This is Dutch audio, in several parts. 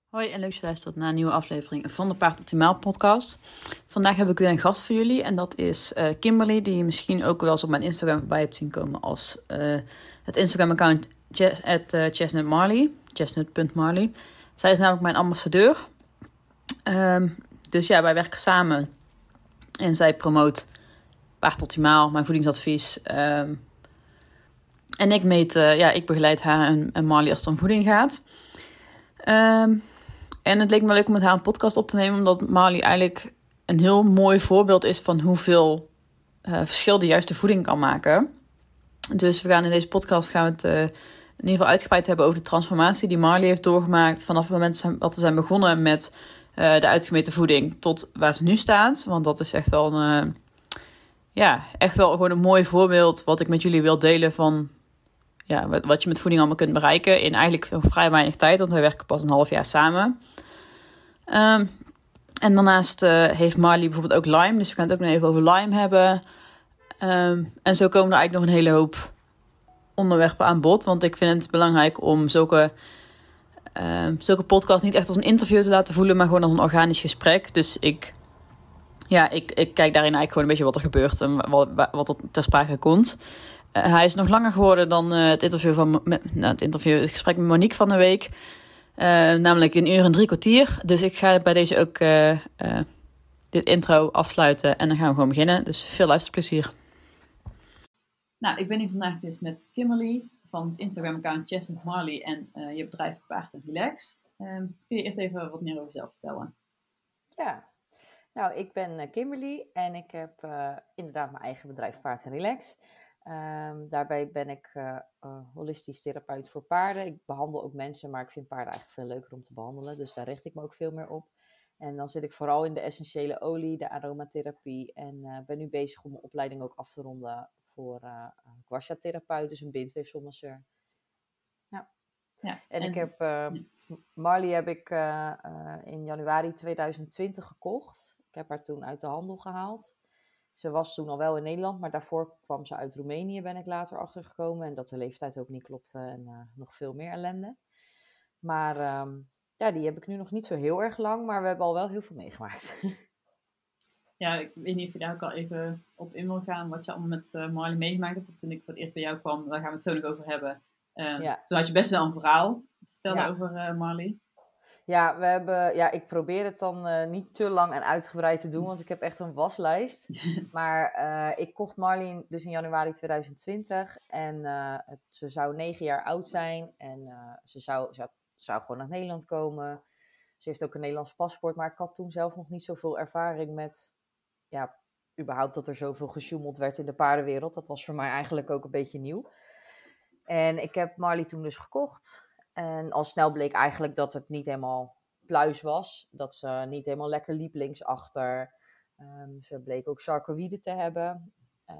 Hoi en leuk dat je luistert naar een nieuwe aflevering van de Paard Optimaal podcast. Vandaag heb ik weer een gast voor jullie en dat is Kimberly, die je misschien ook wel eens op mijn Instagram voorbij hebt zien komen als het Instagram-account chestnutmarley. Zij is namelijk mijn ambassadeur. Dus ja, wij werken samen en zij promoot Paard Optimaal, mijn voedingsadvies. En ik begeleid haar en Marley als het om voeding gaat. En het leek me leuk om met haar een podcast op te nemen, omdat Marley eigenlijk een heel mooi voorbeeld is van hoeveel verschil de juiste voeding kan maken. Dus we gaan in deze podcast in ieder geval uitgebreid hebben over de transformatie die Marley heeft doorgemaakt vanaf het moment dat we zijn begonnen met de uitgemeten voeding tot waar ze nu staat. Want dat is echt wel echt wel gewoon een mooi voorbeeld wat ik met jullie wil delen van wat je met voeding allemaal kunt bereiken in eigenlijk vrij weinig tijd, want wij werken pas een half jaar samen. En daarnaast heeft Marley bijvoorbeeld ook Lyme, dus we gaan het ook nog even over Lyme hebben. En zo komen er eigenlijk nog een hele hoop onderwerpen aan bod, want ik vind het belangrijk om zulke podcasts niet echt als een interview te laten voelen, maar gewoon als een organisch gesprek. Dus ik kijk daarin eigenlijk gewoon een beetje wat er gebeurt en wat er ter sprake komt. Hij is nog langer geworden dan het gesprek met Monique van de week. Namelijk 1 uur en 3 kwartier. Dus ik ga bij deze ook dit intro afsluiten en dan gaan we gewoon beginnen. Dus veel luisterplezier. Nou, ik ben hier vandaag dus met Kimberly van het Instagram-account chestnutmarley en je bedrijf Paard en Relax. Kun je eerst even wat meer over jezelf vertellen? Ja, nou ik ben Kimberly en ik heb inderdaad mijn eigen bedrijf Paard en Relax. Daarbij ben ik holistisch therapeut voor paarden. Ik behandel ook mensen, maar ik vind paarden eigenlijk veel leuker om te behandelen. Dus daar richt ik me ook veel meer op. En dan zit ik vooral in de essentiële olie, de aromatherapie. En ben nu bezig om mijn opleiding ook af te ronden voor guasha-therapeut, dus een bindweefselmasseur. Ja, en ik heb Marley heb ik in januari 2020 gekocht. Ik heb haar toen uit de handel gehaald. Ze was toen al wel in Nederland, maar daarvoor kwam ze uit Roemenië, ben ik later achtergekomen. En dat de leeftijd ook niet klopte en nog veel meer ellende. Maar die heb ik nu nog niet zo heel erg lang, maar we hebben al wel heel veel meegemaakt. Ja, ik weet niet of je daar ook al even op in wil gaan, wat je allemaal met Marley meegemaakt hebt. Toen ik voor het eerst bij jou kwam, daar gaan we het zo nog over hebben. Toen had je best wel een verhaal te vertellen over Marley. Ja, ik probeer het dan niet te lang en uitgebreid te doen, want ik heb echt een waslijst. Maar ik kocht Marley dus in januari 2020 en ze zou 9 jaar oud zijn en ze zou gewoon naar Nederland komen. Ze heeft ook een Nederlands paspoort, maar ik had toen zelf nog niet zoveel ervaring met, überhaupt dat er zoveel gesjoemeld werd in de paardenwereld. Dat was voor mij eigenlijk ook een beetje nieuw. En ik heb Marley toen dus gekocht. En al snel bleek eigenlijk dat het niet helemaal pluis was. Dat ze niet helemaal lekker liep linksachter. Ze bleek ook sarcoïden te hebben.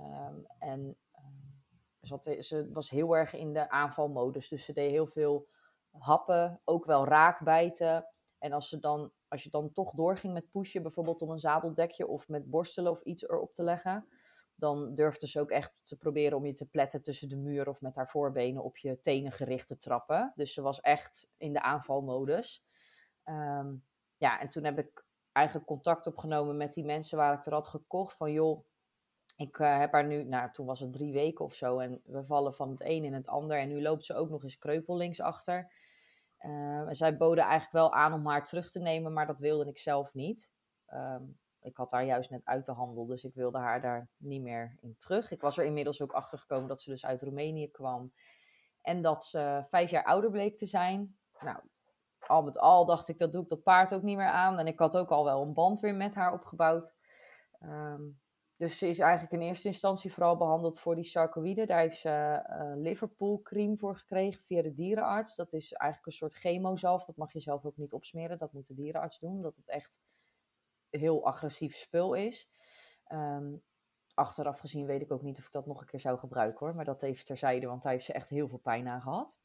Ze was heel erg in de aanvalmodus. Dus ze deed heel veel happen, ook wel raakbijten. En als je dan toch doorging met pushen, bijvoorbeeld om een zadeldekje of met borstelen of iets erop te leggen, dan durfde ze ook echt te proberen om je te pletten tussen de muur of met haar voorbenen op je tenen gericht te trappen. Dus ze was echt in de aanvalmodus. En toen heb ik eigenlijk contact opgenomen met die mensen waar ik er had gekocht. Van joh, ik heb haar nu, toen was het 3 weken of zo. En we vallen van het een in het ander. En nu loopt ze ook nog eens kreupel linksachter. En zij boden eigenlijk wel aan om haar terug te nemen, maar dat wilde ik zelf niet. Ik had haar juist net uit de handel, dus ik wilde haar daar niet meer in terug. Ik was er inmiddels ook achter gekomen dat ze dus uit Roemenië kwam. En dat ze 5 jaar ouder bleek te zijn. Nou, al met al dacht ik, dat doe ik dat paard ook niet meer aan. En ik had ook al wel een band weer met haar opgebouwd. Dus ze is eigenlijk in eerste instantie vooral behandeld voor die sarcoïden. Daar heeft ze Liverpool cream voor gekregen via de dierenarts. Dat is eigenlijk een soort chemozalf. Dat mag je zelf ook niet opsmeren. Dat moet de dierenarts doen, omdat het echt heel agressief spul is. Achteraf gezien weet ik ook niet of ik dat nog een keer zou gebruiken hoor. Maar dat even terzijde, want daar heeft ze echt heel veel pijn aan gehad.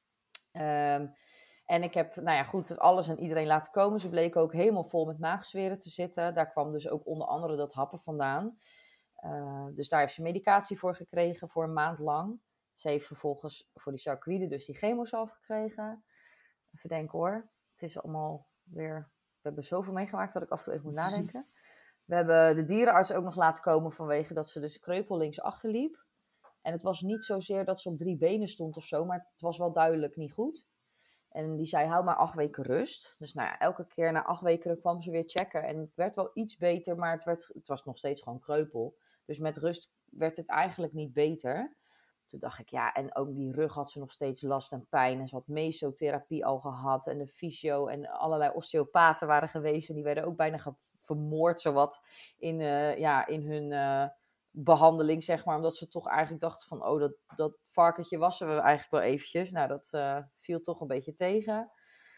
En ik heb, alles en iedereen laten komen. Ze bleek ook helemaal vol met maagzweren te zitten. Daar kwam dus ook onder andere dat happen vandaan. Dus daar heeft ze medicatie voor gekregen voor 1 maand lang. Ze heeft vervolgens voor die sarcoïden dus die chemozalf gekregen. Even denken hoor. Het is allemaal weer... We hebben zoveel meegemaakt dat ik af en toe even moet nadenken. We hebben de dierenarts ook nog laten komen vanwege dat ze dus kreupel linksachter liep. En het was niet zozeer dat ze op 3 benen stond of zo, maar het was wel duidelijk niet goed. En die zei, hou maar 8 weken rust. Dus nou ja, elke keer na 8 weken kwam ze weer checken. En het werd wel iets beter, maar het was nog steeds gewoon kreupel. Dus met rust werd het eigenlijk niet beter. Toen dacht ik, ja, en ook die rug had ze nog steeds last en pijn. En ze had mesotherapie al gehad. En de fysio en allerlei osteopaten waren geweest. En die werden ook bijna vermoord, zowat in hun behandeling, zeg maar. Omdat ze toch eigenlijk dachten van, oh, dat varkentje wassen we eigenlijk wel eventjes. Nou, dat viel toch een beetje tegen.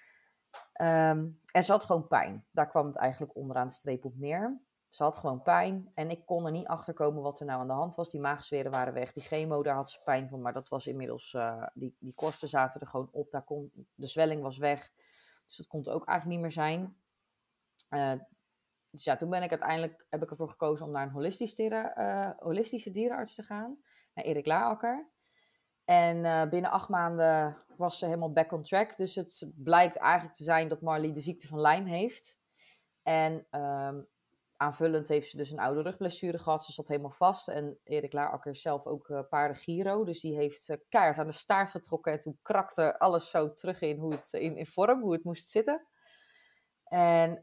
En ze had gewoon pijn. Daar kwam het eigenlijk onderaan de streep op neer. Ze had gewoon pijn en ik kon er niet achter komen wat er nou aan de hand was. Die maagzweren waren weg, die chemo, daar had ze pijn van. Maar dat was inmiddels, die korsten zaten er gewoon op. De zwelling was weg, dus dat kon het ook eigenlijk niet meer zijn. Dus ja, toen heb ik ervoor gekozen om naar een holistische dierenarts te gaan. Naar Erik Laarakker. En binnen 8 maanden was ze helemaal back on track. Dus het blijkt eigenlijk te zijn dat Marley de ziekte van Lyme heeft. En aanvullend heeft ze dus een oude rugblessure gehad. Ze zat helemaal vast. En Erik Laarakker is zelf ook paardengiro. Dus die heeft keihard aan de staart getrokken. En toen krakte alles zo terug in vorm, hoe het moest zitten. En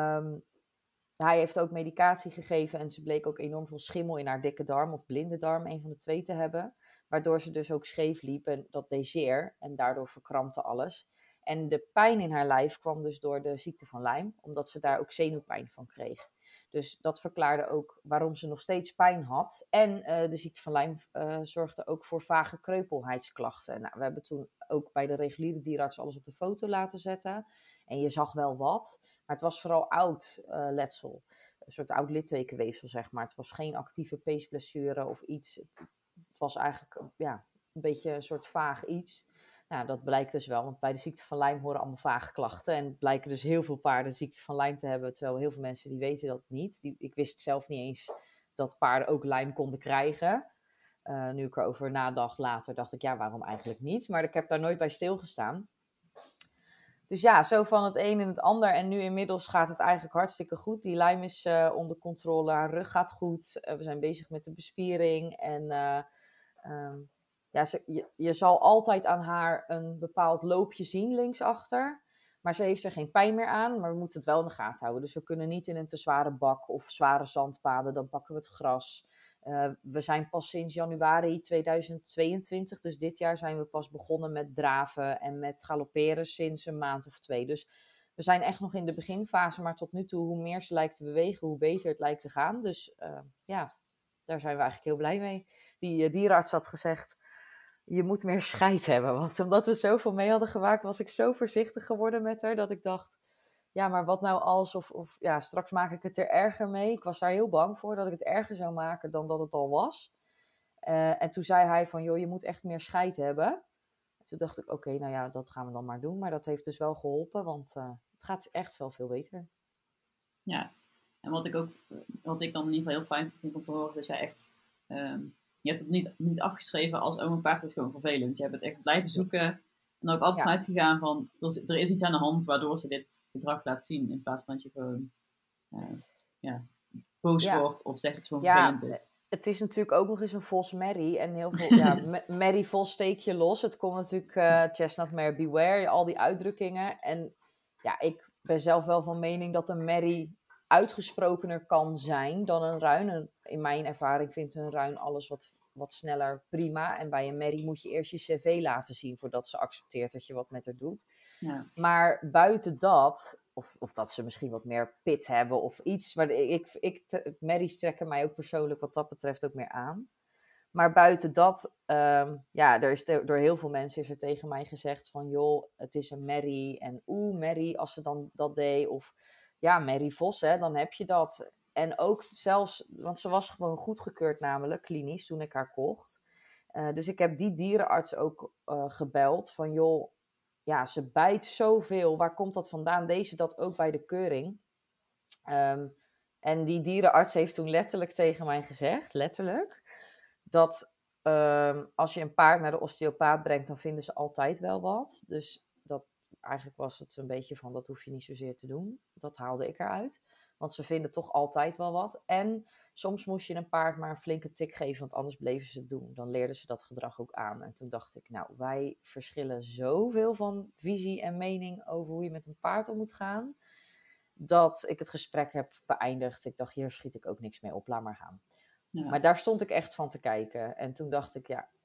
hij heeft ook medicatie gegeven. En ze bleek ook enorm veel schimmel in haar dikke darm of blinde darm. Een van de twee te hebben. Waardoor ze dus ook scheef liep. En dat deed zeer. En daardoor verkrampte alles. En de pijn in haar lijf kwam dus door de ziekte van Lyme. Omdat ze daar ook zenuwpijn van kreeg. Dus dat verklaarde ook waarom ze nog steeds pijn had. En de ziekte van Lyme zorgde ook voor vage kreupelheidsklachten. Nou, we hebben toen ook bij de reguliere dierenarts alles op de foto laten zetten. En je zag wel wat. Maar het was vooral oud letsel. Een soort oud littekenweefsel, zeg maar. Het was geen actieve peesblessure of iets. Het was eigenlijk een beetje een soort vaag iets. Nou, dat blijkt dus wel, want bij de ziekte van Lyme horen allemaal vage klachten. En het blijken dus heel veel paarden de ziekte van Lyme te hebben, terwijl heel veel mensen die weten dat niet. Ik wist zelf niet eens dat paarden ook Lyme konden krijgen. Nu ik erover nadacht later, dacht ik, ja, waarom eigenlijk niet? Maar ik heb daar nooit bij stilgestaan. Dus ja, zo van het een in het ander. En nu inmiddels gaat het eigenlijk hartstikke goed. Die Lyme is onder controle, haar rug gaat goed. We zijn bezig met de bespiering en... je zal altijd aan haar een bepaald loopje zien linksachter. Maar ze heeft er geen pijn meer aan. Maar we moeten het wel in de gaten houden. Dus we kunnen niet in een te zware bak of zware zandpaden. Dan pakken we het gras. We zijn pas sinds januari 2022. Dus dit jaar zijn we pas begonnen met draven en met galopperen sinds een maand of 2. Dus we zijn echt nog in de beginfase. Maar tot nu toe, hoe meer ze lijkt te bewegen, hoe beter het lijkt te gaan. Dus daar zijn we eigenlijk heel blij mee. Die dierenarts had gezegd, je moet meer scheid hebben. Want omdat we zoveel mee hadden gemaakt, was ik zo voorzichtig geworden met haar, dat ik dacht, ja, maar wat nou als, of straks maak ik het er erger mee. Ik was daar heel bang voor, dat ik het erger zou maken dan dat het al was. En toen zei hij van, joh, je moet echt meer scheid hebben. Toen dacht ik, oké, nou ja, dat gaan we dan maar doen. Maar dat heeft dus wel geholpen, want het gaat echt wel veel beter. Ja, en wat ik dan in ieder geval heel fijn vind om te horen, is jij echt... je hebt het niet afgeschreven als, oh, mijn paard is gewoon vervelend. Je hebt het echt blijven zoeken. En ook altijd vanuit gegaan van, er is iets aan de hand waardoor ze dit gedrag laat zien. In plaats van dat je gewoon boos wordt of zegt dat het gewoon vervelend is. Het is natuurlijk ook nog eens een vos merrie. En heel veel, merrie vos steek je los. Het komt natuurlijk chestnut mare beware, al die uitdrukkingen. En ja, ik ben zelf wel van mening dat een merrie uitgesprokener kan zijn dan een ruin. In mijn ervaring vindt een ruin alles wat sneller prima. En bij een merrie moet je eerst je cv laten zien voordat ze accepteert dat je wat met haar doet. Ja. Maar buiten dat, of dat ze misschien wat meer pit hebben of iets. Maar merries trekken mij ook persoonlijk wat dat betreft ook meer aan. Maar buiten dat, er is door heel veel mensen is er tegen mij gezegd van, joh, het is een merrie. En merrie, als ze dan dat deed. Of ja, merrie vos, hè, dan heb je dat. En ook zelfs, want ze was gewoon goedgekeurd namelijk, klinisch, toen ik haar kocht. Dus ik heb die dierenarts ook gebeld van, joh, ja, ze bijt zoveel. Waar komt dat vandaan? Deze dat ook bij de keuring. En die dierenarts heeft toen letterlijk tegen mij gezegd, dat als je een paard naar de osteopaat brengt, dan vinden ze altijd wel wat. Dus eigenlijk was het een beetje van, dat hoef je niet zozeer te doen. Dat haalde ik eruit. Want ze vinden toch altijd wel wat. En soms moest je een paard maar een flinke tik geven, want anders bleven ze het doen. Dan leerden ze dat gedrag ook aan. En toen dacht ik, nou, wij verschillen zoveel van visie en mening over hoe je met een paard om moet gaan, dat ik het gesprek heb beëindigd. Ik dacht, hier schiet ik ook niks mee op, laat maar gaan. Ja. Maar daar stond ik echt van te kijken. En toen dacht ik, ja,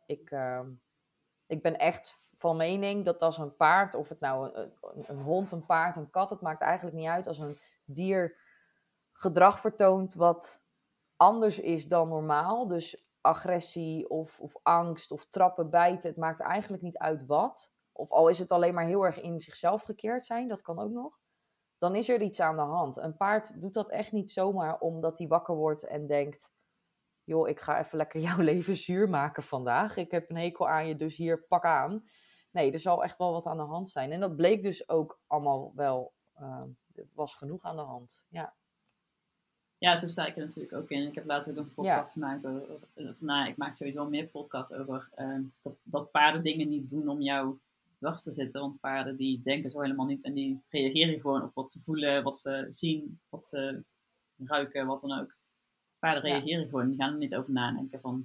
ik ben echt van mening dat als een paard, of het nou een hond, een paard, een kat, het maakt eigenlijk niet uit, als een dier gedrag vertoont wat anders is dan normaal, dus agressie of angst of trappen, bijten, het maakt eigenlijk niet uit wat. Of al is het alleen maar heel erg in zichzelf gekeerd zijn, dat kan ook nog. Dan is er iets aan de hand. Een paard doet dat echt niet zomaar omdat hij wakker wordt en denkt, joh, ik ga even lekker jouw leven zuur maken vandaag. Ik heb een hekel aan je, dus hier, pak aan. Nee, er zal echt wel wat aan de hand zijn. En dat bleek dus ook allemaal wel, er was genoeg aan de hand. Ja. Ja, zo sta ik er natuurlijk ook in. Ik heb laatst ook een podcast gemaakt over, ik maak sowieso meer podcasts over dat paarden dingen niet doen om jou dwars te zitten. Want paarden die denken zo helemaal niet en die reageren gewoon op wat ze voelen, wat ze zien, wat ze ruiken, wat dan ook. Paarden reageren gewoon, die gaan er niet over nadenken van,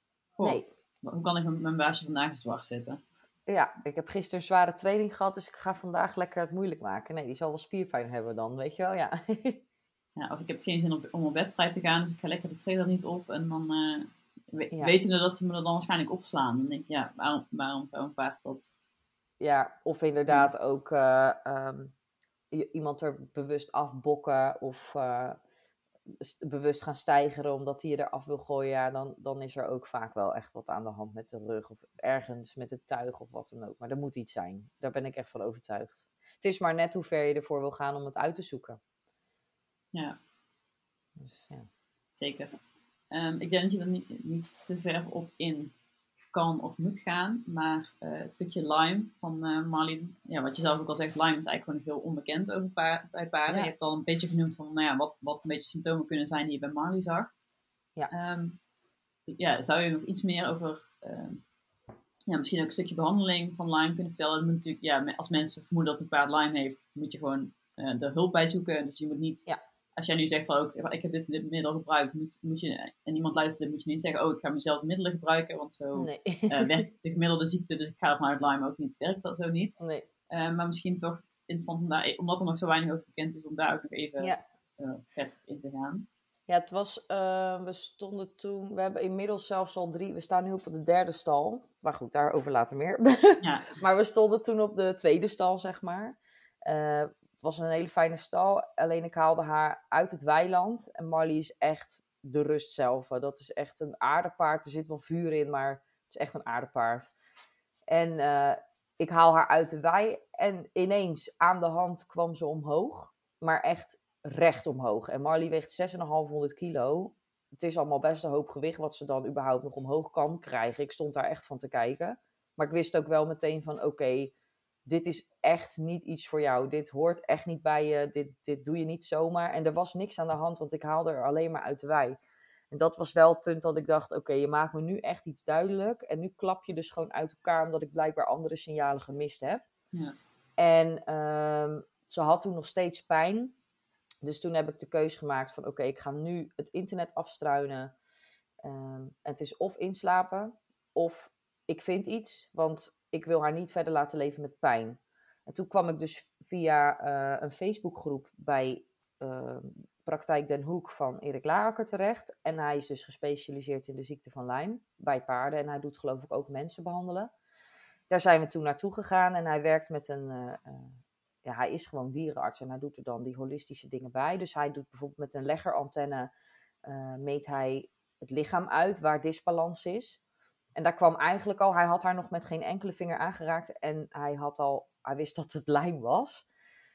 hoe kan ik mijn baasje vandaag eens dwars zitten? Ja, ik heb gisteren een zware training gehad, dus ik ga vandaag lekker het moeilijk maken. Nee, die zal wel spierpijn hebben dan, weet je wel, ja. Ja, of ik heb geen zin om op wedstrijd te gaan, dus ik ga lekker de trailer niet op. En dan wetende dat ze me er dan waarschijnlijk opslaan. Dan denk ik, ja, waarom zou een paard dat... Ja, of inderdaad ook iemand er bewust afbokken of bewust gaan steigeren omdat hij je eraf wil gooien. Ja, dan is er ook vaak wel echt wat aan de hand met de rug of ergens met het tuig of wat dan ook. Maar er moet iets zijn. Daar ben ik echt van overtuigd. Het is maar net hoe ver je ervoor wil gaan om het uit te zoeken. Ja. Dus, ja. Zeker. Ik denk dat je er niet te ver op in kan of moet gaan. Maar het stukje Lyme van Marley, ja, wat je zelf ook al zegt, Lyme is eigenlijk gewoon heel onbekend over bij paarden. Ja. Je hebt al een beetje genoemd van wat een beetje symptomen kunnen zijn die je bij Marley zag. Ja. Zou je nog iets meer over misschien ook een stukje behandeling van Lyme kunnen vertellen? Dan moet natuurlijk, als mensen vermoeden dat een paard Lyme heeft, moet je gewoon er hulp bij zoeken. Dus je moet niet, als jij nu zegt van ik heb dit middel gebruikt, moet je, en iemand luistert, moet je niet zeggen, ik ga mezelf middelen gebruiken, want zo werkt de gemiddelde ziekte, dus ik ga ervan uit Lyme ook niet, werkt dat zo niet. Nee. Maar misschien toch interessant, omdat er nog zo weinig over bekend is, om daar ook nog even verder in te gaan. Ja, het was, we hebben inmiddels zelfs al 3, we staan nu op de 3e stal. Maar goed, daarover later meer. Ja. Maar we stonden toen op de 2e stal, zeg maar. Het was een hele fijne stal, alleen ik haalde haar uit het weiland. En Marley is echt de rust zelf. Dat is echt een aardepaard. Er zit wel vuur in, maar het is echt een aardepaard. En ik haal haar uit de wei en ineens aan de hand kwam ze omhoog. Maar echt recht omhoog. En Marley weegt 6,5 kilo. Het is allemaal best een hoop gewicht wat ze dan überhaupt nog omhoog kan krijgen. Ik stond daar echt van te kijken. Maar ik wist ook wel meteen van oké, dit is echt niet iets voor jou. Dit hoort echt niet bij je. Dit doe je niet zomaar. En er was niks aan de hand, want ik haalde er alleen maar uit de wei. En dat was wel het punt dat ik dacht, oké, je maakt me nu echt iets duidelijk. En nu klap je dus gewoon uit elkaar, omdat ik blijkbaar andere signalen gemist heb. Ja. En ze had toen nog steeds pijn. Dus toen heb ik de keuze gemaakt van oké, ik ga nu het internet afstruinen. Het is of inslapen, of ik vind iets, want ik wil haar niet verder laten leven met pijn. En toen kwam ik dus via een Facebookgroep bij Praktijk Den Hoek van Erik Laakker terecht. En hij is dus gespecialiseerd in de ziekte van Lyme bij paarden. En hij doet geloof ik ook mensen behandelen. Daar zijn we toen naartoe gegaan en hij werkt met hij is gewoon dierenarts en hij doet er dan die holistische dingen bij. Dus hij doet bijvoorbeeld met een leggerantenne, meet hij het lichaam uit waar disbalans is. En daar kwam eigenlijk al, hij had haar nog met geen enkele vinger aangeraakt en hij wist dat het Lyme was.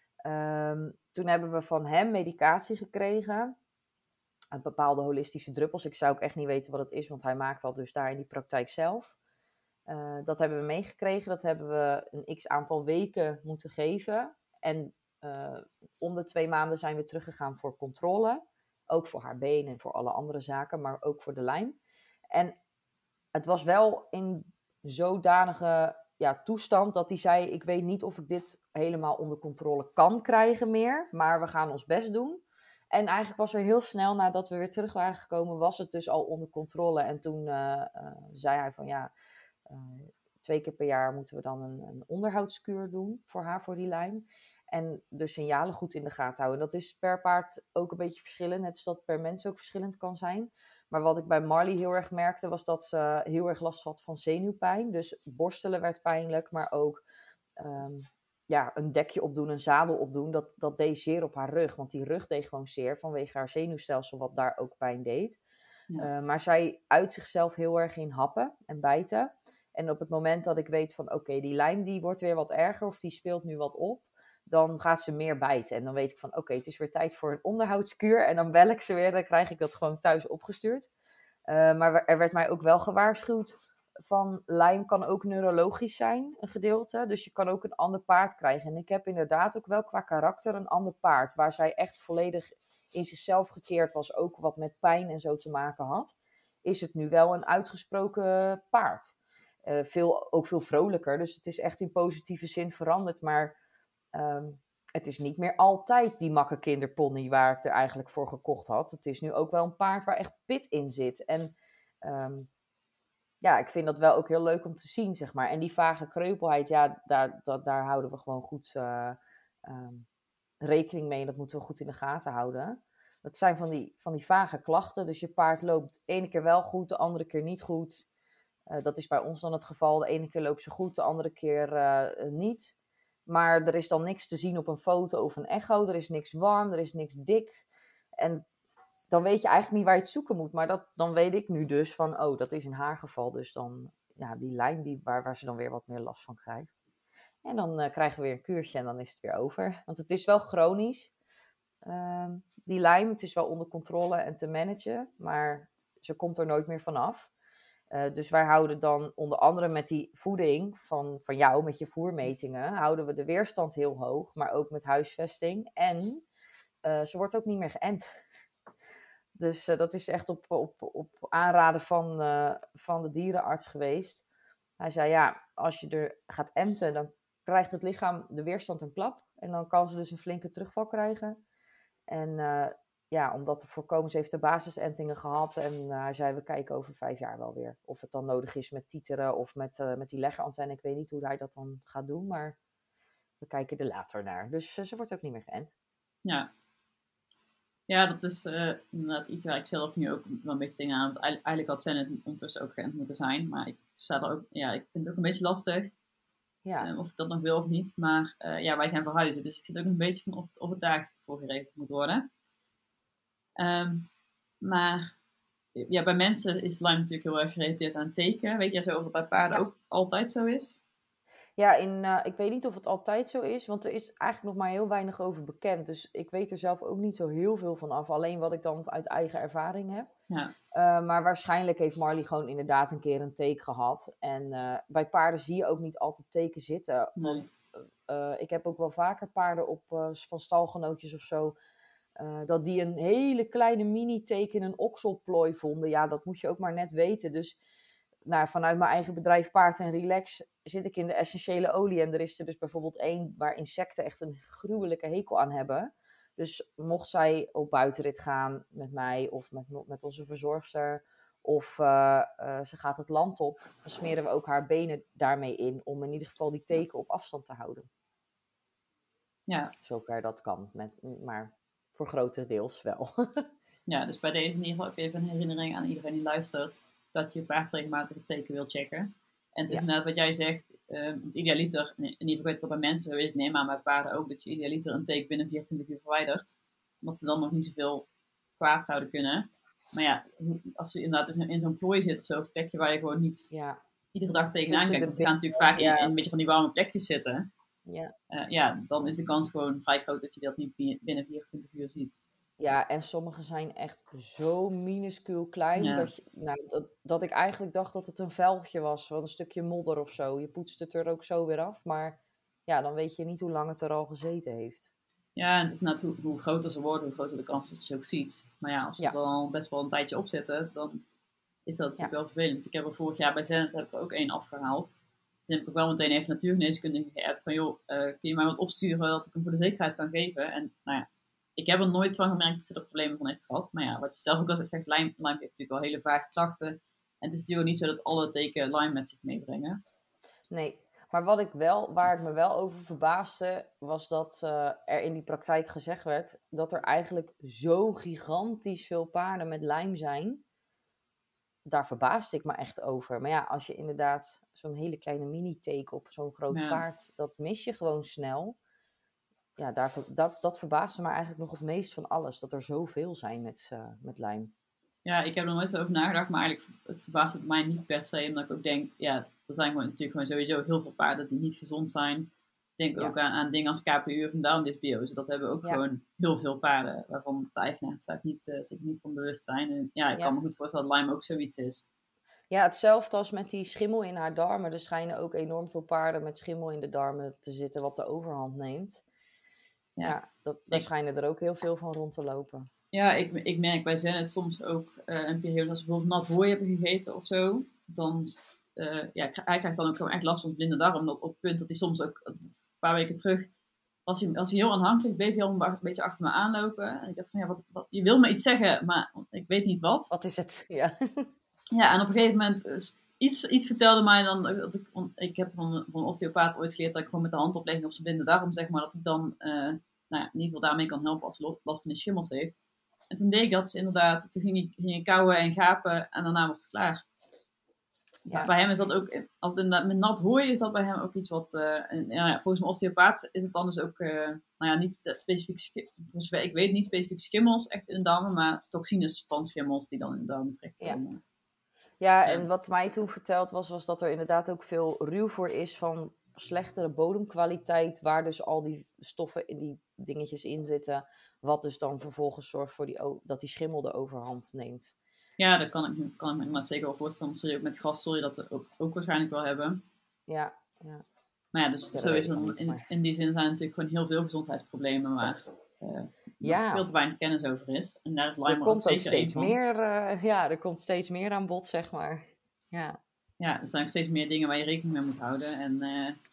Toen hebben we van hem medicatie gekregen. Bepaalde holistische druppels. Ik zou ook echt niet weten wat het is, want hij maakt al dus daar in die praktijk zelf. Dat hebben we meegekregen. Dat hebben we een x-aantal weken moeten geven. En om de 2 maanden zijn we teruggegaan voor controle. Ook voor haar been en voor alle andere zaken, maar ook voor de Lyme. En het was wel in zodanige toestand dat hij zei, ik weet niet of ik dit helemaal onder controle kan krijgen meer, maar we gaan ons best doen. En eigenlijk was er heel snel nadat we weer terug waren gekomen, was het dus al onder controle. En toen zei hij van 2 keer per jaar moeten we dan een onderhoudskuur doen voor haar, voor die lijm. En de signalen goed in de gaten houden. Dat is per paard ook een beetje verschillend, net zoals dat per mens ook verschillend kan zijn. Maar wat ik bij Marley heel erg merkte, was dat ze heel erg last had van zenuwpijn. Dus borstelen werd pijnlijk, maar ook een dekje opdoen, een zadel opdoen. Dat deed zeer op haar rug, want die rug deed gewoon zeer vanwege haar zenuwstelsel, wat daar ook pijn deed. Ja. Maar zij uit zichzelf heel erg in happen en bijten. En op het moment dat ik weet van oké, die lijm die wordt weer wat erger of die speelt nu wat op, dan gaat ze meer bijten. En dan weet ik van oké, het is weer tijd voor een onderhoudskuur. En dan bel ik ze weer, dan krijg ik dat gewoon thuis opgestuurd. Maar er werd mij ook wel gewaarschuwd van lijm kan ook neurologisch zijn, een gedeelte. Dus je kan ook een ander paard krijgen. En ik heb inderdaad ook wel qua karakter een ander paard. Waar zij echt volledig in zichzelf gekeerd was, ook wat met pijn en zo te maken had. Is het nu wel een uitgesproken paard. Ook veel vrolijker. Dus het is echt in positieve zin veranderd. Maar het is niet meer altijd die makke kinderpony waar ik er eigenlijk voor gekocht had. Het is nu ook wel een paard waar echt pit in zit. En ik vind dat wel ook heel leuk om te zien, zeg maar. En die vage kreupelheid, daar houden we gewoon goed rekening mee. Dat moeten we goed in de gaten houden. Dat zijn van die vage klachten. Dus je paard loopt de ene keer wel goed, de andere keer niet goed. Dat is bij ons dan het geval. De ene keer loopt ze goed, de andere keer niet. Maar er is dan niks te zien op een foto of een echo. Er is niks warm, er is niks dik. En dan weet je eigenlijk niet waar je het zoeken moet. Maar dan weet ik nu dus van, dat is in haar geval dus dan die lijn waar ze dan weer wat meer last van krijgt. En dan krijgen we weer een kuurtje en dan is het weer over. Want het is wel chronisch, die lijm. Het is wel onder controle en te managen, maar ze komt er nooit meer vanaf. Dus wij houden dan onder andere met die voeding van jou, met je voermetingen, houden we de weerstand heel hoog, maar ook met huisvesting. En ze wordt ook niet meer geënt. Dus dat is echt op aanraden van de dierenarts geweest. Hij zei, als je er gaat enten, dan krijgt het lichaam de weerstand een klap. En dan kan ze dus een flinke terugval krijgen. En om dat te voorkomen, ze heeft de basisentingen gehad. En hij zei, we kijken over 5 jaar wel weer. Of het dan nodig is met titeren of met die leggerantenne. Ik weet niet hoe hij dat dan gaat doen, maar we kijken er later naar. Dus ze wordt ook niet meer geënt. Ja, dat is inderdaad iets waar ik zelf nu ook wel een beetje tegen aan. Want eigenlijk had Zenith ondertussen ook geënt moeten zijn. Maar ik sta er ook, ik vind het ook een beetje lastig. Ja. Of ik dat nog wil of niet. Maar wij gaan verhuizen. Dus ik zit ook nog een beetje van of het daarvoor geregeld moet worden. Maar bij mensen is Lyme natuurlijk heel erg gerelateerd aan teken. Weet jij zo of het bij paarden ook altijd zo is? Ja, ik weet niet of het altijd zo is, want er is eigenlijk nog maar heel weinig over bekend. Dus ik weet er zelf ook niet zo heel veel van af. Alleen wat ik dan uit eigen ervaring heb. Ja. Maar waarschijnlijk heeft Marley gewoon inderdaad een keer een teek gehad. En bij paarden zie je ook niet altijd teken zitten. Nee. Want ik heb ook wel vaker paarden van stalgenootjes of zo. Dat die een hele kleine mini-teken in een okselplooi vonden. Ja, dat moet je ook maar net weten. Dus vanuit mijn eigen bedrijf Paard en Relax zit ik in de essentiële olie. En er is er dus bijvoorbeeld één waar insecten echt een gruwelijke hekel aan hebben. Dus mocht zij op buitenrit gaan met mij of met onze verzorgster, of ze gaat het land op, dan smeren we ook haar benen daarmee in om in ieder geval die teken op afstand te houden. Ja. Zover dat kan, maar voor grotendeels wel. Ja, dus bij deze in ieder geval ook even een herinnering aan iedereen die luistert, dat je paard regelmatig het teken wil checken. En het is inderdaad wat jij zegt, het idealiter, in ieder geval weet het bij mensen, weet ik neem aan bij paarden ook, dat je idealiter een teken binnen 24 uur verwijdert. Omdat ze dan nog niet zoveel kwaad zouden kunnen. Maar ja, als ze inderdaad in zo'n plooi zit of zo, of een plekje waar je gewoon niet iedere dag tegenaan kijkt. Want ze gaan natuurlijk vaak in een beetje van die warme plekjes zitten. Dan is de kans gewoon vrij groot dat je dat niet binnen 24 uur ziet. Ja, en sommige zijn echt zo minuscuul klein dat ik eigenlijk dacht dat het een vuiltje was, van een stukje modder of zo. Je poetst het er ook zo weer af, maar dan weet je niet hoe lang het er al gezeten heeft. Ja, en het is net hoe groter ze worden, hoe groter de kans dat je ze ook ziet. Maar als ze er al best wel een tijdje op zitten, dan is dat natuurlijk wel vervelend. Ik heb er vorig jaar bij Zenith ook 1 afgehaald. heb ik ook wel meteen even natuurgeneeskundige geappt van joh, kun je mij wat opsturen dat ik hem voor de zekerheid kan geven. En nou ja, ik heb er nooit van gemerkt dat hij er problemen van heeft gehad. Maar ja, wat je zelf ook altijd zegt, Lyme heeft natuurlijk wel hele vage klachten. En het is natuurlijk niet zo dat alle teken Lyme met zich meebrengen. Nee, maar waar ik me wel over verbaasde, was dat er in die praktijk gezegd werd dat er eigenlijk zo gigantisch veel paarden met Lyme zijn. Daar verbaasde ik me echt over. Maar ja, als je inderdaad zo'n hele kleine mini-teken op zo'n groot paard, dat mis je gewoon snel. Ja, dat verbaasde me eigenlijk nog het meest van alles, dat er zoveel zijn met Lyme. Ja, ik heb er nooit zo over nagedacht, maar eigenlijk het verbaast het mij niet per se, omdat ik ook denk, ja, er zijn natuurlijk gewoon sowieso heel veel paarden die niet gezond zijn. Ik denk ook aan dingen als KPU of een darmdysbiose. Dat hebben ook gewoon heel veel paarden, waarvan de eigenaar het vaak zich niet van bewust zijn. En ja, ik kan me goed voorstellen dat Lyme ook zoiets is. Ja, hetzelfde als met die schimmel in haar darmen. Er schijnen ook enorm veel paarden met schimmel in de darmen te zitten, wat de overhand neemt. Daar schijnen er ook heel veel van rond te lopen. Ja, ik merk bij Zenith soms ook een periode als ze bijvoorbeeld nat hooi hebben gegeten of zo. Dan, hij krijgt dan ook gewoon echt last van blinde darm. Op het punt dat hij soms ook een paar weken terug, als hij heel aanhankelijk bleef, hij al een beetje achter me aanlopen. En ik dacht van ja, je wil me iets zeggen, maar ik weet niet wat. Wat is het? Ja. Ja, en op een gegeven moment, iets vertelde mij dan, dat ik heb van een osteopaat ooit geleerd dat ik gewoon met de hand opleggen op zijn blinde darm, zeg maar, dat ik dan in ieder geval daarmee kan helpen als hij last van die schimmels heeft. En toen deed ik dat dus inderdaad, toen ging ik kauwen en gapen en daarna was het klaar. Ja. Bij hem is dat ook, als inderdaad met nat hooi is dat bij hem ook iets wat, volgens mijn osteopaat is het dan dus ook, niet specifiek, ik weet niet specifiek schimmels echt in de darmen, maar toxines van schimmels die dan in de darmen terechtkomen. Ja, en wat mij toen verteld was dat er inderdaad ook veel ruw voor is van slechtere bodemkwaliteit, waar dus al die stoffen in die dingetjes in zitten, wat dus dan vervolgens zorgt voor dat die schimmel de overhand neemt. Ja, dat kan ik me inderdaad zeker wel voorstellen. Zul je ook met gras zul je dat ook waarschijnlijk wel hebben. Ja. Maar ja, dus zo is het. In die zin zijn er natuurlijk gewoon heel veel gezondheidsproblemen waar veel te weinig kennis over is. En daar is Lyme er komt ook steeds meer, er komt steeds meer aan bod, zeg maar. Ja, er zijn ook steeds meer dingen waar je rekening mee moet houden. En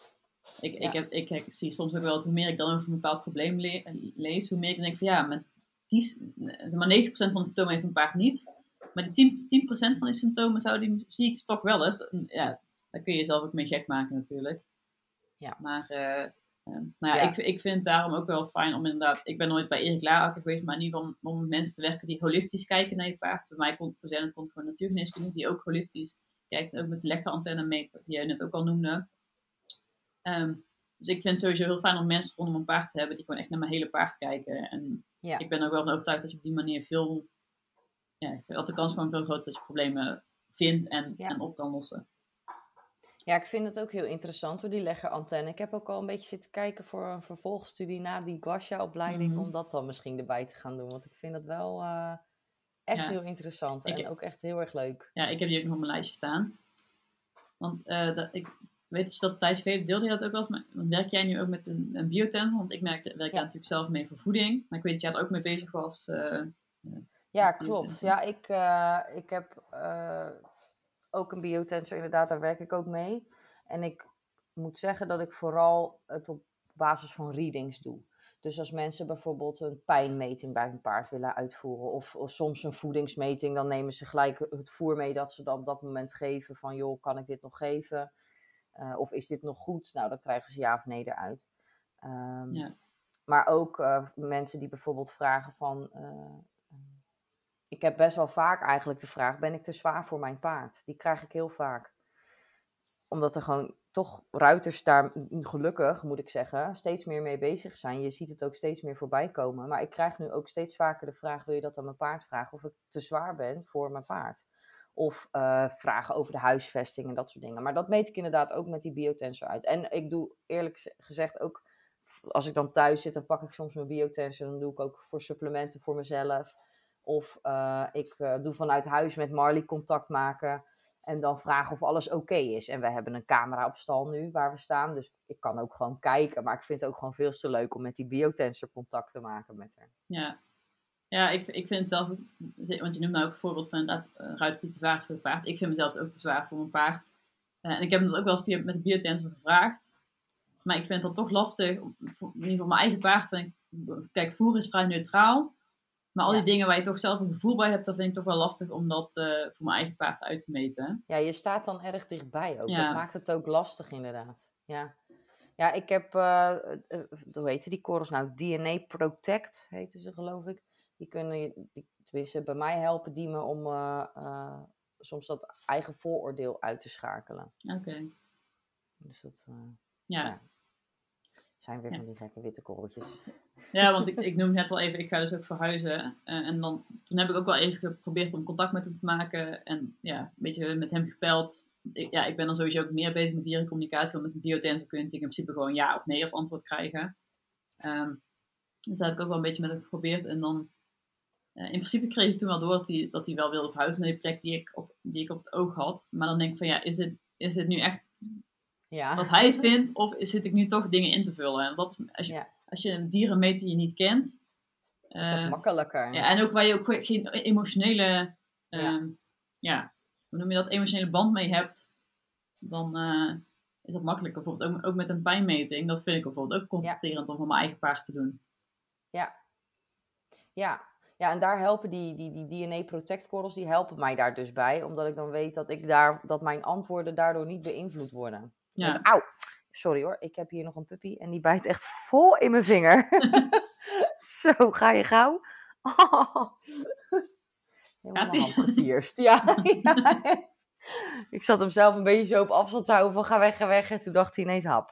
ik zie soms ook wel dat hoe meer ik dan over een bepaald probleem lees, hoe meer ik denk van ja, maar 90% van de symptomen heeft een paard niet. Maar die 10% van die symptomen zie ik toch wel eens. Ja, daar kun je jezelf ook mee gek maken natuurlijk. Ja. Maar ik vind het daarom ook wel fijn om inderdaad... Ik ben nooit bij Erik Laarakker geweest, maar in ieder geval om met mensen te werken die holistisch kijken naar je paard. Bij mij komt gewoon natuurgeneeskunde die ook holistisch kijkt. Ook met de leggenantenne meet, die jij net ook al noemde. Dus ik vind het sowieso heel fijn om mensen rondom een paard te hebben die gewoon echt naar mijn hele paard kijken. En ik ben er wel van overtuigd dat je op die manier dat de kans gewoon veel groter is dat je problemen vindt en op kan lossen. Ja, ik vind het ook heel interessant door die leggerantenne. Ik heb ook al een beetje zitten kijken voor een vervolgstudie na die Guasha-opleiding, om dat dan misschien erbij te gaan doen. Want ik vind dat wel echt heel interessant en ook echt heel erg leuk. Ja, ik heb die ook nog op mijn lijstje staan. Want ik weet dat je dat een tijdje geleden deelde je dat ook wel eens. Want werk jij nu ook met een biotensor? Want ik werk daar natuurlijk zelf mee voor voeding. Maar ik weet dat jij er ook mee bezig was. Ja, klopt. Ja, ik heb ook een biotensor, inderdaad, daar werk ik ook mee. En ik moet zeggen dat ik vooral het op basis van readings doe. Dus als mensen bijvoorbeeld een pijnmeting bij hun paard willen uitvoeren, of soms een voedingsmeting, dan nemen ze gelijk het voer mee dat ze dan op dat moment geven van, joh, kan ik dit nog geven? Of is dit nog goed? Nou, dan krijgen ze ja of nee eruit. Maar ook mensen die bijvoorbeeld vragen van... ik heb best wel vaak eigenlijk de vraag, ben ik te zwaar voor mijn paard? Die krijg ik heel vaak. Omdat er gewoon toch ruiters daar, gelukkig moet ik zeggen, steeds meer mee bezig zijn. Je ziet het ook steeds meer voorbij komen. Maar ik krijg nu ook steeds vaker de vraag, wil je dat aan mijn paard vragen? Of ik te zwaar ben voor mijn paard? Of vragen over de huisvesting en dat soort dingen. Maar dat meet ik inderdaad ook met die biotensor uit. En ik doe eerlijk gezegd ook, als ik dan thuis zit, dan pak ik soms mijn biotensor. Dan doe ik ook voor supplementen voor mezelf. Of ik doe vanuit huis met Marley contact maken. En dan vragen of alles oké is. En we hebben een camera op stal nu waar we staan. Dus ik kan ook gewoon kijken. Maar ik vind het ook gewoon veel te leuk om met die biotensor contact te maken met haar. Ja, ik vind het zelf, want je noemt nou ook het voorbeeld van inderdaad ruiters die te zwaar voor het paard. Ik vind mezelf ook te zwaar voor mijn paard. En ik heb het ook wel met de biotent gevraagd. Maar ik vind dat toch lastig. In ieder geval mijn eigen paard. Kijk, voer is vrij neutraal. Maar al die dingen waar je toch zelf een gevoel bij hebt, dat vind ik toch wel lastig om dat voor mijn eigen paard uit te meten. Ja, je staat dan erg dichtbij ook. Ja. Dat maakt het ook lastig inderdaad. Ja, ik heb, hoe heette die korrels nou? DNA Protect heten ze geloof ik. Tenminste, bij mij helpen die me om soms dat eigen vooroordeel uit te schakelen. Oké. Dus dat Ja. zijn weer van die gekke witte korreltjes. Ja, want ik noem net al even, ik ga dus ook verhuizen. En toen heb ik ook wel even geprobeerd om contact met hem te maken. En ja, een beetje met hem gebeld. Ik ben dan sowieso ook meer bezig met dierencommunicatie. Want met een biotent kun je in principe gewoon ja of nee als antwoord krijgen. Dus dat heb ik ook wel een beetje met hem geprobeerd. En dan, in principe kreeg ik toen wel door dat hij wel wilde verhuizen naar die plek die ik op het oog had. Maar dan denk ik van ja, is dit nu echt wat hij vindt? Of zit ik nu toch dingen in te vullen? En dat is, als je dieren meet die je niet kent. Is dat makkelijker. Ja, en ook waar je ook geen emotionele, hoe noem je dat, emotionele band mee hebt, dan is dat makkelijker. Bijvoorbeeld ook met een pijnmeting, dat vind ik bijvoorbeeld ook confronterend om van mijn eigen paard te doen. Ja, en daar helpen die DNA Protect korrels, die helpen mij daar dus bij. Omdat ik dan weet dat mijn antwoorden daardoor niet beïnvloed worden. Ja. Want, auw, sorry hoor, ik heb hier nog een puppy en die bijt echt vol in mijn vinger. Zo, ga je gauw? Oh. Helemaal mijn hand gepierst. Ja. Ik zat hem zelf een beetje zo op afstand te houden van ga weg. En toen dacht hij ineens hap.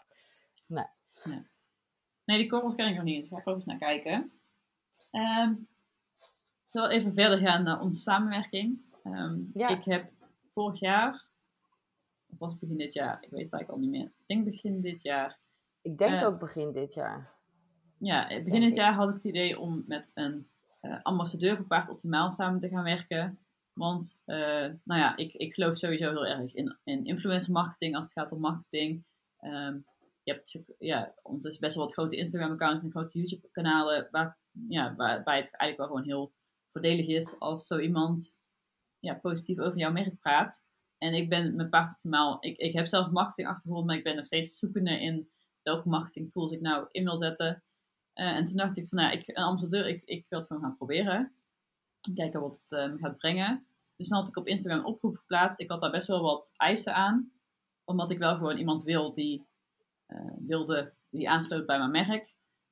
Nee, die korrels ken ik nog niet. Dus ga ik ook eens naar kijken. Ik zal even verder gaan naar onze samenwerking. Ik heb vorig jaar, of was het begin dit jaar? Ik weet het eigenlijk al niet meer. Ik denk begin dit jaar. Ik denk ook begin dit jaar. Ja, begin dit jaar had ik het idee om met een ambassadeur voor Paard Optimaal samen te gaan werken. Want ik geloof sowieso heel erg in influencer marketing als het gaat om marketing. Je hebt ondertussen best wel wat grote Instagram accounts en grote YouTube kanalen waarbij het eigenlijk wel gewoon heel voordelig is als zo iemand positief over jouw merk praat. En ik ben met Paard Optimaal, ik heb zelf marketing achtergrond, maar ik ben nog steeds zoekende in welke marketing tools ik nou in wil zetten. En toen dacht ik van, een ambassadeur, ik wil het gewoon gaan proberen. Kijken wat het me gaat brengen. Dus dan had ik op Instagram een oproep geplaatst. Ik had daar best wel wat eisen aan. Omdat ik wel gewoon iemand wil die aansloot bij mijn merk.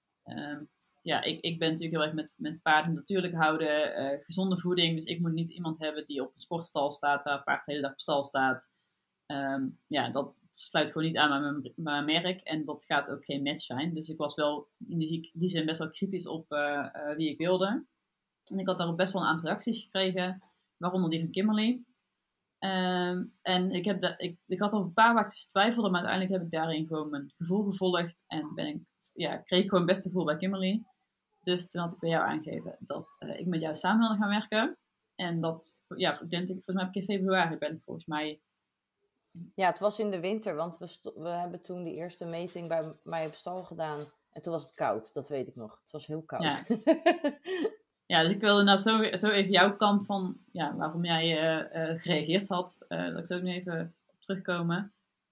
Ik ben natuurlijk heel erg met paarden natuurlijk houden. Gezonde voeding. Dus ik moet niet iemand hebben die op een sportstal staat. Waar een paard de hele dag op stal staat. Dat sluit gewoon niet aan bij mijn merk. En dat gaat ook geen match zijn. Dus ik was wel in die zin best wel kritisch op wie ik wilde. En ik had daarop best wel een aantal reacties gekregen. Waaronder die van Kimberly. En ik had al een paar waar ik tussen twijfelde. Maar uiteindelijk heb ik daarin gewoon mijn gevoel gevolgd. En kreeg ik gewoon het beste gevoel bij Kimberly. Dus toen had ik bij jou aangegeven dat ik met jou samen wilde gaan werken. En dat, volgens mij heb ik in februari ben ik volgens mij... Ja, het was in de winter, want we hebben toen de eerste meting bij mij op stal gedaan. En toen was het koud, dat weet ik nog. Het was heel koud. Ja, dus ik wilde inderdaad zo even jouw kant van waarom jij gereageerd had. Dat ik zo ook nu even op terugkomen.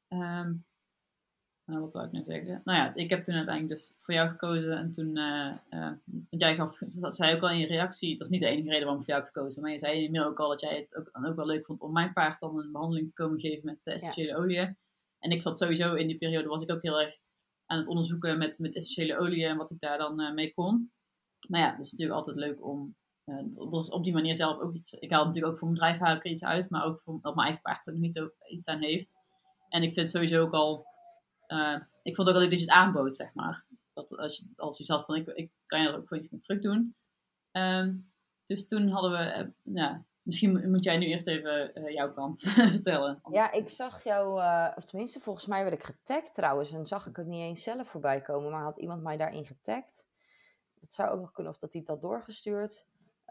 Wat wil ik nu zeggen? Nou ja, ik heb toen uiteindelijk dus voor jou gekozen. En toen, want jij zei ook al in je reactie, dat is niet de enige reden waarom ik voor jou heb gekozen. Maar je zei in je mail ook al dat jij het ook wel leuk vond om mijn paard dan een behandeling te komen geven met essentiële oliën. En ik zat sowieso in die periode, was ik ook heel erg aan het onderzoeken met essentiële oliën en wat ik daar dan mee kon. Nou ja, het is natuurlijk altijd leuk om op die manier zelf ook iets... Ik haal natuurlijk ook voor mijn bedrijf haal ik er iets uit, maar ook dat mijn eigen paard er niet iets aan heeft. En ik vind sowieso ook al... ik vond ook al dat je het aanbood, zeg maar. Dat als je zat van, ik kan je dat ook gewoon iets mee terug doen. Dus toen hadden we... misschien moet jij nu eerst even jouw kant vertellen. Ja, ik zag jou... of tenminste, volgens mij werd ik getagd trouwens. En zag ik het niet eens zelf voorbij komen. Maar had iemand mij daarin getagd. Het zou ook nog kunnen of dat hij het had doorgestuurd.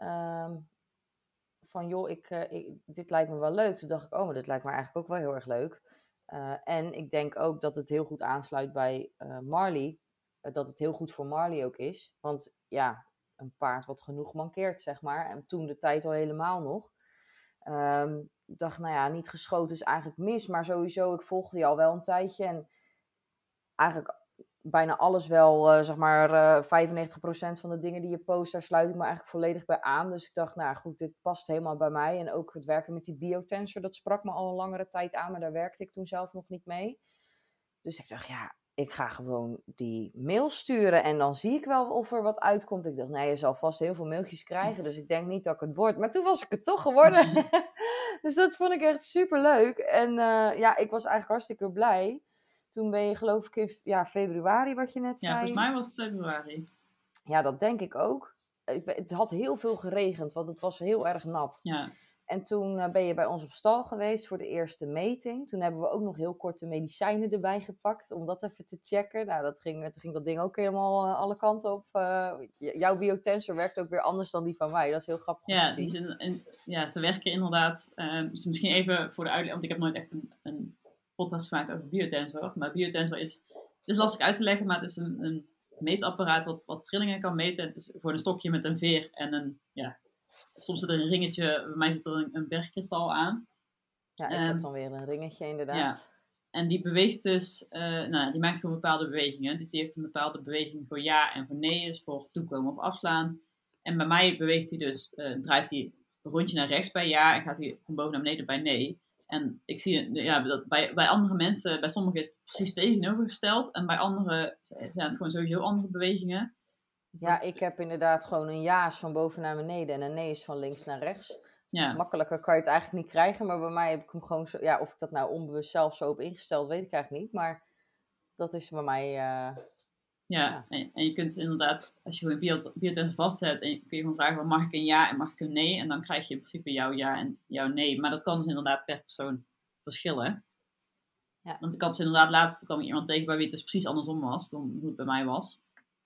Van joh, dit lijkt me wel leuk. Toen dacht ik, maar dit lijkt me eigenlijk ook wel heel erg leuk. En ik denk ook dat het heel goed aansluit bij Marley. Dat het heel goed voor Marley ook is. Want ja, een paard wat genoeg mankeert, zeg maar. En toen de tijd al helemaal nog. dacht, nou ja, niet geschoten is eigenlijk mis. Maar sowieso, ik volgde je al wel een tijdje. En eigenlijk bijna alles wel, zeg maar 95% van de dingen die je post, daar sluit ik me eigenlijk volledig bij aan. Dus ik dacht, nou goed, dit past helemaal bij mij. En ook het werken met die biotensor, dat sprak me al een langere tijd aan. Maar daar werkte ik toen zelf nog niet mee. Dus ik dacht, ja, ik ga gewoon die mail sturen en dan zie ik wel of er wat uitkomt. Ik dacht, nee, je zal vast heel veel mailtjes krijgen, dus ik denk niet dat ik het word. Maar toen was ik het toch geworden. Dus dat vond ik echt super leuk. En ja, ik was eigenlijk hartstikke blij. Toen ben je geloof ik in februari, wat je net zei. Ja, volgens mij was het februari. Ja, dat denk ik ook. Het had heel veel geregend, want het was heel erg nat. Ja. En toen ben je bij ons op stal geweest voor de eerste meting. Toen hebben we ook nog heel kort de medicijnen erbij gepakt om dat even te checken. Nou, toen ging dat ding ook helemaal alle kanten op. Jouw biotensor werkt ook weer anders dan die van mij. Dat is heel grappig. Ja, ze werken inderdaad. Dus misschien even voor de uitleg, want ik heb nooit echt een podcast gemaakt over biotensor. Maar biotensor het is lastig uit te leggen, maar het is een meetapparaat wat trillingen kan meten. Het is gewoon een stokje met een veer en soms zit er een ringetje, bij mij zit er een bergkristal aan. Ja, ik heb dan weer een ringetje inderdaad. Ja. En die beweegt dus, die maakt gewoon bepaalde bewegingen. Dus die heeft een bepaalde beweging voor ja en voor nee, dus voor toekomen of afslaan. En bij mij beweegt hij dus, draait hij een rondje naar rechts bij ja en gaat hij van boven naar beneden bij nee. En ik zie dat bij andere mensen, bij sommigen is het precies tegenovergesteld. En bij anderen zijn het gewoon sowieso andere bewegingen. Dus ja, ik heb inderdaad gewoon een ja is van boven naar beneden en een nee is van links naar rechts. Ja. Makkelijker kan je het eigenlijk niet krijgen, maar bij mij heb ik hem gewoon zo... Ja, of ik dat nou onbewust zelf zo heb ingesteld, weet ik eigenlijk niet. Maar dat is bij mij... Ja. En je kunt inderdaad, als je gewoon biotensor vast hebt, en kun je gewoon vragen, mag ik een ja en mag ik een nee? En dan krijg je in principe jouw ja en jouw nee. Maar dat kan dus inderdaad per persoon verschillen. Ja. Want ik had dus inderdaad laatst, kwam iemand tegen bij wie het dus precies andersom was dan hoe het bij mij was.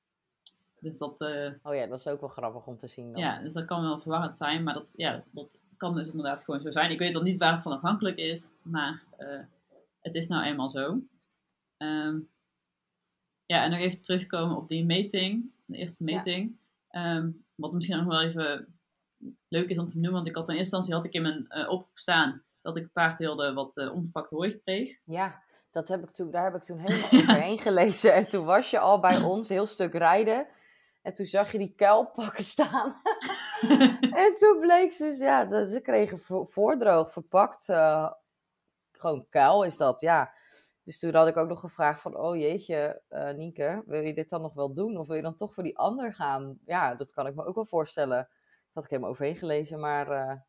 Dus dat... Oh ja, dat is ook wel grappig om te zien dan. Ja, dus dat kan wel verwarrend zijn, maar dat kan dus inderdaad gewoon zo zijn. Ik weet dan niet waar het van afhankelijk is, maar het is nou eenmaal zo. En nog even terugkomen op die meting, de eerste meting. Ja. Wat misschien nog wel even leuk is om te noemen, want ik had in eerste instantie in mijn oproep staan dat ik een paard wilde wat onverpakte hooi kreeg. Ja, daar heb ik toen helemaal overheen gelezen. En toen was je al bij ons, heel stuk rijden. En toen zag je die kuilpakken staan. En toen bleek ze kregen voordroog verpakt. Gewoon kuil is dat, ja. Dus toen had ik ook nog gevraagd van, oh jeetje, Nienke, wil je dit dan nog wel doen? Of wil je dan toch voor die ander gaan? Ja, dat kan ik me ook wel voorstellen. Dat had ik helemaal overheen gelezen, maar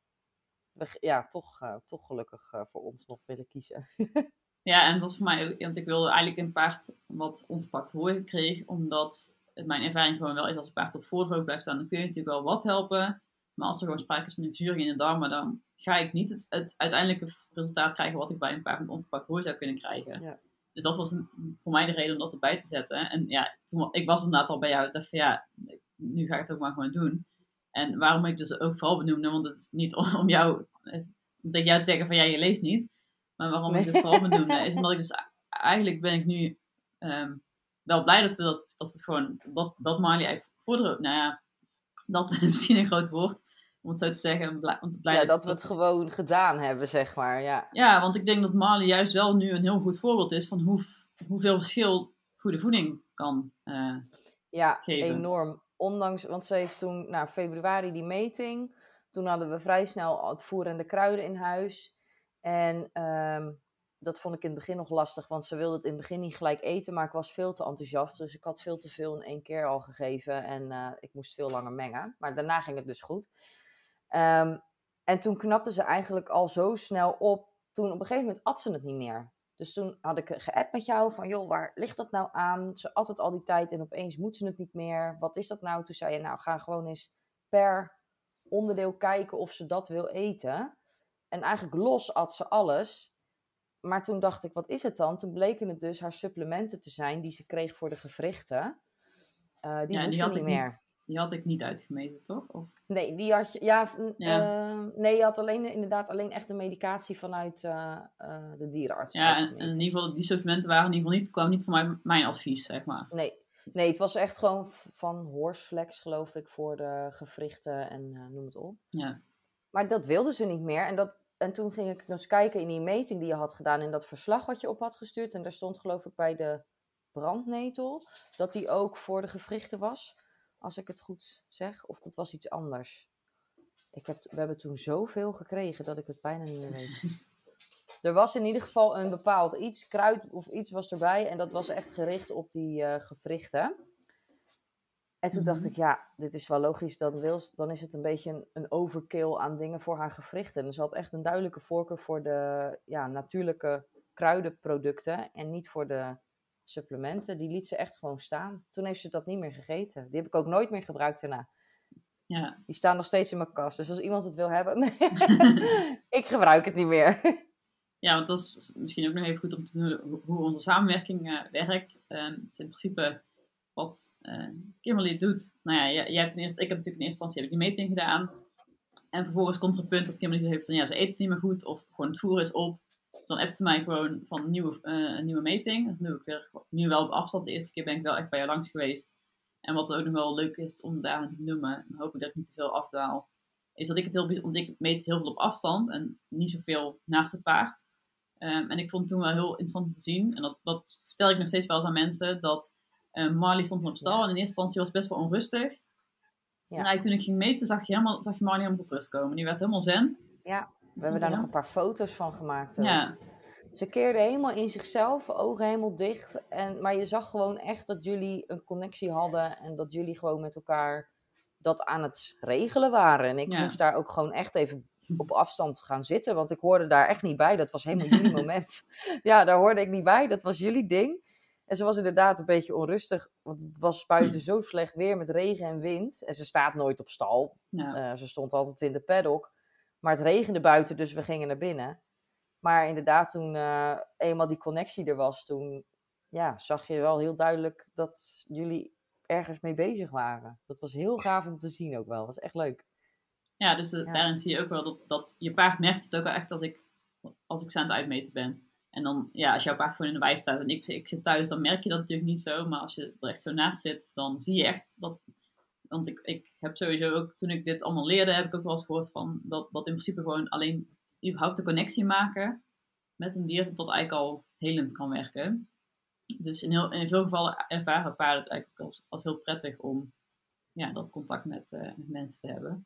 toch gelukkig voor ons nog willen kiezen. Ja, en dat voor mij ook, want ik wilde eigenlijk een paard wat onverpakt hooi kreeg, omdat mijn ervaring gewoon wel is, als een paard op voordroog blijft staan, dan kun je natuurlijk wel wat helpen. Maar als er gewoon sprake is van een verzuring in de darmen, dan ga ik niet het uiteindelijke resultaat krijgen wat ik bij een paard met onverpakt hooi zou kunnen krijgen. Ja. Dus dat was voor mij de reden om dat erbij te zetten. En ja, ik was inderdaad al bij jou. Ik dacht van ja, nu ga ik het ook maar gewoon doen. En waarom ik dus ook vooral benoemde, want het is niet om jou te zeggen van ja, je leest niet. Maar waarom ik dus vooral benoemde, is omdat ik dus eigenlijk ben ik nu wel blij dat we het gewoon, dat Marley eigenlijk voordroog. Nou ja, dat is misschien een groot woord. Om het zo te zeggen. Dat we het gewoon gedaan hebben, zeg maar. Ja, want ik denk dat Marley juist wel nu een heel goed voorbeeld is van hoeveel verschil goede voeding kan geven. Enorm. Ondanks, want ze heeft toen, februari die meting. Toen hadden we vrij snel het voer en de kruiden in huis. En dat vond ik in het begin nog lastig, want ze wilde het in het begin niet gelijk eten, maar ik was veel te enthousiast. Dus ik had veel te veel in één keer al gegeven en ik moest veel langer mengen. Maar daarna ging het dus goed. En toen knapte ze eigenlijk al zo snel op. Toen op een gegeven moment at ze het niet meer. Dus toen had ik geappt met jou van, joh, waar ligt dat nou aan? Ze at het al die tijd en opeens moet ze het niet meer. Wat is dat nou? Toen zei je, nou ga gewoon eens per onderdeel kijken of ze dat wil eten. En eigenlijk los at ze alles. Maar toen dacht ik, wat is het dan? Toen bleken het dus haar supplementen te zijn die ze kreeg voor de gewrichten. Die moest ze niet meer. Die had ik niet uitgemeten, toch? Of? Nee, die had je... nee, je had alleen echt de medicatie vanuit de dierenarts. Ja, en in ieder geval, die supplementen kwamen niet van mijn advies, zeg maar. Nee, het was echt gewoon van Horseflex, geloof ik, voor de gewrichten en noem het op. Ja. Maar dat wilde ze niet meer. En En toen ging ik dus kijken in die meting die je had gedaan... in dat verslag wat je op had gestuurd. En daar stond geloof ik bij de brandnetel... dat die ook voor de gewrichten was. Als ik het goed zeg. Of dat was iets anders. We hebben toen zoveel gekregen dat ik het bijna niet meer weet. Er was in ieder geval een bepaald iets, kruid of iets was erbij. En dat was echt gericht op die gewrichten. En toen dacht ik, ja, dit is wel logisch. Dan is het een beetje een overkill aan dingen voor haar gewrichten. En ze had echt een duidelijke voorkeur voor de natuurlijke kruidenproducten. En niet voor de supplementen. Die liet ze echt gewoon staan. Toen heeft ze dat niet meer gegeten. Die heb ik ook nooit meer gebruikt daarna. Ja. Die staan nog steeds in mijn kast. Dus als iemand het wil hebben, ik gebruik het niet meer. Ja, want dat is misschien ook nog even goed om te doen hoe onze samenwerking werkt. Het is in principe wat Kimberly doet. Nou ja, ik heb natuurlijk in eerste instantie die meting gedaan. En vervolgens komt er een punt dat Kimberly heeft van ja, ze eten niet meer goed of gewoon het voer is op. Dus dan appt ze mij gewoon van een nieuwe meting. Dat doe ik weer nu wel op afstand. De eerste keer ben ik wel echt bij jou langs geweest. En wat ook nog wel leuk is om daar aan te noemen, dan hoop ik dat ik niet te veel afdaal, is dat ik want ik meet heel veel op afstand en niet zoveel naast het paard. En ik vond het toen wel heel interessant om te zien. En dat vertel ik nog steeds wel eens aan mensen. Dat Marley stond op stal. En in eerste instantie was het best wel onrustig. Ja. En eigenlijk toen ik ging meten zag je Marley helemaal tot rust komen. Die werd helemaal zen. Ja, we hebben daar nog een paar foto's van gemaakt. Ja. Ze keerde helemaal in zichzelf, ogen helemaal dicht. Maar je zag gewoon echt dat jullie een connectie hadden. En dat jullie gewoon met elkaar dat aan het regelen waren. En ik moest daar ook gewoon echt even op afstand gaan zitten. Want ik hoorde daar echt niet bij. Dat was helemaal jullie moment. Ja, daar hoorde ik niet bij. Dat was jullie ding. En ze was inderdaad een beetje onrustig. Want het was buiten zo slecht weer met regen en wind. En ze staat nooit op stal. Ja. Ze stond altijd in de paddock. Maar het regende buiten, dus we gingen naar binnen. Maar inderdaad, toen eenmaal die connectie er was, toen zag je wel heel duidelijk dat jullie ergens mee bezig waren. Dat was heel gaaf om te zien ook wel. Dat was echt leuk. Ja, dus daarin zie je ook wel dat je paard merkt het ook wel echt als ik ze aan het uitmeten ben. En dan, als jouw paard gewoon in de wei staat en ik zit thuis, dan merk je dat natuurlijk niet zo. Maar als je er echt zo naast zit, dan zie je echt dat. Want ik heb sowieso ook, toen ik dit allemaal leerde, heb ik ook wel eens gehoord van dat in principe gewoon alleen überhaupt de connectie maken met een dier, dat eigenlijk al helend kan werken. Dus in veel gevallen ervaren paarden het eigenlijk ook als heel prettig om dat contact met mensen te hebben.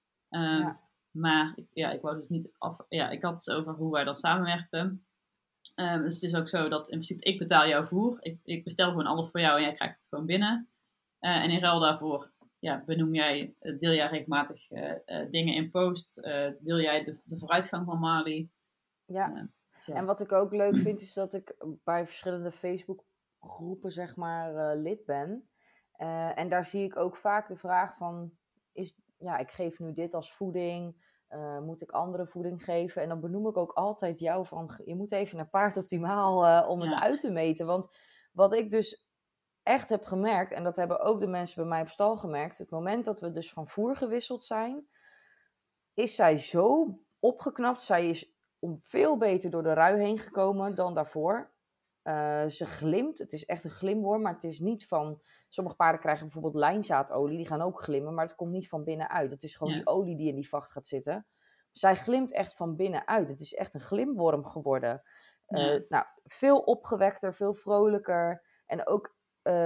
Maar ik wou dus niet af. Ja, ik had het over hoe wij dan samenwerkten. Dus het is ook zo dat in principe ik betaal jouw voer. Ik bestel gewoon alles voor jou en jij krijgt het gewoon binnen. En in ruil daarvoor deel jij regelmatig dingen in post. Deel jij de vooruitgang van Marley. Ja, en wat ik ook leuk vind is dat ik bij verschillende Facebookgroepen zeg maar lid ben. En daar zie ik ook vaak de vraag van, ik geef nu dit als voeding. Moet ik andere voeding geven? En dan benoem ik ook altijd jou van, je moet even naar Paard Optimaal om het uit te meten. Want wat ik dus echt heb gemerkt, en dat hebben ook de mensen bij mij op stal gemerkt, het moment dat we dus van voer gewisseld zijn, is zij zo opgeknapt. Zij is veel beter door de rui heen gekomen dan daarvoor. Ze glimt. Het is echt een glimworm, maar het is niet van. Sommige paarden krijgen bijvoorbeeld lijnzaadolie, die gaan ook glimmen, maar het komt niet van binnenuit. Het is gewoon die olie die in die vacht gaat zitten. Zij glimt echt van binnenuit. Het is echt een glimworm geworden. Veel opgewekter, veel vrolijker. En ook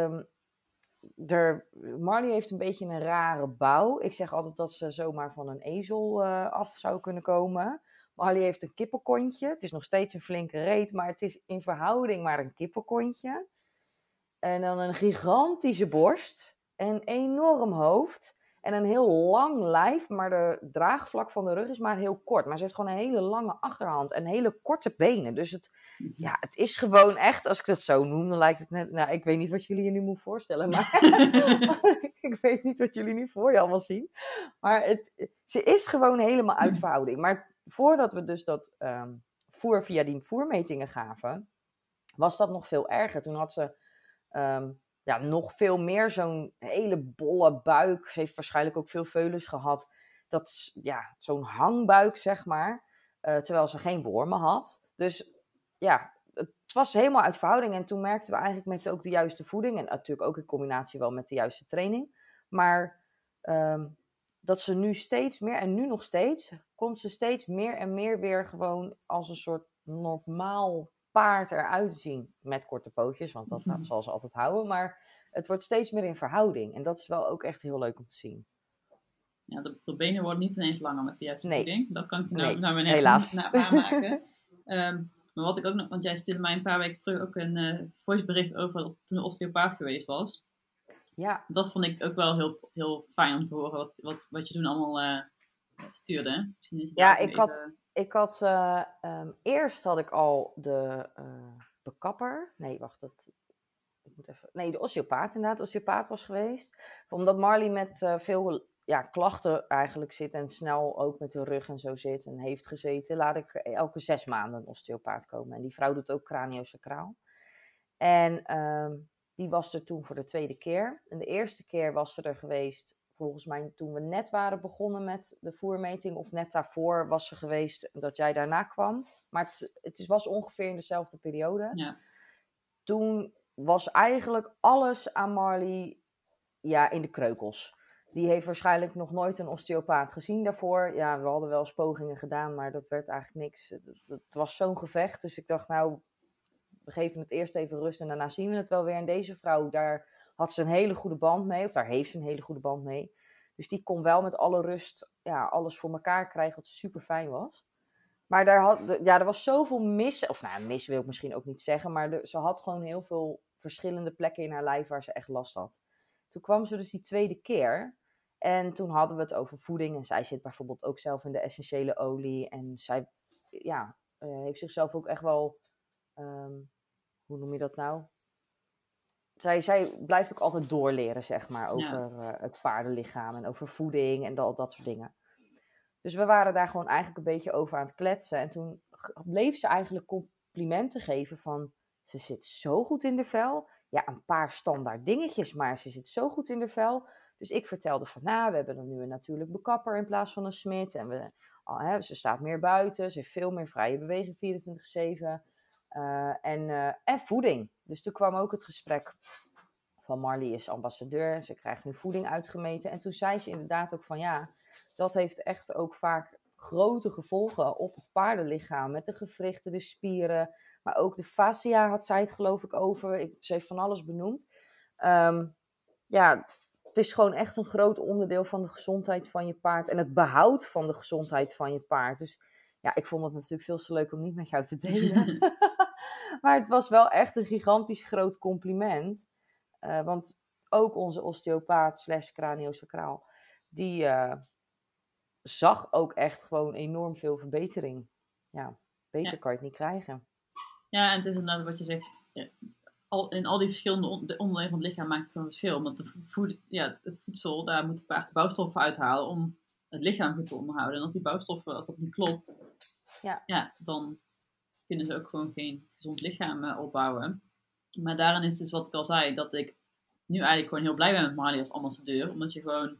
Marley heeft een beetje een rare bouw. Ik zeg altijd dat ze zomaar van een ezel af zou kunnen komen. Marley heeft een kippenkontje. Het is nog steeds een flinke reet, maar het is in verhouding maar een kippenkontje. En dan een gigantische borst. En een enorm hoofd. En een heel lang lijf, maar de draagvlak van de rug is maar heel kort. Maar ze heeft gewoon een hele lange achterhand en hele korte benen. Dus het is gewoon echt, als ik dat zo noem, dan lijkt het net. Nou, ik weet niet wat jullie je nu moeten voorstellen, maar ik weet niet wat jullie nu voor je allemaal zien. Maar ze is gewoon helemaal uit verhouding. Maar voordat we dus dat voer via die voermetingen gaven, was dat nog veel erger. Toen had ze nog veel meer zo'n hele bolle buik. Ze heeft waarschijnlijk ook veel veulens gehad. Zo'n hangbuik, zeg maar. Terwijl ze geen wormen had. Dus het was helemaal uit verhouding. En toen merkten we eigenlijk met ook de juiste voeding. En natuurlijk ook in combinatie wel met de juiste training. Maar dat ze nu steeds meer, en nu nog steeds, komt ze steeds meer en meer weer gewoon als een soort normaal paard eruit zien. Met korte pootjes, want dat zal ze altijd houden. Maar het wordt steeds meer in verhouding. En dat is wel ook echt heel leuk om te zien. Ja, de benen worden niet ineens langer met de juiste Nee. voeding. Dat kan ik helaas. Naar waarmaken. Maar wat ik ook nog, want jij stuurde mij een paar weken terug ook een voicebericht over dat toen de osteopaat geweest was. Ja. Dat vond ik ook wel heel, heel fijn om te horen wat je toen allemaal stuurde. Eerst had ik al de bekapper. Nee, wacht, de osteopaat inderdaad. De osteopaat was geweest. Omdat Marley met veel klachten eigenlijk zit en snel ook met de rug en zo zit en heeft gezeten, laat ik elke 6 maanden een osteopaat komen. En die vrouw doet ook craniosacraal. En die was er toen voor de tweede keer. En de eerste keer was ze er geweest, volgens mij toen we net waren begonnen met de voermeting, of net daarvoor was ze geweest dat jij daarna kwam. Maar het was ongeveer in dezelfde periode. Ja. Toen was eigenlijk alles aan Marley in de kreukels. Die heeft waarschijnlijk nog nooit een osteopaat gezien daarvoor. Ja, we hadden wel eens pogingen gedaan, maar dat werd eigenlijk niks. Het was zo'n gevecht, dus ik dacht nou, we geven het eerst even rust en daarna zien we het wel weer. En deze vrouw, daar had ze een hele goede band mee, of daar heeft ze een hele goede band mee. Dus die kon wel met alle rust alles voor elkaar krijgen, wat super fijn was. Maar er was zoveel mis, of mis wil ik misschien ook niet zeggen, maar ze had gewoon heel veel verschillende plekken in haar lijf waar ze echt last had. Toen kwam ze dus die tweede keer en toen hadden we het over voeding. En zij zit bijvoorbeeld ook zelf in de essentiële olie. En zij heeft zichzelf ook echt wel, hoe noem je dat nou? Zij blijft ook altijd doorleren, zeg maar, over het paardenlichaam en over voeding en dat soort dingen. Dus we waren daar gewoon eigenlijk een beetje over aan het kletsen. En toen bleef ze eigenlijk complimenten geven van, ze zit zo goed in de vel. Ja, een paar standaard dingetjes, maar ze zit zo goed in de vel. Dus ik vertelde van, we hebben dan nu een natuurlijk bekapper in plaats van een smid. En ze staat meer buiten, ze heeft veel meer vrije beweging 24/7. En voeding. Dus toen kwam ook het gesprek van Marley is ambassadeur. Ze krijgt nu voeding uitgemeten. En toen zei ze inderdaad ook van dat heeft echt ook vaak grote gevolgen op het paardenlichaam. Met de gewrichten, de spieren. Maar ook de fascia had zij het geloof ik over. Ze heeft van alles benoemd. Het is gewoon echt een groot onderdeel van de gezondheid van je paard. En het behoud van de gezondheid van je paard. Dus ik vond het natuurlijk veel te leuk om niet met jou te delen. Maar het was wel echt een gigantisch groot compliment. Want ook onze osteopaat / craniosacraal, die zag ook echt gewoon enorm veel verbetering. Ja, beter kan je het niet krijgen. Ja, en het is inderdaad wat je zegt, in al die verschillende onderdelen van het lichaam maakt het gewoon verschil. Want het voedsel, daar moet het paard de bouwstoffen uithalen om het lichaam goed te onderhouden. En als die bouwstoffen, als dat niet klopt, dan kunnen ze ook gewoon geen gezond lichaam opbouwen. Maar daarin is dus wat ik al zei, dat ik nu eigenlijk gewoon heel blij ben met Marley als ambassadeur. Omdat je gewoon,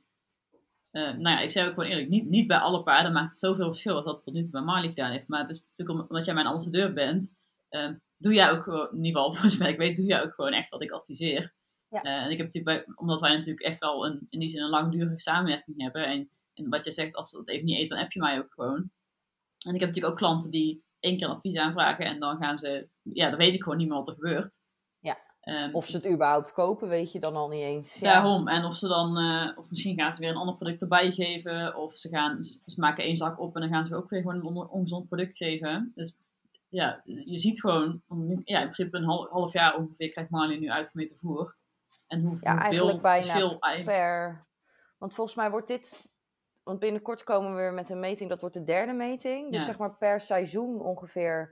ik zeg ook gewoon eerlijk, niet bij alle paarden maakt het zoveel verschil als dat het tot nu toe bij Marley gedaan heeft. Maar het is natuurlijk omdat jij mijn ambassadeur bent, doe jij ook gewoon, in ieder geval volgens mij, ik weet, doe jij ook gewoon echt wat ik adviseer. Ja. En ik heb natuurlijk, omdat wij natuurlijk echt wel in die zin een langdurige samenwerking hebben. En wat jij zegt, als ze dat even niet eten, dan heb je mij ook gewoon. En ik heb natuurlijk ook klanten die 1 keer een advies aanvragen en dan gaan ze, dan weet ik gewoon niet meer wat er gebeurt. Ja. Of ze het überhaupt kopen, weet je dan al niet eens. Ja. Daarom. En of ze dan, of misschien gaan ze weer een ander product erbij geven. Of ze maken 1 zak op en dan gaan ze ook weer gewoon een ongezond product geven. Dus je ziet gewoon, in principe een half jaar ongeveer krijgt Marley nu uitgemeten voer. En hoeveel eigenlijk bijna verschil per. Want volgens mij wordt dit. Want binnenkort komen we weer met een meting, dat wordt de 3e meting. Dus zeg maar per seizoen ongeveer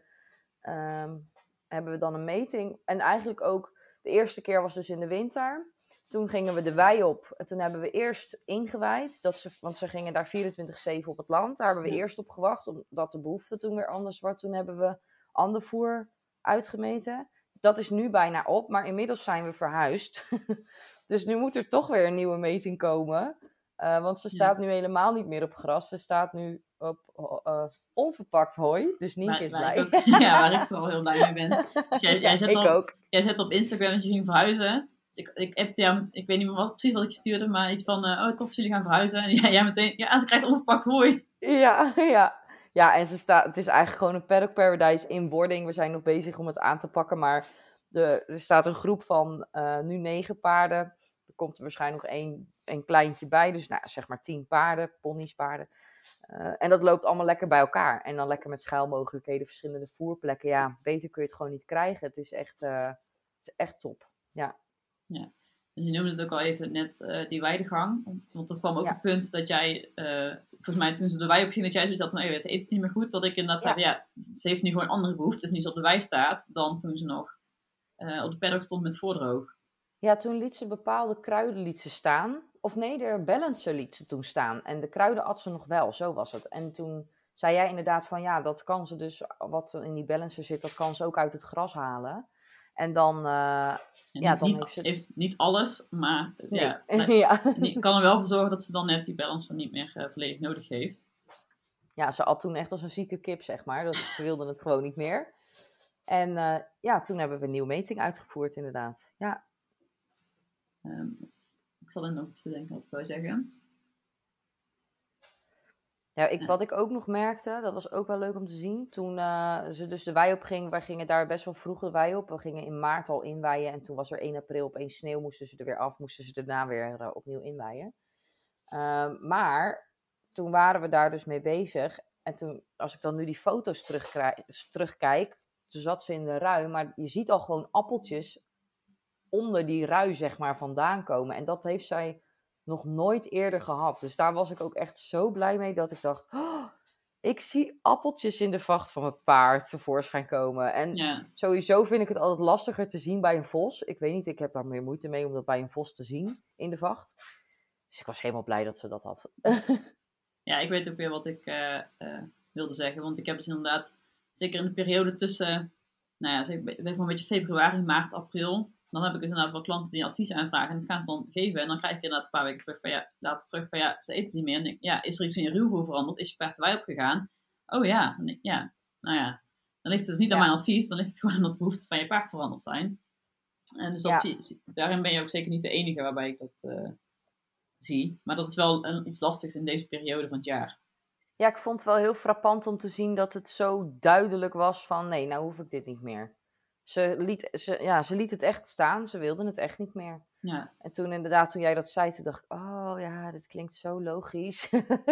hebben we dan een meting. En eigenlijk ook, de eerste keer was dus in de winter. Toen gingen we de wei op. En toen hebben we eerst ingewijd. Want ze gingen daar 24/7 op het land. Daar hebben we eerst op gewacht, omdat de behoefte toen weer anders was. Toen hebben we ander voer uitgemeten. Dat is nu bijna op, maar inmiddels zijn we verhuisd. Dus nu moet er toch weer een nieuwe meting komen. Want ze staat nu helemaal niet meer op gras. Ze staat nu op onverpakt hooi. Dus Nienke is blij. Waar ik wel heel blij mee ben. Dus jij zet ook. Jij zet op Instagram dat je ging verhuizen. Dus ik appte jou, ik weet niet meer precies wat ik je stuurde, maar iets van, tof dat jullie gaan verhuizen. En jij meteen, ja, ze krijgt onverpakt hooi. Ja, ja. Ja, en het is eigenlijk gewoon een paddock paradise in wording. We zijn nog bezig om het aan te pakken, maar er staat een groep van nu 9 paarden. Er komt er waarschijnlijk nog één kleintje bij, dus nou, zeg maar 10 paarden, ponies, paarden. En dat loopt allemaal lekker bij elkaar. En dan lekker met schuilmogelijkheden, verschillende voerplekken. Ja, beter kun je het gewoon niet krijgen. Het is echt top. Ja. Ja. En je noemde het ook al even net die weidegang. Want er kwam ook een punt dat jij, volgens mij toen ze de wei op ging, dat jij zoiets had van, ze eet het niet meer goed. Dat ik inderdaad zei, ze heeft nu gewoon andere behoeftes. Nu ze op de wei staat, dan toen ze nog op de paddock stond met voordroog. Ja, toen liet ze bepaalde kruiden staan. Of nee, de balancer liet ze toen staan. En de kruiden at ze nog wel, zo was het. En toen zei jij inderdaad van, ja, dat kan ze dus, wat in die balancer zit, dat kan ze ook uit het gras halen. En dan... dan heeft ze... Niet alles, maar nee. Ik kan er wel voor zorgen dat ze dan net die balance niet meer volledig nodig heeft. Ja, ze at toen echt als een zieke kip, zeg maar. Ze wilde het gewoon niet meer. En toen hebben we een nieuwe meting uitgevoerd, inderdaad. Ja. Ik zal er nog iets te denken wat ik wou zeggen. Ja, wat ik ook nog merkte, dat was ook wel leuk om te zien. Toen ze dus de wei op ging, wij gingen daar best wel vroeg de wei op. We gingen in maart al inweien en toen was er 1 april opeens sneeuw, moesten ze er weer af, moesten ze daarna weer opnieuw inweien. Maar toen waren we daar dus mee bezig. En toen, als ik dan nu die foto's terugkijk, toen zat ze in de rui, maar je ziet al gewoon appeltjes onder die rui, zeg maar, vandaan komen. En dat heeft zij nog nooit eerder gehad. Dus daar was ik ook echt zo blij mee dat ik dacht, ik zie appeltjes in de vacht van mijn paard tevoorschijn komen. En sowieso vind ik het altijd lastiger te zien bij een vos. Ik weet niet, ik heb daar meer moeite mee om dat bij een vos te zien in de vacht. Dus ik was helemaal blij dat ze dat had. Ja, ik weet ook weer wat ik wilde zeggen. Want ik heb dus inderdaad, zeker in de periode tussen, zeg maar een beetje februari, maart, april. Dan heb ik dus inderdaad wel klanten die advies aanvragen. En dat gaan ze dan geven. En dan krijg ik inderdaad een paar weken terug van, later terug van, ze eet het niet meer. En denk, is er iets in je ruwvoer veranderd? Is je paard de wei opgegaan? Oh ja, dan ligt het dus niet aan mijn advies. Dan ligt het gewoon aan dat de behoeftes van je paard veranderd zijn. En dus daarin ben je ook zeker niet de enige waarbij ik dat zie. Maar dat is wel iets lastigs in deze periode van het jaar. Ja, ik vond het wel heel frappant om te zien dat het zo duidelijk was van, nee, nou hoef ik dit niet meer. Ze liet het echt staan, ze wilde het echt niet meer. Ja. En toen inderdaad, toen jij dat zei, toen dacht ik, oh ja, dit klinkt zo logisch.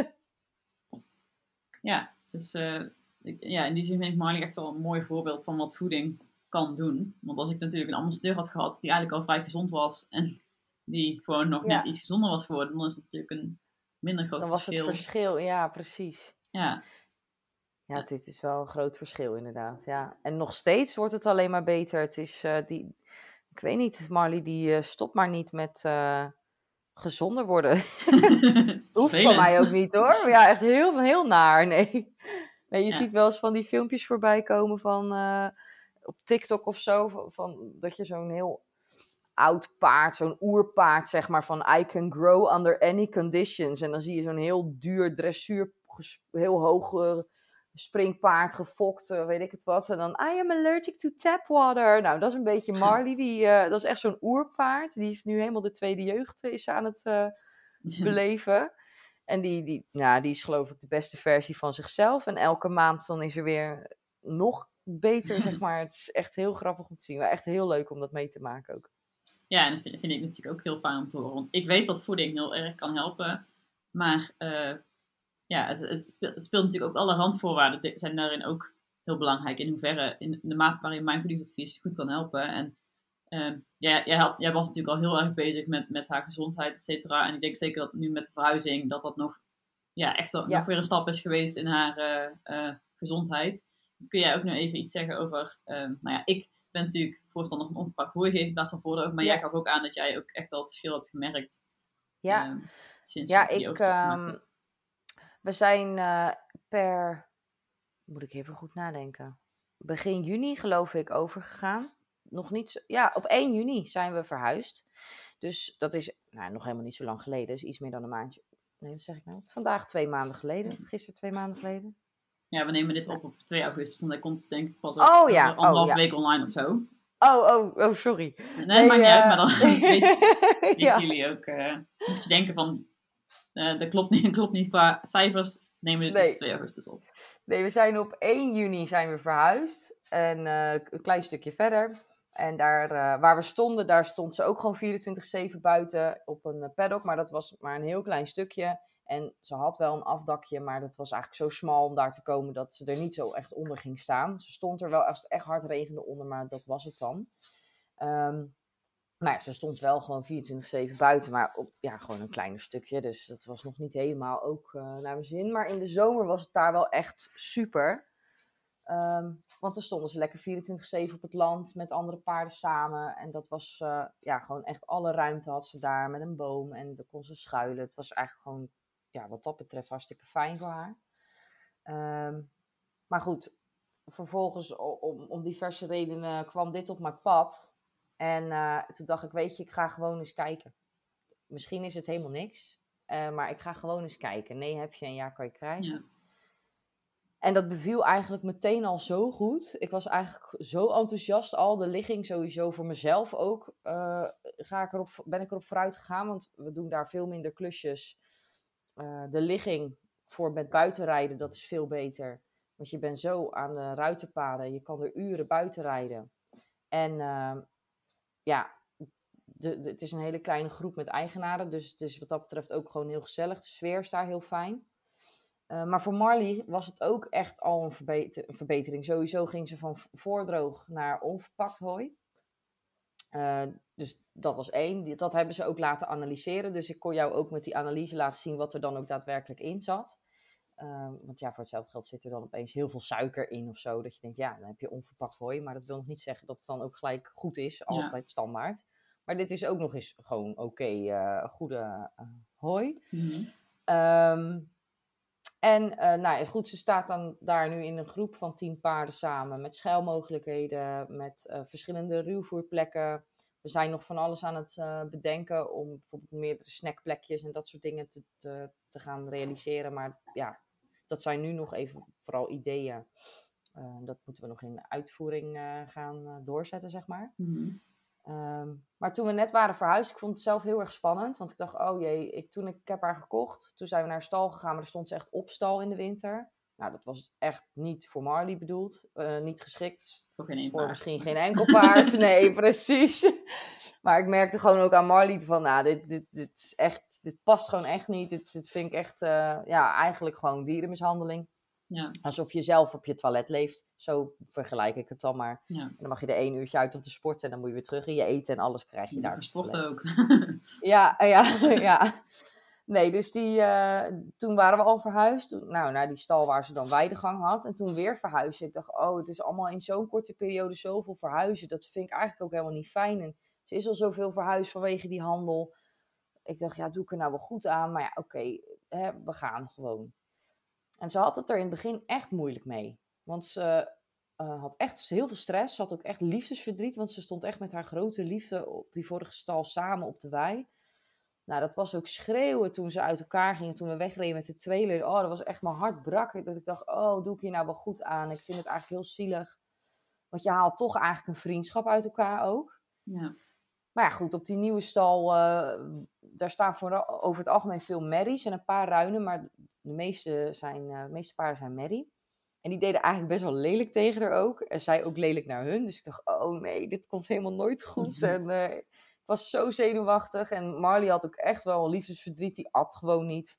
Ja, dus in die zin vind ik Marley echt wel een mooi voorbeeld van wat voeding kan doen. Want als ik natuurlijk een ambassadeur had gehad die eigenlijk al vrij gezond was en die gewoon nog net iets gezonder was geworden, dan is dat natuurlijk een minder groot verschil. Dan was het verschil, ja, precies. Ja. Ja, dit is wel een groot verschil inderdaad, ja. En nog steeds wordt het alleen maar beter. Het is, ik weet niet, Marley die stopt maar niet met gezonder worden. Hoeft van mij ook niet hoor. Ja, echt heel, heel naar, nee. Je ziet wel eens van die filmpjes voorbij komen van op TikTok of zo, van dat je zo'n heel oud paard, zo'n oerpaard zeg maar, van I can grow under any conditions. En dan zie je zo'n heel duur dressuur, heel hoog springpaard gefokt, weet ik het wat. En dan, I am allergic to tap water. Nou, dat is een beetje Marley. Dat is echt zo'n oerpaard. Die heeft nu helemaal de tweede jeugd is aan het beleven. En die is geloof ik de beste versie van zichzelf. En elke maand dan is er weer nog beter, zeg maar. Het is echt heel grappig om te zien. Maar echt heel leuk om dat mee te maken ook. Ja, en dat vind ik natuurlijk ook heel fijn om te horen. Want ik weet dat voeding heel erg kan helpen. Maar het speelt natuurlijk ook alle randvoorwaarden zijn daarin ook heel belangrijk. In hoeverre, in de mate waarin mijn voedingsadvies goed kan helpen. En jij was natuurlijk al heel erg bezig met haar gezondheid, et cetera. En ik denk zeker dat nu met de verhuizing dat nog nog weer een stap is geweest in haar gezondheid. Dus kun jij ook nog even iets zeggen over, ik ben natuurlijk voorstander van onverpakt hooi geven in plaats van voordroog. Maar jij gaf ook aan dat jij ook echt wel het verschil hebt gemerkt. Ja, sinds we zijn moet ik even goed nadenken, begin juni geloof ik overgegaan. Nog niet op 1 juni zijn we verhuisd. Dus dat is nog helemaal niet zo lang geleden. Dus iets meer dan een maandje. Nee, wat zeg ik nou? Vandaag 2 maanden geleden. Gisteren 2 maanden geleden. Ja, we nemen dit op 2 augustus. Want hij komt denk ik pas over 1,5 week online of zo. Oh, sorry. Nee, maakt niet uit, maar dan weten Ja. jullie ook. Moet je denken van, dat klopt niet qua cijfers. Nemen we dit Nee. op 2 augustus op. Nee, we zijn op 1 juni zijn we verhuisd. En een klein stukje verder. En daar, waar we stonden, daar stond ze ook gewoon 24/7 buiten op een paddock. Maar dat was maar een heel klein stukje. En ze had wel een afdakje, maar dat was eigenlijk zo smal om daar te komen dat ze er niet zo echt onder ging staan. Ze stond er wel als het echt hard regende onder, maar dat was het dan. Maar ja, ze stond wel gewoon 24/7 buiten, maar op gewoon een kleiner stukje. Dus dat was nog niet helemaal ook naar mijn zin. Maar in de zomer was het daar wel echt super. Want dan stonden ze lekker 24/7 op het land met andere paarden samen. En dat was gewoon echt alle ruimte had ze daar met een boom. En daar kon ze schuilen. Het was eigenlijk gewoon, wat dat betreft, hartstikke fijn voor haar. Maar goed, vervolgens om diverse redenen kwam dit op mijn pad. En toen dacht ik, weet je, ik ga gewoon eens kijken. Misschien is het helemaal niks. Maar ik ga gewoon eens kijken. Nee heb je en ja kan je krijgen. Ja. En dat beviel eigenlijk meteen al zo goed. Ik was eigenlijk zo enthousiast al. De ligging sowieso voor mezelf ook. Ben ik erop vooruit gegaan. Want we doen daar veel minder klusjes. De ligging voor met buitenrijden, dat is veel beter. Want je bent zo aan de ruiterpaden. Je kan er uren buiten rijden. En het is een hele kleine groep met eigenaren. Dus het is wat dat betreft ook gewoon heel gezellig. De sfeer is daar heel fijn. Maar voor Marley was het ook echt al een verbetering. Sowieso ging ze van voordroog naar onverpakt hooi. Dus dat was 1. Dat hebben ze ook laten analyseren. Dus ik kon jou ook met die analyse laten zien wat er dan ook daadwerkelijk in zat. Want voor hetzelfde geld zit er dan opeens heel veel suiker in of zo. Dat je denkt, dan heb je onverpakt hooi. Maar dat wil nog niet zeggen dat het dan ook gelijk goed is. Altijd standaard. Maar dit is ook nog eens gewoon goede hooi. Mm-hmm. Goed, ze staat dan daar nu in een groep van 10 paarden samen. Met schuilmogelijkheden, met verschillende ruwvoerplekken. We zijn nog van alles aan het bedenken om bijvoorbeeld meerdere snackplekjes en dat soort dingen te gaan realiseren. Maar dat zijn nu nog even vooral ideeën. Dat moeten we nog in de uitvoering gaan doorzetten, zeg maar. Mm-hmm. Maar toen we net waren verhuisd, ik vond het zelf heel erg spannend. Want ik dacht, oh jee, ik heb haar gekocht. Toen zijn we naar stal gegaan, maar er stond ze echt op stal in de winter. Nou, dat was echt niet voor Marley bedoeld. Niet geschikt voor misschien geen enkel paard. Nee, precies. Maar ik merkte gewoon ook aan Marley van, dit past gewoon echt niet. Dit vind ik echt, eigenlijk gewoon dierenmishandeling. Ja. Alsof je zelf op je toilet leeft. Zo vergelijk ik het dan maar. Ja. En dan mag je er 1 uurtje uit om te sporten. En dan moet je weer terug in je eten. En alles krijg je daar. Sporten ook. Ja. Nee, dus toen waren we al verhuisd. Naar die stal waar ze dan weidegang had. En toen weer verhuisd. Ik dacht, het is allemaal in zo'n korte periode zoveel verhuizen. Dat vind ik eigenlijk ook helemaal niet fijn. En ze is al zoveel verhuisd vanwege die handel. Ik dacht, doe ik er nou wel goed aan? Maar oké, we gaan gewoon. En ze had het er in het begin echt moeilijk mee. Want ze had echt heel veel stress. Ze had ook echt liefdesverdriet. Want ze stond echt met haar grote liefde op die vorige stal samen op de wei. Nou, dat was ook schreeuwen toen ze uit elkaar gingen. Toen we wegreden met de trailer. Dat was echt mijn hart brak. Dat ik dacht, doe ik hier nou wel goed aan? Ik vind het eigenlijk heel zielig. Want je haalt toch eigenlijk een vriendschap uit elkaar ook. Ja. Maar goed, op die nieuwe stal, daar staan over het algemeen veel merries en een paar ruinen, maar de meeste paarden zijn merrie. En die deden eigenlijk best wel lelijk tegen haar ook. En zij ook lelijk naar hun. Dus ik dacht, oh nee, dit komt helemaal nooit goed. En ik was zo zenuwachtig. En Marley had ook echt wel liefdesverdriet. Die at gewoon niet.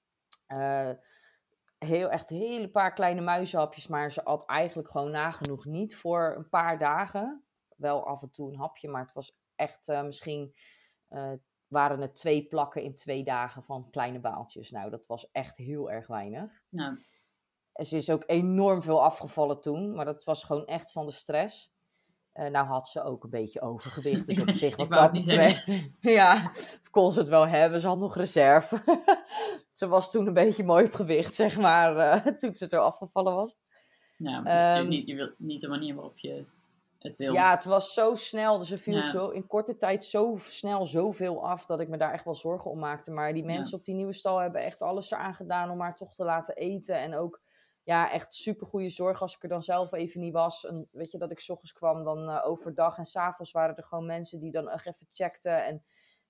Echt een hele paar kleine muizenhapjes, maar ze at eigenlijk gewoon nagenoeg niet voor een paar dagen. Wel af en toe een hapje, maar het was echt misschien waren het 2 plakken in 2 dagen van kleine baaltjes. Nou, dat was echt heel erg weinig. Ja. En ze is ook enorm veel afgevallen toen, maar dat was gewoon echt van de stress. Nou had ze ook een beetje overgewicht, dus op zich wat dat betreft, kon ze het wel hebben. Ze had nog reserve. Ze was toen een beetje mooi op gewicht, zeg maar, toen ze er afgevallen was. Ja, maar het is niet de manier waarop je het wil. Ja, het was zo snel. Dus ze viel zo in korte tijd zo snel zoveel af dat ik me daar echt wel zorgen om maakte. Maar die mensen op die nieuwe stal hebben echt alles eraan gedaan om haar toch te laten eten. En ook ja, echt super goede zorg als ik er dan zelf even niet was. En weet je, dat ik 's ochtends kwam, dan overdag en 's avonds waren er gewoon mensen die dan echt even checkten. En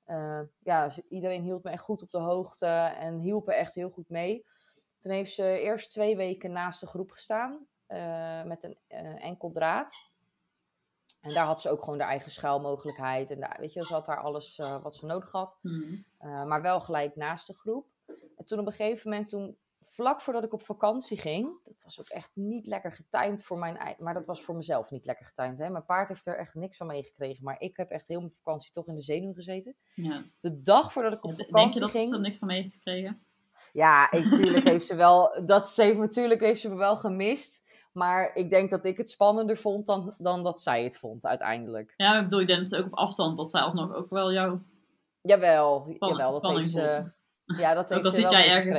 ja, iedereen hield me echt goed op de hoogte en hielp er echt heel goed mee. Toen heeft ze eerst 2 weken naast de groep gestaan met een enkel draad. En daar had ze ook gewoon de eigen schuilmogelijkheid. En daar, weet je, ze had daar alles wat ze nodig had. Maar wel gelijk naast de groep. En toen op een gegeven moment, vlak voordat ik op vakantie ging, dat was ook echt niet lekker getimed voor maar dat was voor mezelf niet lekker getimed. Hè? Mijn paard heeft er echt niks van meegekregen, maar ik heb echt heel mijn vakantie toch in de zenuw gezeten. Ja. De dag voordat ik op vakantie Denk je dat ging... ze er niks van mee heeft gekregen? Ja, natuurlijk heeft ze wel... Natuurlijk heeft ze me wel gemist. Maar ik denk dat ik het spannender vond dan dat zij het vond uiteindelijk. Ja, ik bedoel, ik denk dat ook op afstand dat zij alsnog ook wel jou Jawel, dat heeft ze... Ja, dat heeft ook al ze zit wel jij ergens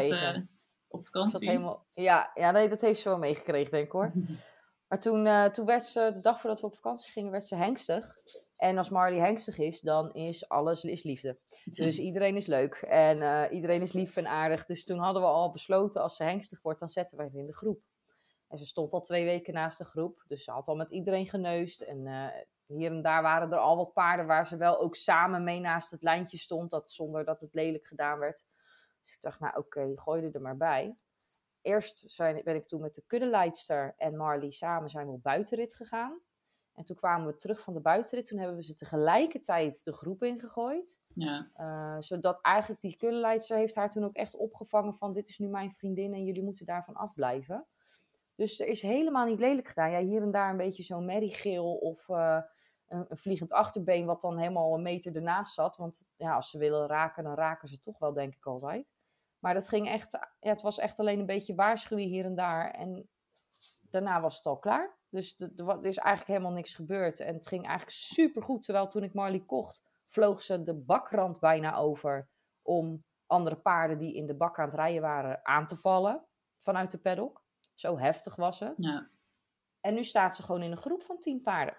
op vakantie. Nee, dat heeft ze wel meegekregen, denk ik hoor. Maar toen werd ze, de dag voordat we op vakantie gingen, werd ze hengstig. En als Marley hengstig is, dan is alles liefde. Dus iedereen is leuk en iedereen is lief en aardig. Dus toen hadden we al besloten, als ze hengstig wordt, dan zetten wij het in de groep. En ze stond al 2 weken naast de groep, dus ze had al met iedereen geneust. En hier en daar waren er al wat paarden waar ze wel ook samen mee naast het lijntje stond, zonder dat het lelijk gedaan werd. Dus ik dacht, nou oké, gooi er maar bij. Eerst ben ik toen met de kuddeleidster en Marley samen zijn we op buitenrit gegaan. En toen kwamen we terug van de buitenrit. Toen hebben we ze tegelijkertijd de groep ingegooid. Ja. Zodat eigenlijk die kuddeleidster heeft haar toen ook echt opgevangen van... dit is nu mijn vriendin en jullie moeten daarvan afblijven. Dus er is helemaal niet lelijk gedaan. Ja, hier en daar een beetje zo'n merriegeel of een vliegend achterbeen... wat dan helemaal een meter ernaast zat. Want ja, als ze willen raken, dan raken ze toch wel, denk ik altijd. Maar dat ging echt... Ja, het was echt alleen een beetje waarschuwen hier en daar. En daarna was het al klaar. Dus er is eigenlijk helemaal niks gebeurd. En het ging eigenlijk supergoed. Terwijl toen ik Marley kocht, vloog ze de bakrand bijna over... om andere paarden die in de bak aan het rijden waren aan te vallen. Vanuit de paddock. Zo heftig was het. Ja. En nu staat ze gewoon in een groep van 10 paarden.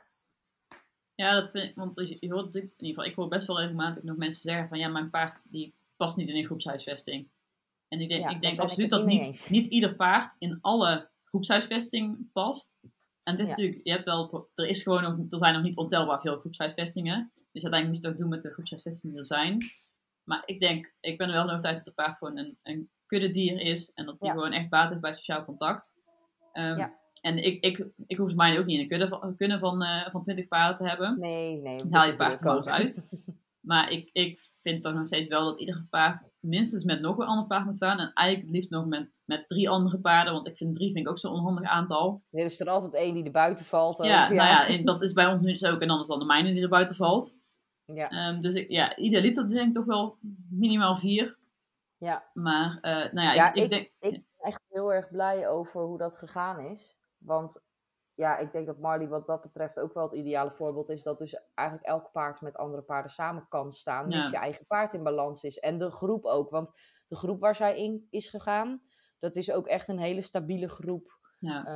Ja, dat vind ik, want je hoort natuurlijk, in ieder geval, ik hoor best wel regelmatig nog mensen zeggen van ja, mijn paard die past niet in een groepshuisvesting. En ik denk absoluut dat niet ieder paard in alle groepshuisvesting past. En het is natuurlijk, er zijn nog niet ontelbaar veel groepshuisvestingen. Dus uiteindelijk moet je het ook doen met de groepshuisvestingen die er zijn. Maar ik ben er wel van overtuigd dat het paard gewoon een kuddedier is. En dat die gewoon echt baat heeft bij sociaal contact. En ik hoef mij ook niet in een kudde van 20 paarden te hebben. Nee. Dan haal je paard er maar eens uit. Maar ik vind toch nog steeds wel dat ieder paard minstens met nog een ander paard moet staan. En eigenlijk het liefst nog met 3 andere paarden. Want ik vind 3 vind ik ook zo'n onhandig aantal. Er is er altijd 1 die er buiten valt. Ook. Ja, nou ja, dat is bij ons nu dus ook. En dan is dan de mijne die er buiten valt. Ja. Dus idealiter denk ik toch wel minimaal 4. Ja. Maar ik ben echt heel erg blij over hoe dat gegaan is. Want ja, ik denk dat Marley wat dat betreft ook wel het ideale voorbeeld is. Dat dus eigenlijk elk paard met andere paarden samen kan staan. Mits je eigen paard in balans is. En de groep ook. Want de groep waar zij in is gegaan, dat is ook echt een hele stabiele groep. Ja.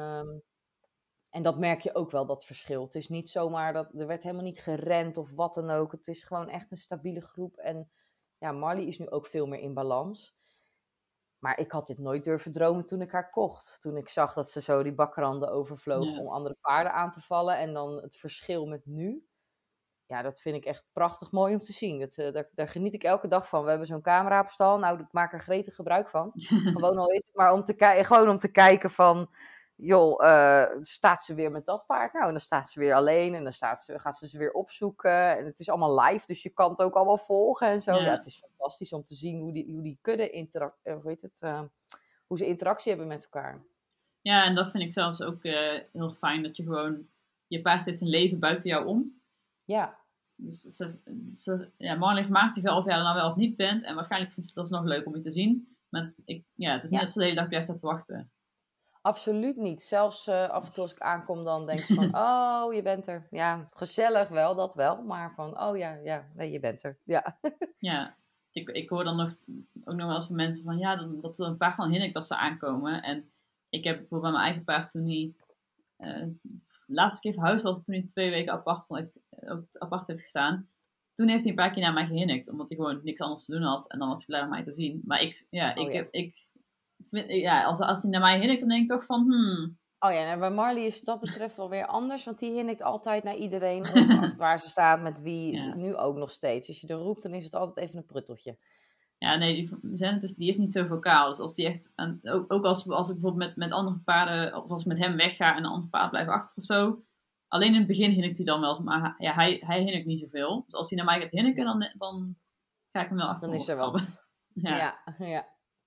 En dat merk je ook wel, dat verschil. Het is niet zomaar er werd helemaal niet gerend of wat dan ook. Het is gewoon echt een stabiele groep. En ja, Marley is nu ook veel meer in balans. Maar ik had dit nooit durven dromen toen ik haar kocht. Toen ik zag dat ze zo die bakranden overvloog om andere paarden aan te vallen. En dan het verschil met nu. Ja, dat vind ik echt prachtig mooi om te zien. Daar geniet ik elke dag van. We hebben zo'n camera op stal. Nou, ik maak er gretig gebruik van. Gewoon al is het maar om te kijken van... Joh, staat ze weer met dat paard? Nou, en dan staat ze weer alleen. En dan gaat ze weer opzoeken. En het is allemaal live, dus je kan het ook allemaal volgen en zo. Ja, het is fantastisch om te zien hoe die kudde hoe ze interactie hebben met elkaar. Ja, en dat vind ik zelfs ook heel fijn. Dat je gewoon... Je paard heeft een leven buiten jou om. Ja. Dus Marley vermaakt zich wel of jij er nou wel of niet bent. En waarschijnlijk vindt ze het nog leuk om je te zien. Maar het is niet dat ze de hele dag op jou staat te wachten. Absoluut niet. Zelfs af en toe als ik aankom, dan denk ze van... oh, je bent er. Ja, gezellig wel, dat wel. Maar van, oh ja, nee, je bent er. Ja. Ja, ik hoor dan ook nog wel eens van mensen van... Ja, dat een paard dan hinnikt als ze aankomen. En ik heb bijvoorbeeld bij mijn eigen paard toen hij... de laatste keer verhuisd was, toen hij 2 weken apart heeft gestaan. Toen heeft hij een paar keer naar mij gehinnikt. Omdat hij gewoon niks anders te doen had. En dan was hij blij om mij te zien. Maar ik als hij naar mij hinnikt, dan denk ik toch van... Oh ja, en bij Marley is dat betreft wel weer anders. Want die hinnikt altijd naar iedereen, ongeacht waar ze staat, met wie, nu ook nog steeds. Als je er roept, dan is het altijd even een prutteltje. Ja, nee, die is niet zo vocaal. Dus als die echt... Ook als ik bijvoorbeeld met andere paarden... Of als ik met hem wegga en een ander paard blijft achter of zo... Alleen in het begin hinnikt hij dan wel eens. Maar hij hinnikt niet zoveel. Dus als hij naar mij gaat hinniken, dan ga ik hem wel achter. Dan is er wat. Ja.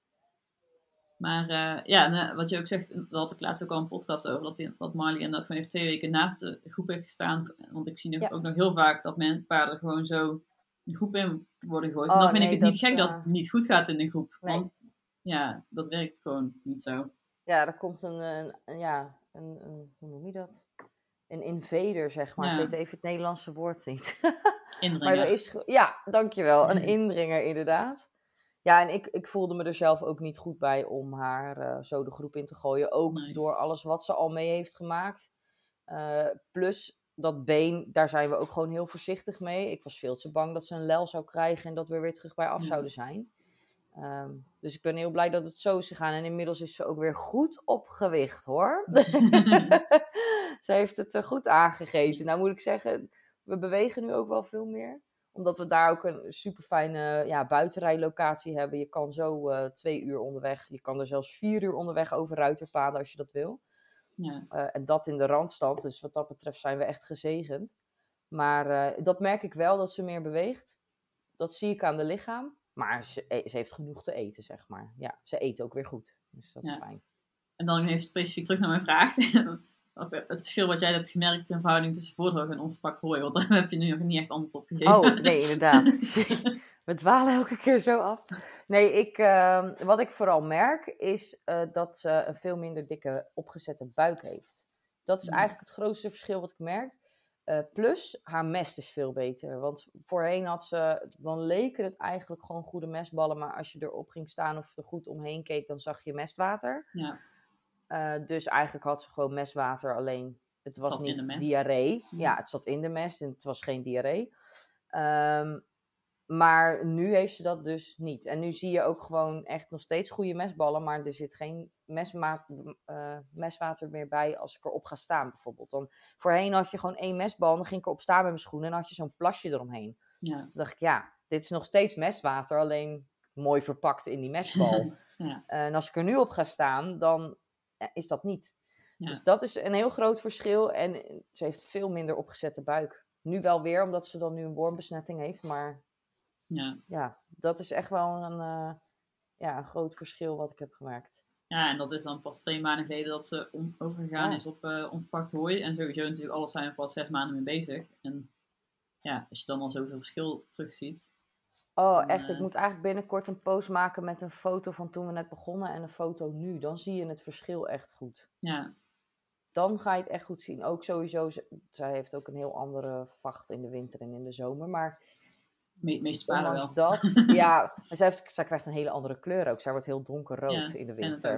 Maar wat je ook zegt, daar had ik laatst ook al een podcast over, dat Marley inderdaad gewoon even 2 weken naast de groep heeft gestaan. Want ik zie ook nog heel vaak dat paarden gewoon zo de groep in worden gegooid. En dan vind ik het niet gek dat het niet goed gaat in de groep. Nee. Want dat werkt gewoon niet zo. Ja, er komt een hoe noem je dat? Een invader, zeg maar. Ja. Ik weet even het Nederlandse woord niet. Indringer. Maar er is, dankjewel. Een indringer, inderdaad. Ja, en ik voelde me er zelf ook niet goed bij om haar zo de groep in te gooien. Ook door alles wat ze al mee heeft gemaakt. Plus dat been, daar zijn we ook gewoon heel voorzichtig mee. Ik was veel te bang dat ze een lel zou krijgen en dat we weer terug bij af zouden zijn. Dus ik ben heel blij dat het zo is gegaan. En inmiddels is ze ook weer goed op gewicht, hoor. Ze heeft het goed aangegeten. Nou moet ik zeggen, we bewegen nu ook wel veel meer. Omdat we daar ook een super fijne buitenrijlocatie hebben. Je kan zo 2 uur onderweg. Je kan er zelfs 4 uur onderweg over ruiterpaden als je dat wil. Ja. En dat in de Randstad. Dus wat dat betreft zijn we echt gezegend. Maar dat merk ik wel, dat ze meer beweegt. Dat zie ik aan de lichaam. Maar ze heeft genoeg te eten, zeg maar. Ja, ze eet ook weer goed. Dus dat is fijn. En dan even specifiek terug naar mijn vraag. Het verschil wat jij hebt gemerkt in verhouding tussen voordroog en onverpakt hooi. Want daar heb je nu nog niet echt antwoord op gegeven. Oh, nee, inderdaad. We dwalen elke keer zo af. Nee, wat ik vooral merk is dat ze een veel minder dikke opgezette buik heeft. Dat is eigenlijk het grootste verschil wat ik merk. Plus, haar mest is veel beter. Want voorheen dan leken het eigenlijk gewoon goede mestballen. Maar als je erop ging staan of er goed omheen keek, dan zag je mestwater. Ja. Dus eigenlijk had ze gewoon mestwater, alleen het was niet diarree. Ja, het zat in de mest en het was geen diarree. Maar nu heeft ze dat dus niet. En nu zie je ook gewoon echt nog steeds goede mestballen, maar er zit geen mestwater meer bij als ik erop ga staan bijvoorbeeld. Dan, voorheen had je gewoon 1 mestbal en dan ging ik erop staan met mijn schoenen en dan had je zo'n plasje eromheen. Ja. Toen dacht ik, dit is nog steeds mestwater, alleen mooi verpakt in die mestbal. Ja. En als ik er nu op ga staan, dan is dat niet. Ja. Dus dat is een heel groot verschil. En ze heeft veel minder opgezette buik. Nu wel weer, omdat ze dan nu een wormbesmetting heeft. Maar dat is echt wel een groot verschil wat ik heb gemerkt. Ja, en dat is dan pas 2 maanden geleden dat ze overgegaan is op onverpakt hooi. En sowieso natuurlijk alles zijn er pas 6 maanden mee bezig. En als je dan al zoveel verschil terugziet. Oh, echt. Ik moet eigenlijk binnenkort een post maken met een foto van toen we net begonnen en een foto nu. Dan zie je het verschil echt goed. Ja. Dan ga je het echt goed zien. Ook sowieso, zij heeft ook een heel andere vacht in de winter en in de zomer. Maar meeste paarden wel. Dat, zij krijgt een hele andere kleur ook. Zij wordt heel donkerrood in de winter.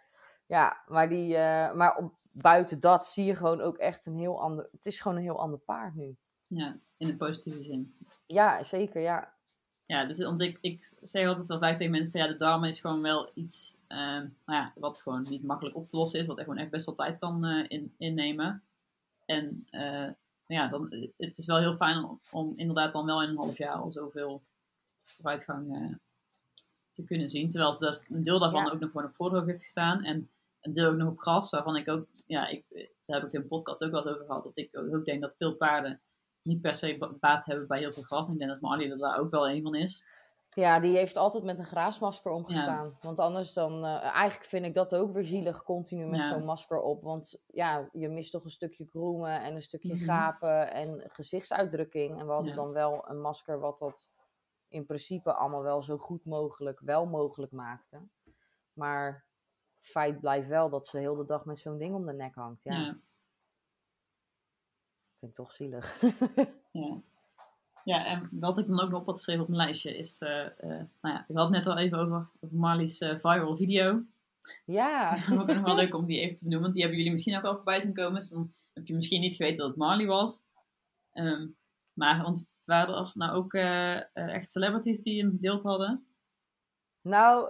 Maar buiten dat zie je gewoon ook echt een heel ander... Het is gewoon een heel ander paard nu. Ja, in de positieve zin. Ja, zeker, ja. Ja, dus want ik zeg altijd wel vaak tegen mensen van de darmen is gewoon wel iets wat gewoon niet makkelijk op te lossen is. Wat gewoon echt best wel tijd kan innemen. En het is wel heel fijn om inderdaad dan wel in een half jaar al zoveel vooruitgang te kunnen zien. Terwijl ze dus een deel daarvan ook nog gewoon op voordroog heeft gestaan. En een deel ook nog op gras, waarvan ik ook, daar heb ik in de podcast ook wel eens over gehad, dat ik ook denk dat veel paarden niet per se baat hebben bij heel veel gras. Ik denk dat Marley er daar ook wel een van is. Ja, die heeft altijd met een graasmasker omgestaan. Ja. Want anders dan... eigenlijk vind ik dat ook weer zielig, continu met zo'n masker op. Want je mist toch een stukje groemen en een stukje gapen en gezichtsuitdrukking. En we hadden dan wel een masker wat dat in principe allemaal wel zo goed mogelijk wel mogelijk maakte. Maar feit blijft wel dat ze de hele dag met zo'n ding om de nek hangt. Ja. Vind ik toch zielig. Ja, en wat ik dan ook nog op had geschreven op mijn lijstje is... ik had het net al even over Marley's viral video. Ja. Dat is ook nog wel leuk om die even te benoemen. Want die hebben jullie misschien ook al voorbij zien komen. Dus dan heb je misschien niet geweten dat het Marley was. Want waren er nou ook echt celebrities die hem gedeeld hadden? Nou,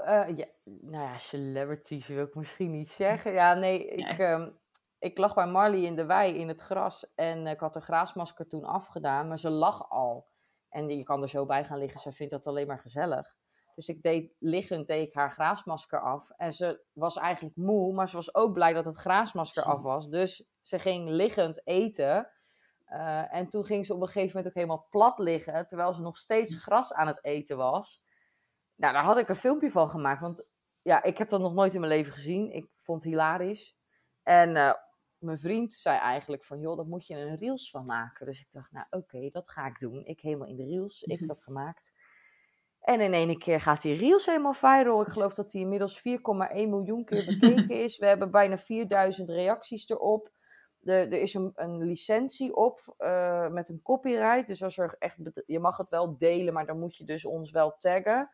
celebrities wil ik misschien niet zeggen. Ja, nee, Ja. ik lag bij Marley in de wei in het gras en ik had haar graasmasker toen afgedaan, maar ze lag al. En je kan er zo bij gaan liggen, zij vindt dat alleen maar gezellig. Dus deed ik haar graasmasker af. En ze was eigenlijk moe, maar ze was ook blij dat het graasmasker af was. Dus ze ging liggend eten. En toen ging ze op een gegeven moment ook helemaal plat liggen, terwijl ze nog steeds gras aan het eten was. Nou, daar had ik een filmpje van gemaakt. Want ja, ik heb dat nog nooit in mijn leven gezien. Ik vond het hilarisch. En mijn vriend zei eigenlijk van, joh, daar moet je een reels van maken. Dus ik dacht, nou oké, dat ga ik doen. Ik helemaal in de reels, ik dat gemaakt. En in één keer gaat die reels helemaal viral. Ik geloof dat die inmiddels 4,1 miljoen keer bekeken is. We hebben bijna 4000 reacties erop. Er is een licentie op met een copyright. Dus als er echt je mag het wel delen, maar dan moet je dus ons wel taggen.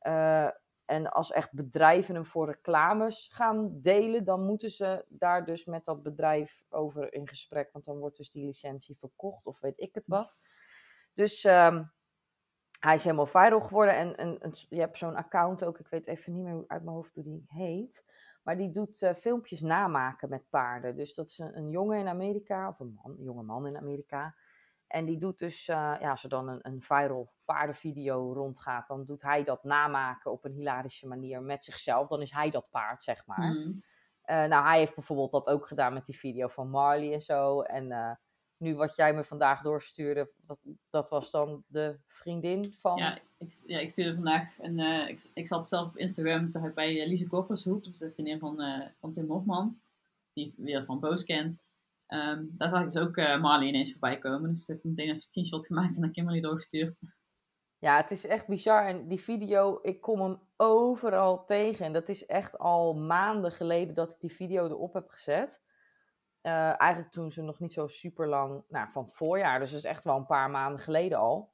En als echt bedrijven hem voor reclames gaan delen, dan moeten ze daar dus met dat bedrijf over in gesprek. Want dan wordt dus die licentie verkocht of weet ik het wat. Dus hij is helemaal viral geworden. En je hebt zo'n account ook, ik weet even niet meer uit mijn hoofd hoe die heet. Maar die doet filmpjes namaken met paarden. Dus dat is een jongen in Amerika, of een jonge man in Amerika. En die doet dus, als er dan een viral paardenvideo rondgaat, dan doet hij dat namaken op een hilarische manier met zichzelf. Dan is hij dat paard, zeg maar. Nou, hij heeft bijvoorbeeld dat ook gedaan met die video van Marley en zo. En nu wat jij me vandaag doorstuurde, dat was dan de vriendin van... Ik stuurde vandaag ik zat zelf op Instagram, zag ik bij Lise Koppershoek, dat is de vriendin van Tim Hofman, die weer van Boos kent. Daar zag ik dus ook Marley ineens voorbij komen. Dus ik heb meteen een screenshot gemaakt en naar Kimberly doorgestuurd. Ja, het is echt bizar. En die video, ik kom hem overal tegen. En dat is echt al maanden geleden dat ik die video erop heb gezet. Eigenlijk toen ze nog niet zo super lang, van het voorjaar. Dus dat is echt wel een paar maanden geleden al.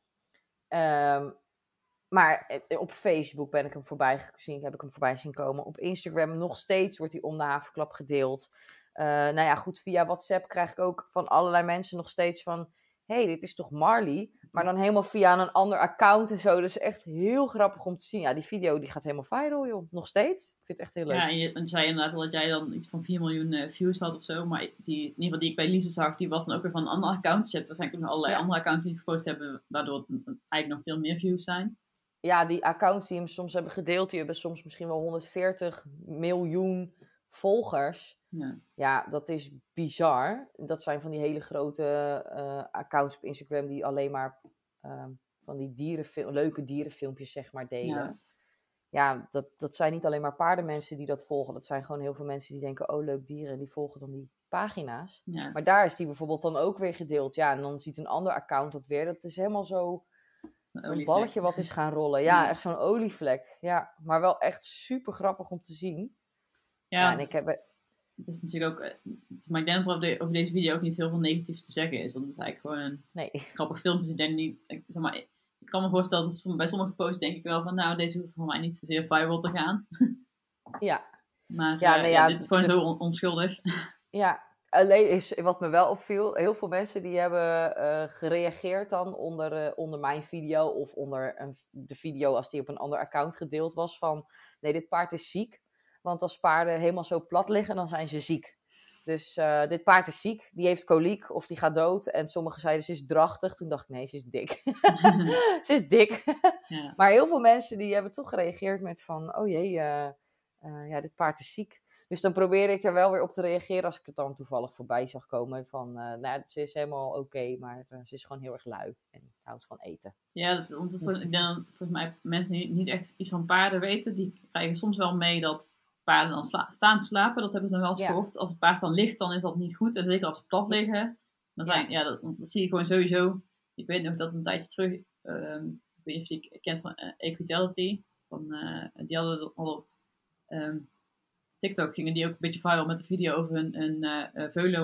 Maar op Facebook heb ik hem voorbij zien komen. Op Instagram nog steeds wordt hij om de haverklap gedeeld. Goed, via WhatsApp krijg ik ook van allerlei mensen nog steeds van... Hey, dit is toch Marley? Maar dan helemaal via een ander account en zo. Dus echt heel grappig om te zien. Ja, die video die gaat helemaal viral, joh. Nog steeds. Ik vind het echt heel leuk. Ja, en je zei inderdaad wel dat jij dan iets van 4 miljoen views had of zo. Maar in ieder geval die ik bij Lise zag, die was dan ook weer van een ander account. Dus je hebt waarschijnlijk nog allerlei andere accounts die gepost hebben, waardoor het eigenlijk nog veel meer views zijn. Ja, die accounts die hem soms hebben gedeeld, die hebben soms misschien wel 140 miljoen volgers. Ja, dat is bizar. Dat zijn van die hele grote accounts op Instagram die alleen maar van die leuke dierenfilmpjes zeg maar delen. Ja, dat zijn niet alleen maar paardenmensen die dat volgen. Dat zijn gewoon heel veel mensen die denken, oh leuk dieren. En die volgen dan die pagina's. Ja. Maar daar is die bijvoorbeeld dan ook weer gedeeld. Ja, en dan ziet een ander account dat weer. Dat is helemaal zo'n balletje wat is gaan rollen. Ja, echt zo'n olievlek. Ja, maar wel echt super grappig om te zien. Ja, en het is natuurlijk ook... Maar ik denk dat er over deze video ook niet heel veel negatiefs te zeggen is. Want het is eigenlijk gewoon een grappig filmpje. Ik denk niet... Ik kan me voorstellen dat bij sommige posts denk ik wel van... Nou, deze hoeft voor mij niet zozeer viral te gaan. Ja. Maar dit is gewoon zo onschuldig. Ja, alleen is wat me wel opviel. Heel veel mensen die hebben gereageerd dan onder mijn video. Of onder de video als die op een ander account gedeeld was. Van, nee, dit paard is ziek. Want als paarden helemaal zo plat liggen, dan zijn ze ziek. Dus dit paard is ziek, die heeft koliek of die gaat dood. En sommigen zeiden ze is drachtig. Toen dacht ik, nee, ze is dik. Ze is dik. Ja. Maar heel veel mensen die hebben toch gereageerd met van, oh jee, dit paard is ziek. Dus dan probeer ik er wel weer op te reageren als ik het dan toevallig voorbij zag komen. Van, ze is helemaal oké, maar ze is gewoon heel erg lui en houdt van eten. Ja, ik denk volgens mij mensen die niet echt iets van paarden weten, die krijgen soms wel mee dat paarden dan staan slapen. Dat hebben ze dan wel eens gehoord. Als een paard dan ligt, dan is dat niet goed. En zeker als ze plat liggen. Dan want dat zie je gewoon sowieso. Ik weet nog dat een tijdje terug, ik weet niet of je die kent van Equitality. Die hadden al op TikTok gingen die ook een beetje viral met een video over hun veulen.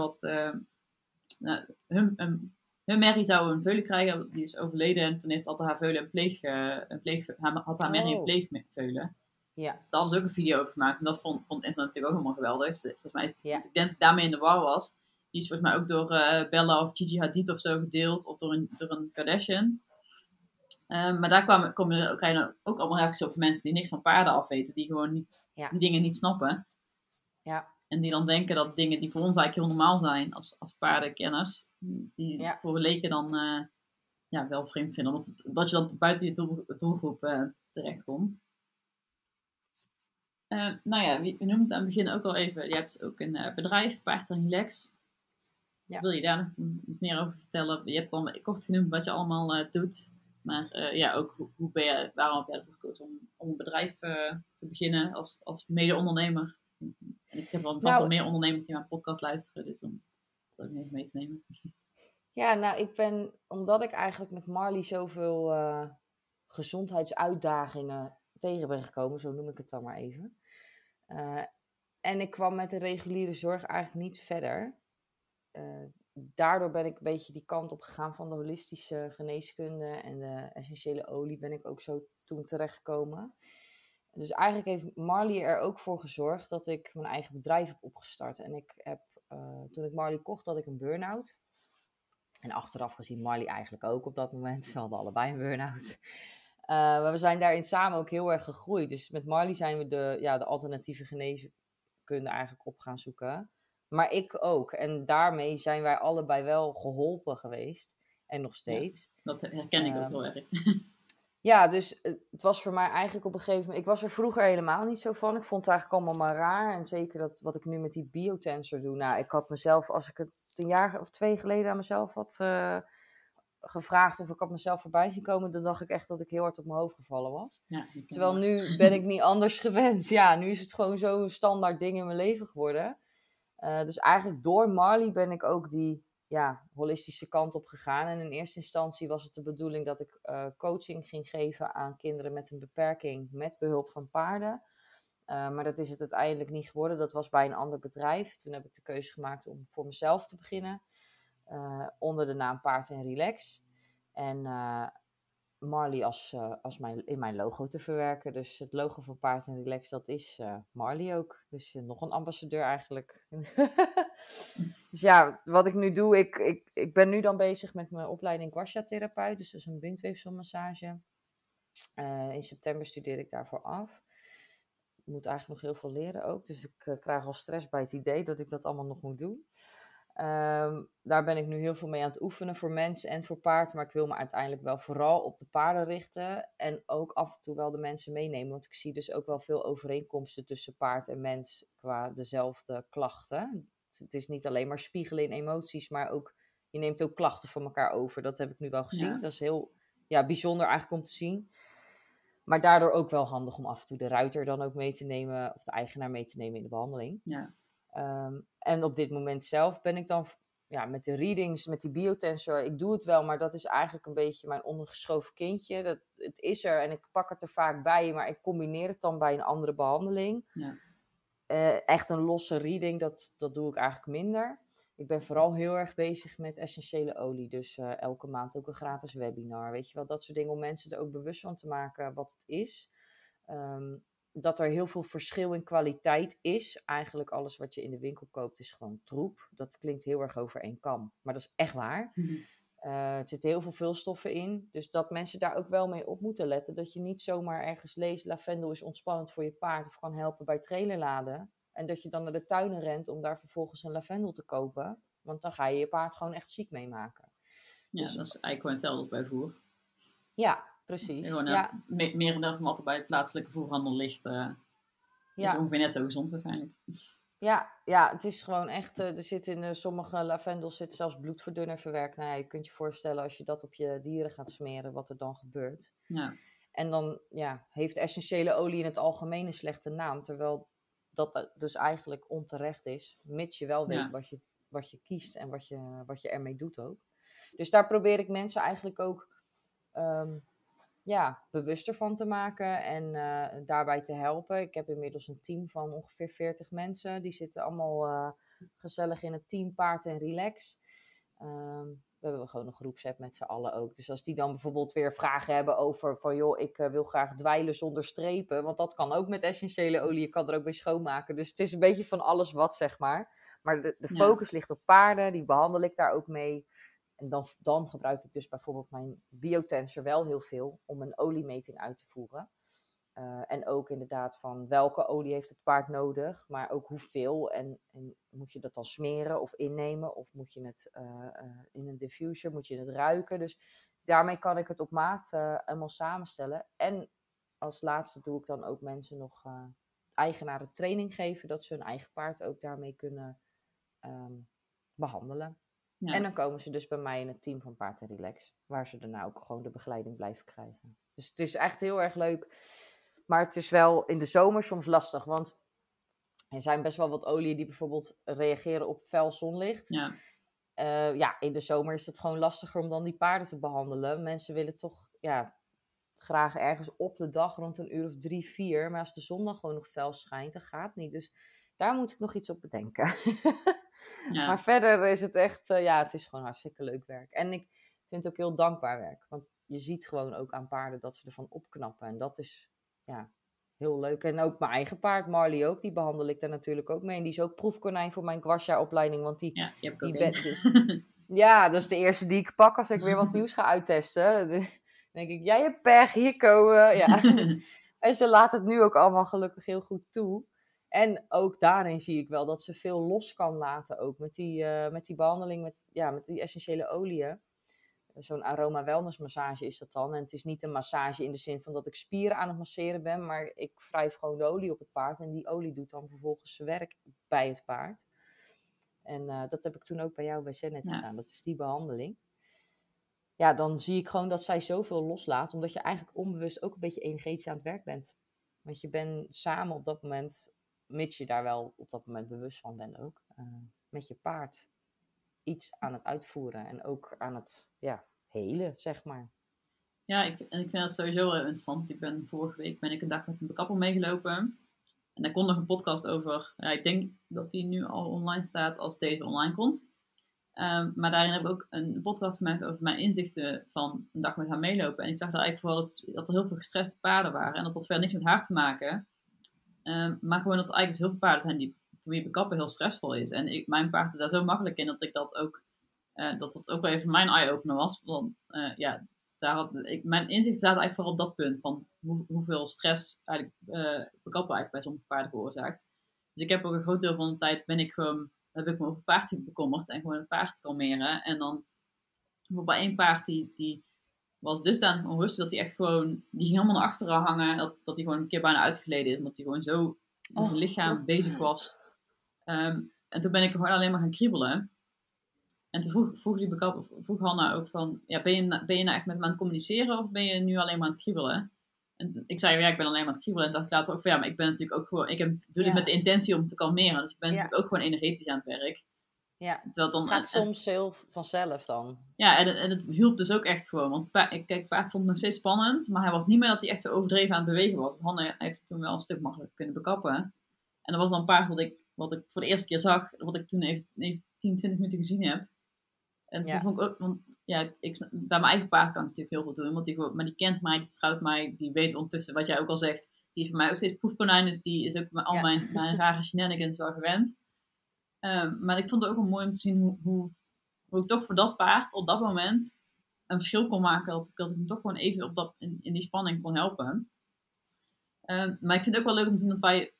Hun merrie zou een veulen krijgen, die is overleden. En toen heeft altijd haar veulen had haar merrie een pleegveulen. Ja. Dus daar hadden ze ook een video over gemaakt. En dat vond internet natuurlijk ook helemaal geweldig. Dus volgens mij is ik denk dat hij daarmee in de war was. Die is volgens mij ook door Bella of Gigi Hadid of zo gedeeld. Of door een Kardashian. Maar daar krijg je ook allemaal reacties op mensen die niks van paarden afweten. Die gewoon die dingen niet snappen. Ja. En die dan denken dat dingen die voor ons eigenlijk heel normaal zijn als paardenkenners. Die voor leken dan wel vreemd vinden. Omdat je dan buiten je doelgroep terechtkomt. We noemden het aan het begin ook al even. Je hebt ook een bedrijf, Paard en Relax. Wil je daar nog meer over vertellen? Je hebt al kort genoemd wat je allemaal doet. Maar ook waarom heb jij ervoor gekozen om een bedrijf te beginnen als mede-ondernemer? En ik heb vast wel meer ondernemers die mijn podcast luisteren. Dus om dat ook even mee te nemen. Ja, omdat ik eigenlijk met Marley zoveel gezondheidsuitdagingen tegen ben gekomen, zo noem ik het dan maar even. En ik kwam met de reguliere zorg eigenlijk niet verder. Daardoor ben ik een beetje die kant op gegaan van de holistische geneeskunde en de essentiële olie ben ik ook zo toen terechtgekomen. Dus eigenlijk heeft Marley er ook voor gezorgd dat ik mijn eigen bedrijf heb opgestart. En ik heb, toen ik Marley kocht, had ik een burn-out. En achteraf gezien Marley eigenlijk ook op dat moment. We hadden allebei een burn-out. Maar we zijn daarin samen ook heel erg gegroeid. Dus met Marley zijn we de alternatieve geneeskunde eigenlijk op gaan zoeken. Maar ik ook. En daarmee zijn wij allebei wel geholpen geweest. En nog steeds. Ja, dat herken ik ook heel erg. Ja, dus het was voor mij eigenlijk op een gegeven moment... Ik was er vroeger helemaal niet zo van. Ik vond het eigenlijk allemaal maar raar. En zeker dat wat ik nu met die biotensor doe. Nou, ik had mezelf, als ik het een jaar of 2 geleden aan mezelf had gevraagd... of ik had mezelf voorbij zien komen... dan dacht ik echt dat ik heel hard op mijn hoofd gevallen was. Ja, terwijl nu ben ik niet anders gewend. Ja, nu is het gewoon zo'n standaard ding in mijn leven geworden. Dus eigenlijk door Marley ben ik ook die holistische kant op gegaan. En in eerste instantie was het de bedoeling dat ik coaching ging geven aan kinderen met een beperking met behulp van paarden. Maar dat is het uiteindelijk niet geworden. Dat was bij een ander bedrijf. Toen heb ik de keuze gemaakt om voor mezelf te beginnen. Onder de naam Paard en Relax. En Marley in mijn logo te verwerken. Dus het logo van Paard en Relax, dat is Marley ook. Dus nog een ambassadeur eigenlijk. Dus ja, wat ik nu doe, ik ben nu dan bezig met mijn opleiding Guasha-therapeut. Dus dat is een bindweefselmassage. In september studeer ik daarvoor af. Ik moet eigenlijk nog heel veel leren ook. Dus ik krijg al stress bij het idee dat ik dat allemaal nog moet doen. Daar ben ik nu heel veel mee aan het oefenen voor mensen en voor paard. Maar ik wil me uiteindelijk wel vooral op de paarden richten. En ook af en toe wel de mensen meenemen. Want ik zie dus ook wel veel overeenkomsten tussen paard en mens qua dezelfde klachten. Het is niet alleen maar spiegelen in emoties, maar ook je neemt ook klachten van elkaar over. Dat heb ik nu wel gezien. Ja. Dat is heel bijzonder eigenlijk om te zien. Maar daardoor ook wel handig om af en toe de ruiter dan ook mee te nemen, of de eigenaar mee te nemen in de behandeling. Ja. En op dit moment zelf ben ik dan met de readings, met die biotensor, ik doe het wel, maar dat is eigenlijk een beetje mijn ondergeschoven kindje. Het is er en ik pak het er vaak bij, maar ik combineer het dan bij een andere behandeling. Ja. Echt een losse reading, dat doe ik eigenlijk minder. Ik ben vooral heel erg bezig met essentiële olie. Dus elke maand ook een gratis webinar. Weet je wel, dat soort dingen om mensen er ook bewust van te maken wat het is. Dat er heel veel verschil in kwaliteit is. Eigenlijk alles wat je in de winkel koopt is gewoon troep. Dat klinkt heel erg over één kam. Maar dat is echt waar. Mm-hmm. Er zitten heel veel vulstoffen in. Dus dat mensen daar ook wel mee op moeten letten. Dat je niet zomaar ergens leest, lavendel is ontspannend voor je paard of kan helpen bij trailerladen. En dat je dan naar de tuinen rent om daar vervolgens een lavendel te kopen. Want dan ga je je paard gewoon echt ziek meemaken. Ja, dus dat is eigenlijk gewoon hetzelfde als bij voer. Ja, precies. Merendeel van wat er bij het plaatselijke voerhandel ligt, is ongeveer net zo gezond waarschijnlijk. Ja, het is gewoon echt, er zit in sommige lavendels zit zelfs bloedverdunner verwerkt. Nou ja, je kunt je voorstellen als je dat op je dieren gaat smeren, wat er dan gebeurt. Ja. En dan heeft essentiële olie in het algemeen een slechte naam, terwijl dat dus eigenlijk onterecht is, mits je wel weet wat je kiest en wat je ermee doet ook. Dus daar probeer ik mensen eigenlijk ook bewuster van te maken en daarbij te helpen. Ik heb inmiddels een team van ongeveer 40 mensen. Die zitten allemaal gezellig in het team Paard en Relax. We hebben gewoon een groepsapp met z'n allen ook. Dus als die dan bijvoorbeeld weer vragen hebben over van joh, ik wil graag dweilen zonder strepen. Want dat kan ook met essentiële olie. Je kan er ook mee schoonmaken. Dus het is een beetje van alles wat, zeg maar. Maar de focus ligt op paarden. Die behandel ik daar ook mee. En dan gebruik ik dus bijvoorbeeld mijn biotensor wel heel veel om een oliemeting uit te voeren. En ook inderdaad van welke olie heeft het paard nodig, maar ook hoeveel. En moet je dat dan smeren of innemen? Of moet je het in een diffuser, moet je het ruiken? Dus daarmee kan ik het op maat helemaal samenstellen. En als laatste doe ik dan ook mensen nog eigenaren training geven, dat ze hun eigen paard ook daarmee kunnen behandelen. Ja. En dan komen ze dus bij mij in het team van Paard & Relax, waar ze daarna ook gewoon de begeleiding blijven krijgen. Dus het is echt heel erg leuk. Maar het is wel in de zomer soms lastig, want er zijn best wel wat oliën die bijvoorbeeld reageren op fel zonlicht. Ja. In de zomer is het gewoon lastiger om dan die paarden te behandelen. Mensen willen toch graag ergens op de dag rond een uur of 3, 4. Maar als de zon dan gewoon nog fel schijnt, dan gaat het niet. Dus daar moet ik nog iets op bedenken. Ja. Maar verder is het echt, het is gewoon hartstikke leuk werk. En ik vind het ook heel dankbaar werk. Want je ziet gewoon ook aan paarden dat ze ervan opknappen. En dat is heel leuk. En ook mijn eigen paard, Marley ook, die behandel ik daar natuurlijk ook mee. En die is ook proefkonijn voor mijn Guasha-opleiding. Want die heb ik ook dus, dat is de eerste die ik pak als ik weer wat nieuws ga uittesten. Dan denk ik, jij hebt pech, hier komen. Ja. En ze laat het nu ook allemaal gelukkig heel goed toe. En ook daarin zie ik wel dat ze veel los kan laten ook. Met die behandeling, met die essentiële oliën. Zo'n aroma wellness massage is dat dan. En het is niet een massage in de zin van dat ik spieren aan het masseren ben. Maar ik wrijf gewoon de olie op het paard. En die olie doet dan vervolgens zijn werk bij het paard. En dat heb ik toen ook bij jou bij Zenith gedaan. Dat is die behandeling. Ja, dan zie ik gewoon dat zij zoveel loslaat. Omdat je eigenlijk onbewust ook een beetje energetisch aan het werk bent. Want je bent samen op dat moment, mits je daar wel op dat moment bewust van bent ook, met je paard iets aan het uitvoeren. En ook aan het helen, zeg maar. Ja, ik vind dat sowieso heel interessant. Vorige week ben ik een dag met een bekapper meegelopen. En daar komt nog een podcast over. Ja, ik denk dat die nu al online staat als deze online komt. Maar daarin heb ik ook een podcast gemaakt over mijn inzichten van een dag met haar meelopen. En ik zag daar eigenlijk vooral dat er heel veel gestreste paarden waren. En dat had verder niks met haar te maken. Maar gewoon dat er eigenlijk dus heel veel paarden zijn voor wie bekappen heel stressvol is. En mijn paard is daar zo makkelijk in dat ik dat ook, dat ook wel even mijn eye-opener was. Want mijn inzicht staat eigenlijk vooral op dat punt van hoeveel stress eigenlijk bekappen eigenlijk bij sommige paarden veroorzaakt. Dus ik heb ook een groot deel van de tijd heb ik me over het paard bekommerd en gewoon het paard kalmeren. En dan bijvoorbeeld bij één paard die was dusdanig onrustig dat hij echt gewoon, die ging helemaal naar achteren hangen, dat hij gewoon een keer bijna uitgeleden is, omdat hij gewoon zo met zijn lichaam bezig was. En toen ben ik gewoon alleen maar gaan kriebelen. En toen vroeg Hanna ook van, ben je nou echt met me aan het communiceren of ben je nu alleen maar aan het kriebelen? En ik zei, ik ben alleen maar aan het kriebelen. En dacht ik later ook van, maar ik ben natuurlijk ook gewoon, doe dit met de intentie om te kalmeren. Dus ik ben natuurlijk ook gewoon energetisch aan het werk. Ja, het gaat soms heel vanzelf dan. Ja, en het hielp dus ook echt gewoon. Want paard vond het nog steeds spannend. Maar hij was niet meer dat hij echt zo overdreven aan het bewegen was. Hanne heeft toen wel een stuk makkelijker kunnen bekappen. En dat was dan een paard wat ik voor de eerste keer zag. Wat ik toen even 10, 20 minuten gezien heb. En toen vond ik ook, want bij mijn eigen paard kan ik natuurlijk heel goed doen. Maar die kent mij, die vertrouwt mij. Die weet ondertussen, wat jij ook al zegt. Die is voor mij ook steeds proefkonijn. Dus die is ook met al mijn rare shenanigans wel gewend. Maar ik vond het ook wel mooi om te zien hoe ik toch voor dat paard op dat moment een verschil kon maken. Dat ik hem toch gewoon even in die spanning kon helpen. Maar ik vind het ook wel leuk om te zien dat wij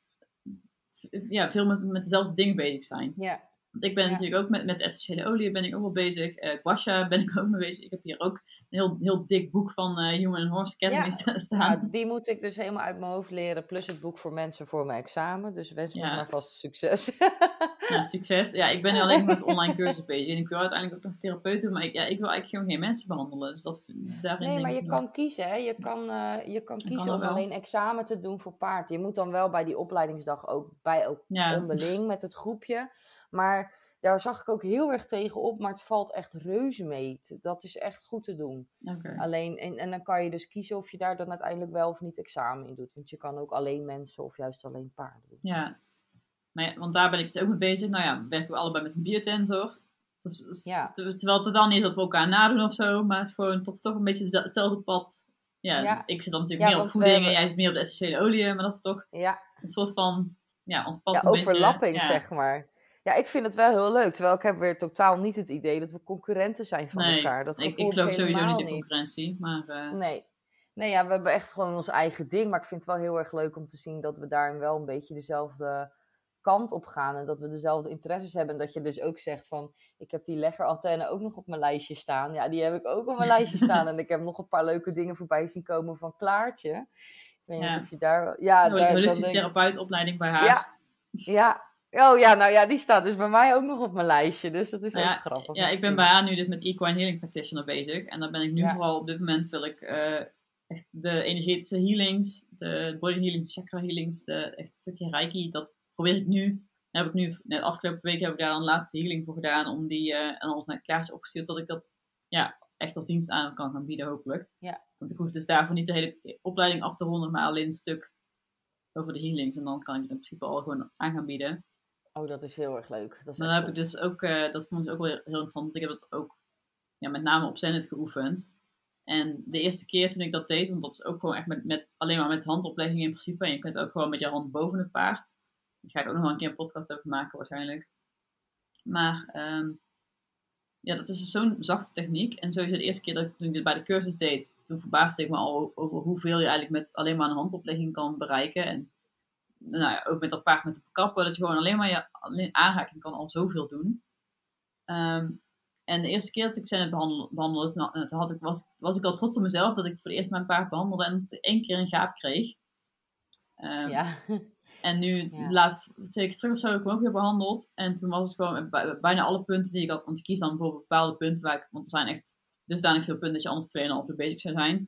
veel met dezelfde dingen bezig zijn. Ja. Want ik ben natuurlijk ook met essentiële olie ben ik ook wel bezig. Guasha ben ik ook mee bezig. Ik heb hier ook een heel dik boek van Human Horse Academy staan. Ja, die moet ik dus helemaal uit mijn hoofd leren. Plus het boek voor mensen voor mijn examen. Dus wens me maar vast succes. Ja, succes. Ja, ik ben nu alleen met online cursus bezig. En ik wil uiteindelijk ook nog therapeuten. Maar ik wil eigenlijk gewoon geen mensen behandelen. Dus maar je kan kiezen. Hè? Je kan kiezen om alleen examen te doen voor paard. Je moet dan wel bij die opleidingsdag ook onderling met het groepje. Maar daar zag ik ook heel erg tegen op. Maar het valt echt reuze mee. Dat is echt goed te doen. Okay. Alleen, en dan kan je dus kiezen of je daar dan uiteindelijk wel of niet examen in doet. Want je kan ook alleen mensen of juist alleen paarden doen. Ja. Maar want daar ben ik dus ook mee bezig. Nou ja, werken we allebei met een biotensor. Terwijl het er dan niet dat we elkaar nadoen of zo. Maar het is gewoon tot toch een beetje hetzelfde pad. Ja, ik zit dan natuurlijk meer op voeding en jij zit meer op de essentiële oliën. Maar dat is toch een soort van ons pad overlapping, zeg maar. Ja, ik vind het wel heel leuk. Terwijl ik heb weer totaal niet het idee dat we concurrenten zijn van Nee, elkaar. Dat ik gevoel heb ik geloof sowieso niet helemaal in niet. concurrentie. Maar Nee. Nee, ja, we hebben echt gewoon ons eigen ding. Maar ik vind het wel heel erg leuk om te zien dat we daarin wel een beetje dezelfde kant op gaan. En dat we dezelfde interesses hebben. En dat je dus ook zegt van, ik heb die leggerantenne ook nog op mijn lijstje staan. Ja, die heb ik ook op mijn lijstje staan. En ik heb nog een paar leuke dingen voorbij zien komen van Klaartje. Ik weet niet ja, of je daar... Ja, daar, dan holistische denk ik... therapeutopleiding bij haar. Ja, ja. Oh ja, nou ja, die staat dus bij mij ook nog op mijn lijstje. Dus dat is Nou ook ja, grappig om ja, te ik ben bij zien. haar nu dus met Equine Healing Practitioner bezig. En daar ben ik nu Ja, vooral op dit moment wil ik echt de energetische healings, de body healings, chakra healings, echt een stukje reiki. Dat probeer ik nu. Heb ik nu, net afgelopen week heb ik daar een laatste healing voor gedaan. Om die, en alles naar Klaartje opgestuurd. Dat ik dat ja, echt als dienst aan kan gaan bieden hopelijk. ja. Want ik hoef dus daarvoor niet de hele opleiding af te ronden. Maar alleen een stuk over de healings. En dan kan ik het in principe al gewoon aan gaan bieden. Oh, dat is heel erg leuk. Dat is Maar echt dan heb ik tof. dus ook, dat vond ik ook wel heel interessant, want ik heb dat ook met name op Zenit geoefend. En de eerste keer toen ik dat deed, want dat is ook gewoon echt alleen maar met handoplegging in principe. En je kunt ook gewoon met je hand boven het paard. Daar ga ik ook nog wel een keer een podcast over maken waarschijnlijk. Maar ja, dat is dus zo'n zachte techniek. En sowieso de eerste keer toen ik dit bij de cursus deed, toen verbaasde ik me al over hoeveel je eigenlijk met alleen maar een handoplegging kan bereiken. En nou ja, ook met dat paard met de kappen, dat je gewoon alleen maar alleen aanraking kan al zoveel doen. En de eerste keer dat ik Zenit behandelde, toen was ik al trots op mezelf dat ik voor het eerst mijn paard behandelde en één keer een gaap kreeg. Ja. En nu, Ja. laatst 2 keer terug of zo, heb ik hem ook weer behandeld. En toen was het gewoon bijna alle punten die ik had. Want ik kies dan bijvoorbeeld bepaalde punten want er zijn echt dusdanig veel punten dat je anders 2,5 uur bezig zou zijn.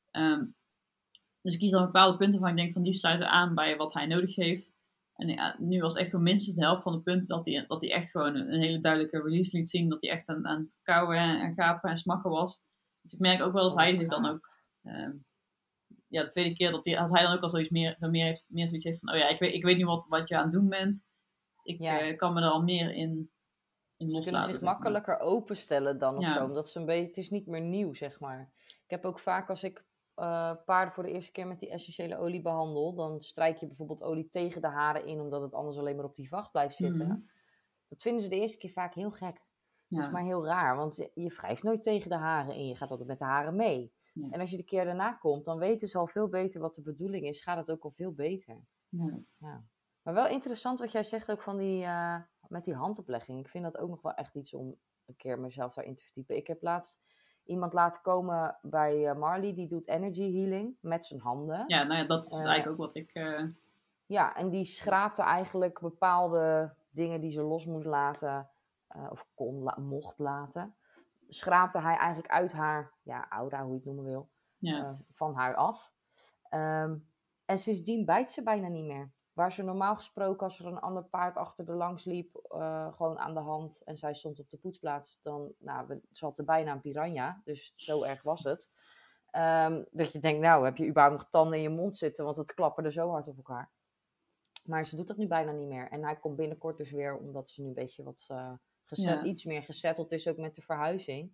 Dus ik kies dan bepaalde punten waarvan ik denk van die sluiten aan bij wat hij nodig heeft. En ja, nu was echt gewoon minstens de helft van de punten dat hij echt gewoon een hele duidelijke release liet zien. Dat hij echt aan het kauwen en gapen en smakken was. Dus ik merk ook wel dat hij zich dan ook... ja, de tweede keer dat hij dan ook al zoiets meer zoiets heeft van... Oh ja, ik weet nu wat je aan het doen bent. Ik kan me er al meer in loslaten. Ze kunnen zich makkelijker openstellen dan of zo. Omdat ze een beetje... Het is niet meer nieuw, zeg maar. Ik heb ook vaak als ik paarden voor de eerste keer met die essentiële olie behandel, dan strijk je bijvoorbeeld olie tegen de haren in, omdat het anders alleen maar op die vacht blijft zitten. Mm-hmm. Dat vinden ze de eerste keer vaak heel gek. Ja. Dat is maar heel raar, want je wrijft nooit tegen de haren in. Je gaat altijd met de haren mee. Ja. En als je de keer daarna komt, dan weten ze al veel beter wat de bedoeling is. Gaat het ook al veel beter. Ja. Ja. Maar wel interessant wat jij zegt ook van met die handoplegging. Ik vind dat ook nog wel echt iets om een keer mezelf daarin te verdiepen. Ik heb laatst iemand laten komen bij Marley, die doet energy healing met zijn handen. Ja, nou ja, dat is eigenlijk ook wat ik... Ja, en die schraapte eigenlijk bepaalde dingen die ze los moest laten, of mocht laten. Schraapte hij eigenlijk uit haar, aura, hoe je het noemen wil, van haar af. En sindsdien bijt ze bijna niet meer. Waar ze normaal gesproken, als er een ander paard achter de langs liep, gewoon aan de hand en zij stond op de poetsplaats, dan, ze had er bijna een piranha, dus zo erg was het. Dat je denkt, nou, heb je überhaupt nog tanden in je mond zitten, want het klapperde zo hard op elkaar. Maar ze doet dat nu bijna niet meer. En hij komt binnenkort dus weer, omdat ze nu een beetje iets meer gesetteld is, ook met de verhuizing.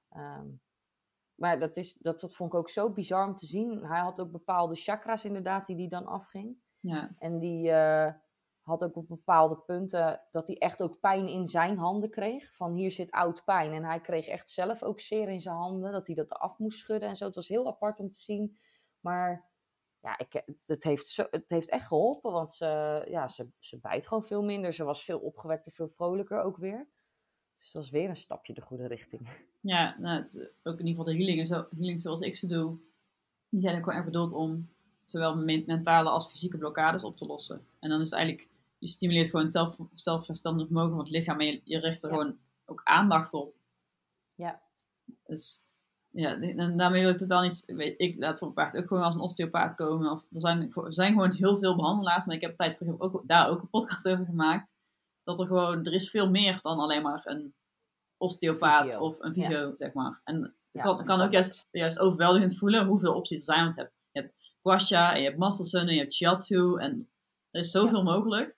Maar dat vond ik ook zo bizar om te zien. Hij had ook bepaalde chakras inderdaad, die dan afging. Ja. En die had ook op bepaalde punten dat hij echt ook pijn in zijn handen kreeg. Van hier zit oud pijn. En hij kreeg echt zelf ook zeer in zijn handen, dat hij dat af moest schudden en zo. Het was heel apart om te zien. Maar ja, het heeft echt geholpen, want ze bijt gewoon veel minder. Ze was veel opgewekter, veel vrolijker ook weer. Dus dat was weer een stapje de goede richting. Ja, nou, het is ook in ieder geval de healing zoals ik ze doe. Die zijn ook wel erg bedoeld om zowel mentale als fysieke blokkades op te lossen. En dan is het eigenlijk, je stimuleert gewoon het zelfherstellende vermogen van het lichaam en je richt er gewoon ook aandacht op. Ja. Dus ja, en daarmee wil ik totaal niet... Ik laat voor een paard ook gewoon als een osteopaat komen. Of er zijn gewoon heel veel behandelaars. Maar ik heb tijd terug daar ook een podcast over gemaakt. Dat er is veel meer dan alleen maar een osteopaat of een fysio, zeg maar. En het kan ook juist overweldigend voelen hoeveel opties er zijn. Want je hebt Guasha en je hebt Masterson en je hebt Shiatsu. En er is zoveel mogelijk.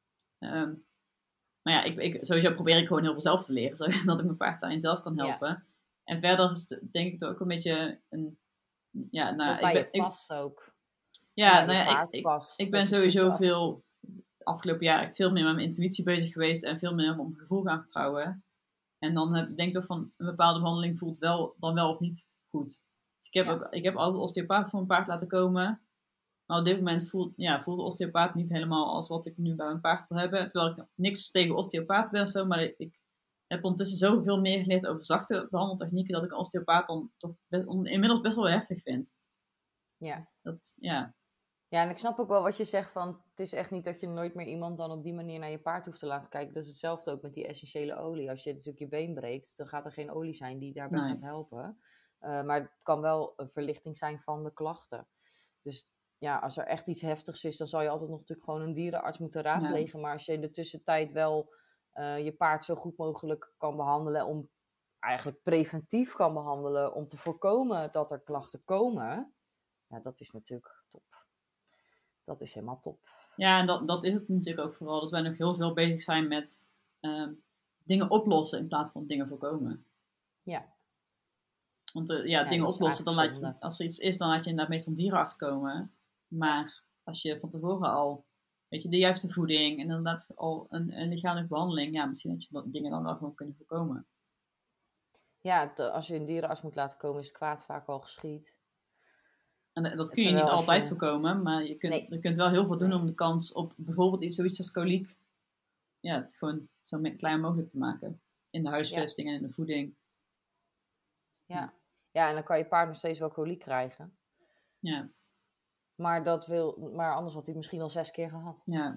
Maar ja, sowieso probeer ik gewoon heel veel zelf te leren. Zodat ik mijn paard daarin zelf kan helpen. Ja. En verder is het, denk ik ook een beetje een... Ja, dat bij je past ook. Ja, ik ben sowieso de afgelopen jaar echt veel meer met mijn intuïtie bezig geweest en veel meer op mijn gevoel gaan vertrouwen. En dan denk ik toch van een bepaalde behandeling voelt wel of niet goed. Dus ik heb altijd osteopaat voor mijn paard laten komen. Maar op dit moment voelt de osteopaat niet helemaal als wat ik nu bij mijn paard wil hebben. Terwijl ik niks tegen osteopaat ben of zo. Maar ik heb ondertussen zoveel meer geleerd over zachte behandeltechnieken. Dat ik een osteopaat dan toch inmiddels best wel heftig vind. Ja. Ja, en ik snap ook wel wat je zegt van... Het is echt niet dat je nooit meer iemand dan op die manier naar je paard hoeft te laten kijken. Dat is hetzelfde ook met die essentiële olie. Als je natuurlijk je been breekt, dan gaat er geen olie zijn die daarbij gaat helpen. Maar het kan wel een verlichting zijn van de klachten. Dus ja, als er echt iets heftigs is, dan zal je altijd nog natuurlijk gewoon een dierenarts moeten raadplegen. Ja. Maar als je in de tussentijd wel je paard zo goed mogelijk kan behandelen, om eigenlijk preventief kan behandelen, om te voorkomen dat er klachten komen, ja, dat is natuurlijk top. Dat is helemaal top. Ja, en dat is het natuurlijk ook vooral, dat wij nog heel veel bezig zijn met dingen oplossen in plaats van dingen voorkomen. Ja. Want dingen oplossen, dan als er iets is, dan laat je inderdaad meestal een dierenarts komen. Maar als je van tevoren al, weet je, de juiste voeding en inderdaad al een lichamelijke behandeling, ja, misschien had je dat dingen dan wel gewoon kunnen voorkomen. Ja, als je een dierenarts moet laten komen, is het kwaad vaak al geschied. En dat kun je niet altijd voorkomen, maar je kunt wel heel veel doen om de kans op bijvoorbeeld zoiets als koliek, ja, het gewoon zo klein mogelijk te maken. In de huisvesting en in de voeding. Ja, en dan kan je paard nog steeds wel koliek krijgen. Ja. Maar anders had hij misschien al 6 keer gehad. Ja.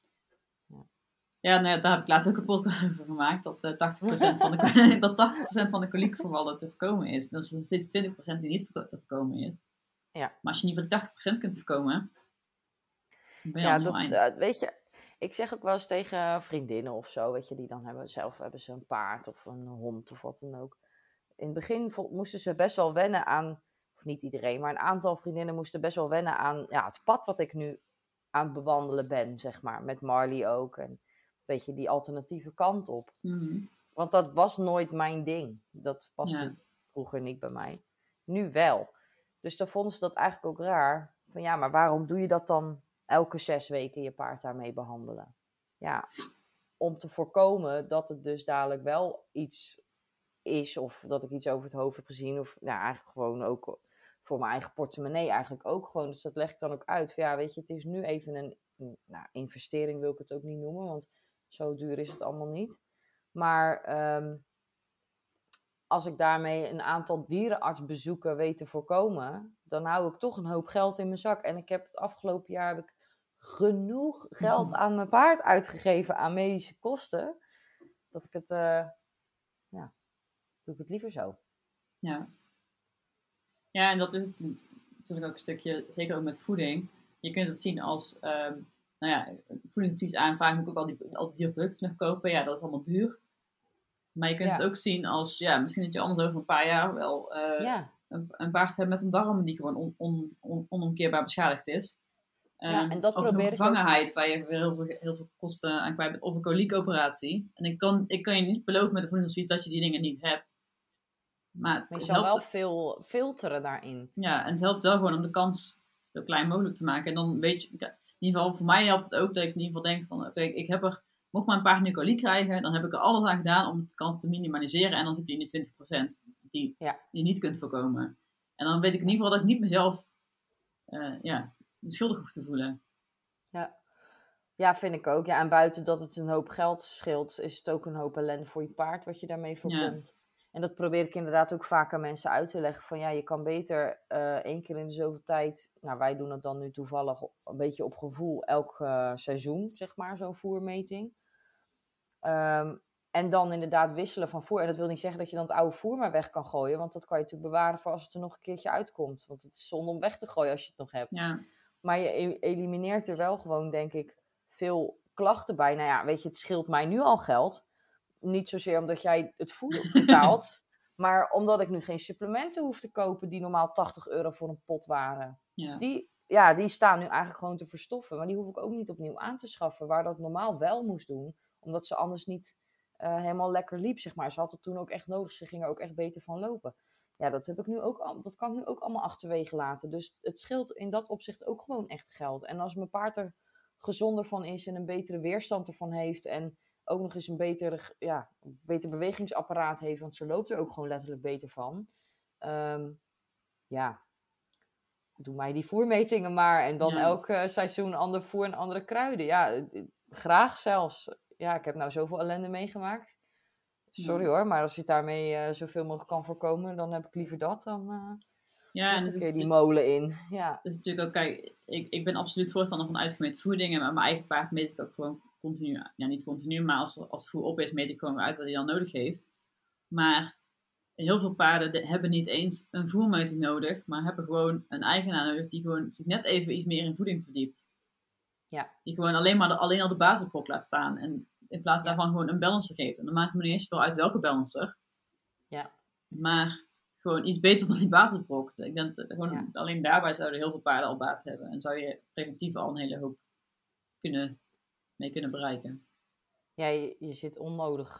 Ja, nou ja, daar heb ik laatst ook een podcast over gemaakt. Dat 80% van de koliekgevallen te voorkomen is. Dat is nog steeds 20% die niet te voorkomen is. Ja. Maar als je in ieder geval 80% kunt voorkomen, dan ben je al heel eind. Weet je, ik zeg ook wel eens tegen vriendinnen of zo, weet je, die dan hebben ze een paard of een hond of wat dan ook. In het begin moesten ze best wel wennen aan, of niet iedereen, maar een aantal vriendinnen moesten best wel wennen aan het pad wat ik nu aan het bewandelen ben, zeg maar. Met Marley ook en een beetje die alternatieve kant op. Mm-hmm. Want dat was nooit mijn ding. Dat paste vroeger niet bij mij. Nu wel. Dus dan vonden ze dat eigenlijk ook raar. Van ja, maar waarom doe je dat dan elke 6 weken je paard daarmee behandelen? Ja, om te voorkomen dat het dus dadelijk wel iets is, of dat ik iets over het hoofd heb gezien, of eigenlijk gewoon ook voor mijn eigen portemonnee eigenlijk ook gewoon. Dus dat leg ik dan ook uit. Van, ja, weet je, het is nu even een investering, wil ik het ook niet noemen, want zo duur is het allemaal niet. Maar als ik daarmee een aantal dierenartsbezoeken weet te voorkomen, dan hou ik toch een hoop geld in mijn zak. En ik heb het afgelopen jaar genoeg geld aan mijn paard uitgegeven aan medische kosten, dat ik het, doe ik het liever zo. Ja. Ja, en dat is het natuurlijk ook een stukje, zeker ook met voeding. Je kunt het zien als, voedingsadvies aanvragen, moet ik ook al die producten nog kopen. Ja, dat is allemaal duur. Maar je kunt het ook zien als, misschien dat je anders over een paar jaar wel een paard hebt met een darm die gewoon onomkeerbaar beschadigd is. En dat of probeer een vervangenheid waar je weer heel veel kosten aan kwijt bent. Of een koliekoperatie. En ik kan je niet beloven met de voedingsadvies dat je die dingen niet hebt. Maar je zal wel veel filteren daarin. Ja, en het helpt wel gewoon om de kans zo klein mogelijk te maken. En dan weet je, in ieder geval voor mij helpt het ook dat ik in ieder geval denk van, oké, mocht mijn paard nu koliek krijgen, dan heb ik er alles aan gedaan om de kans te minimaliseren. En dan zit hij in die 20% die je niet kunt voorkomen. En dan weet ik in ieder geval dat ik niet mezelf schuldig hoef te voelen. Ja, vind ik ook. Ja, en buiten dat het een hoop geld scheelt, is het ook een hoop ellende voor je paard wat je daarmee voorkomt. Ja. En dat probeer ik inderdaad ook vaak aan mensen uit te leggen. Van je kan beter 1 keer in de zoveel tijd... Nou, wij doen het dan nu toevallig een beetje op gevoel elk seizoen, zeg maar, zo'n voermeting. En dan inderdaad wisselen van voer. En dat wil niet zeggen dat je dan het oude voer maar weg kan gooien. Want dat kan je natuurlijk bewaren voor als het er nog een keertje uitkomt. Want het is zonde om weg te gooien als je het nog hebt. Ja. Maar je elimineert er wel gewoon, denk ik, veel klachten bij. Nou ja, weet je, het scheelt mij nu al geld. Niet zozeer omdat jij het voer betaalt, maar omdat ik nu geen supplementen hoef te kopen die normaal €80 voor een pot waren. Ja. Die staan nu eigenlijk gewoon te verstoffen. Maar die hoef ik ook niet opnieuw aan te schaffen, waar dat normaal wel moest doen. Omdat ze anders niet helemaal lekker liep, zeg maar. Ze had het toen ook echt nodig. Ze ging er ook echt beter van lopen. Ja, dat kan ik nu ook allemaal achterwege laten. Dus het scheelt in dat opzicht ook gewoon echt geld. En als mijn paard er gezonder van is en een betere weerstand ervan heeft. En ook nog eens een beter bewegingsapparaat heeft. Want ze loopt er ook gewoon letterlijk beter van. Ja, doe mij die voermetingen maar. En dan elk seizoen ander voer en andere kruiden. Ja, graag zelfs. Ja, ik heb nou zoveel ellende meegemaakt. Sorry hoor, maar als je het daarmee zoveel mogelijk kan voorkomen, dan heb ik liever dat dan nog een keer die molen in. Ja. Dat is natuurlijk ook, kijk, ik ben absoluut voorstander van uitgemeten voedingen. Maar mijn eigen paard meet ik ook gewoon continu. Ja, niet continu, maar als het voer op is, meet ik gewoon uit wat hij dan nodig heeft. Maar heel veel paarden hebben niet eens een voermeting nodig, maar hebben gewoon een eigenaar nodig die gewoon zich net even iets meer in voeding verdiept. Ja. Die gewoon alleen al de basisbrok laat staan. En in plaats daarvan gewoon een balancer geeft. En dan maakt het me niet eens veel uit welke balancer. Ja. Maar gewoon iets beter dan die basisbrok. Ik denk dat gewoon alleen daarbij zouden heel veel paarden al baat hebben. En zou je preventief al een hele hoop mee kunnen bereiken. Ja, je zit onnodig,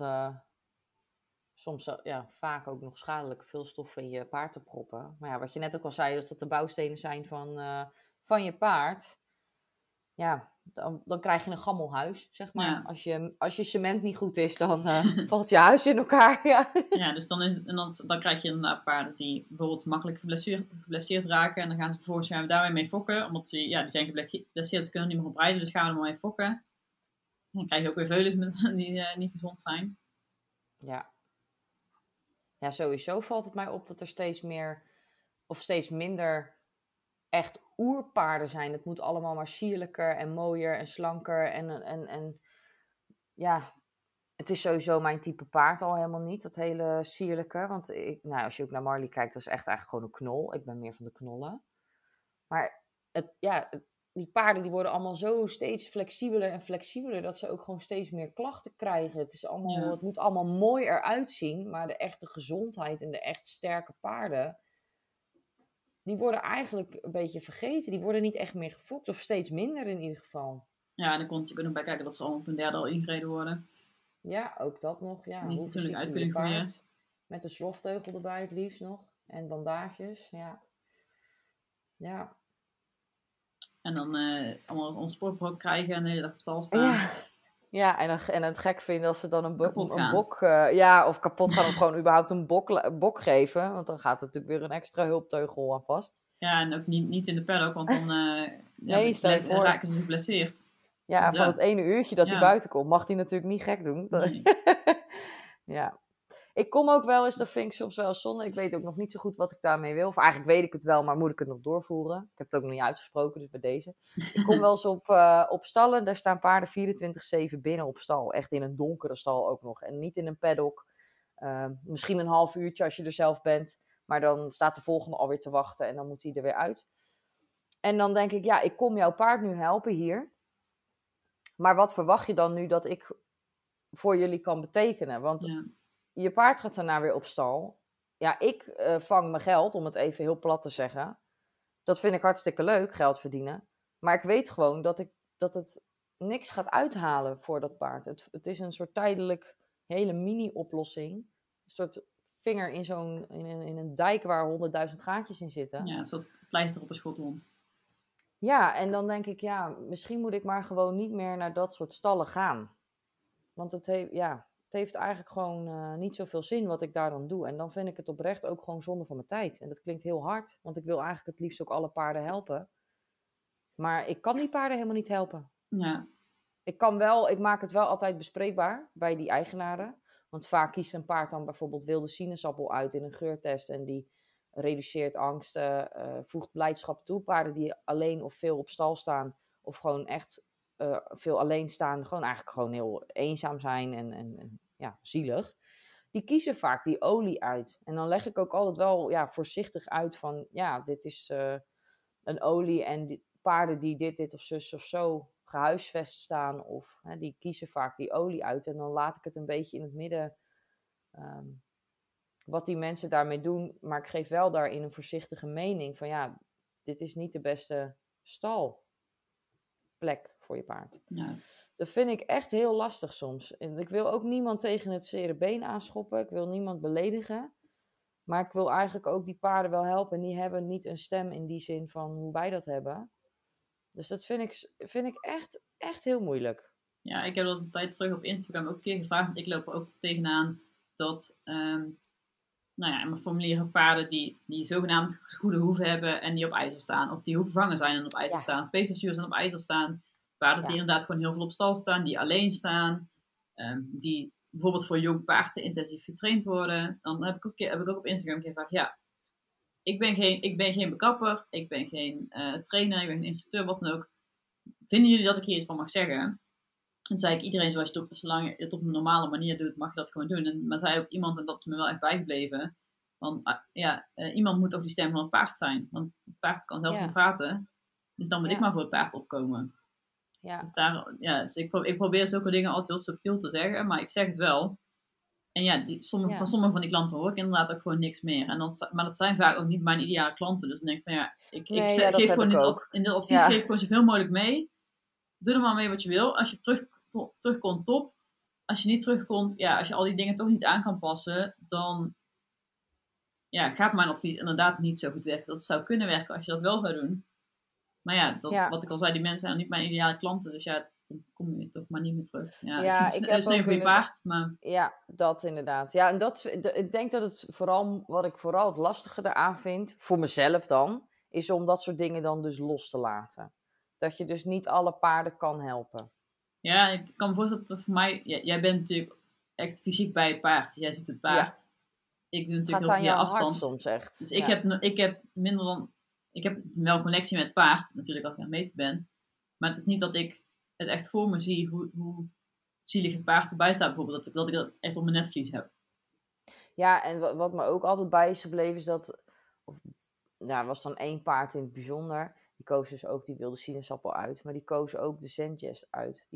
soms vaak ook nog schadelijk veel stoffen in je paard te proppen. Maar ja, wat je net ook al zei, is dat de bouwstenen zijn van je paard. Ja, dan krijg je een gammelhuis, zeg maar. Ja. Als je cement niet goed is, dan valt je huis in elkaar. Ja, ja, dus dan krijg je inderdaad paarden die bijvoorbeeld makkelijk geblesseerd raken. En dan gaan ze vervolgens daarmee mee fokken. Omdat die zijn geblesseerd, ze kunnen niet meer op rijden. Dus gaan we er maar mee fokken. En dan krijg je ook weer veulens die niet gezond zijn. Ja. Ja, sowieso valt het mij op dat er steeds meer of steeds minder echt oerpaarden zijn. Het moet allemaal maar sierlijker en mooier en slanker. En ja, het is sowieso mijn type paard al helemaal niet. Dat hele sierlijke. Want als je ook naar Marley kijkt, dat is echt eigenlijk gewoon een knol. Ik ben meer van de knollen. Maar die paarden die worden allemaal zo steeds flexibeler en flexibeler. Dat ze ook gewoon steeds meer klachten krijgen. Het moet allemaal mooi eruit zien. Maar de echte gezondheid en de echt sterke paarden, die worden eigenlijk een beetje vergeten. Die worden niet echt meer gefokt. Of steeds minder in ieder geval. Ja, en dan komt je ook nog bij kijken dat ze allemaal op een derde al ingereden worden. Ja, ook dat nog. Ja, niet natuurlijk uit kunnen groeien. Met een slofteugel erbij het liefst nog. En bandages, ja. Ja. En dan allemaal ons sportbrok krijgen en de hele dag op stal staan. Ja. Ja, en het gek vinden als ze dan een bok of kapot gaan of gewoon überhaupt een bok geven. Want dan gaat er natuurlijk weer een extra hulpteugel aan vast. Ja, en ook niet in de paddock, want dan raken ze geblesseerd. Ja, van het ene uurtje dat hij buiten komt, mag hij natuurlijk niet gek doen. Nee. Ja. Ik kom ook wel eens, dat vind ik soms wel zonde. Ik weet ook nog niet zo goed wat ik daarmee wil. Of eigenlijk weet ik het wel, maar moet ik het nog doorvoeren? Ik heb het ook nog niet uitgesproken, dus bij deze. Ik kom wel eens op stallen, daar staan paarden 24/7 binnen op stal. Echt in een donkere stal ook nog. En niet in een paddock. Misschien een half uurtje als je er zelf bent. Maar dan staat de volgende alweer te wachten en dan moet hij er weer uit. En dan denk ik, ik kom jouw paard nu helpen hier. Maar wat verwacht je dan nu dat ik voor jullie kan betekenen? Want je paard gaat daarna weer op stal. Ja, ik vang mijn geld, om het even heel plat te zeggen. Dat vind ik hartstikke leuk, geld verdienen. Maar ik weet gewoon dat het niks gaat uithalen voor dat paard. Het is een soort tijdelijk hele mini-oplossing. Een soort vinger in een dijk waar 100.000 gaatjes in zitten. Ja, een soort pleister op een schotwond. Ja, en dan denk ik, misschien moet ik maar gewoon niet meer naar dat soort stallen gaan. Want het heeft eigenlijk gewoon niet zoveel zin wat ik daar dan doe. En dan vind ik het oprecht ook gewoon zonde van mijn tijd. En dat klinkt heel hard, want ik wil eigenlijk het liefst ook alle paarden helpen. Maar ik kan die paarden helemaal niet helpen. Ja. Ik maak het wel altijd bespreekbaar bij die eigenaren. Want vaak kiest een paard dan bijvoorbeeld wilde sinaasappel uit in een geurtest. En die reduceert angsten, voegt blijdschap toe. Paarden die alleen of veel op stal staan of gewoon echt veel alleen staan. Gewoon eigenlijk gewoon heel eenzaam zijn en zielig. Die kiezen vaak die olie uit. En dan leg ik ook altijd wel voorzichtig uit van dit is een olie en die paarden die dit of zus of zo gehuisvest staan of die kiezen vaak die olie uit. En dan laat ik het een beetje in het midden wat die mensen daarmee doen. Maar ik geef wel daarin een voorzichtige mening van dit is niet de beste stalplek voor je paard. Ja. Dat vind ik echt heel lastig soms. En ik wil ook niemand tegen het zere been aanschoppen. Ik wil niemand beledigen. Maar ik wil eigenlijk ook die paarden wel helpen. En die hebben niet een stem in die zin van hoe wij dat hebben. Dus dat vind ik echt heel moeilijk. Ja, ik heb dat een tijd terug op Instagram ook een keer gevraagd. Want ik loop er ook tegenaan dat nou ja, mijn formulieren paarden die zogenaamd goede hoeven hebben en die op ijzer staan. Of die hoevenvangers zijn en op ijzer staan. Peperzuur zijn op ijzer staan. Paarden die inderdaad gewoon heel veel op stal staan, die alleen staan. Die bijvoorbeeld voor jong paard te intensief getraind worden. Dan heb ik ook op Instagram gevraagd, ja, ik ben geen bekapper, ik ben geen trainer, ik ben geen instructeur, wat dan ook. Vinden jullie dat ik hier iets van mag zeggen? En toen zei ik, iedereen zolang je het op een normale manier doet, mag je dat gewoon doen. Maar zei ook iemand, en dat is me wel echt bijgebleven, van iemand moet toch die stem van het paard zijn. Want het paard kan zelf niet praten, dus dan moet ik maar voor het paard opkomen. Ja. Dus ik probeer zulke dingen altijd heel subtiel te zeggen, maar ik zeg het wel. En ja, van sommige van die klanten hoor ik inderdaad ook gewoon niks meer. Maar dat zijn vaak ook niet mijn ideale klanten. Dus dan denk ik van ik geef gewoon in dit advies geef ik gewoon zoveel mogelijk mee. Doe er maar mee wat je wil. Als je terugkomt, top. Als je niet terugkomt, als je al die dingen toch niet aan kan passen, dan gaat mijn advies inderdaad niet zo goed werken. Dat zou kunnen werken als je dat wel zou doen. Maar wat ik al zei, die mensen zijn niet mijn ideale klanten. Dus dan kom je toch maar niet meer terug. Ja, ik heb sneu voor je paard. Maar... Ja, dat inderdaad. Ja, en ik denk dat het wat ik vooral het lastige eraan vind, voor mezelf dan, is om dat soort dingen dan dus los te laten. Dat je dus niet alle paarden kan helpen. Ja, ik kan me voorstellen dat voor mij, jij bent natuurlijk echt fysiek bij het paard. Jij ziet het paard. Ja. Ik doe natuurlijk heel veel afstand. Soms echt. Dus ik heb minder dan, ik heb wel connectie met het paard, natuurlijk als ik aan het meten ben. Maar het is niet dat ik het echt voor me zie hoe zielig het paard erbij staat bijvoorbeeld. Dat ik dat echt op mijn netvlies heb. Ja, en wat me ook altijd bij is gebleven is dat... er was dan 1 paard in het bijzonder. Die koos dus ook die wilde sinaasappel uit. Maar die koos ook de Zengest uit.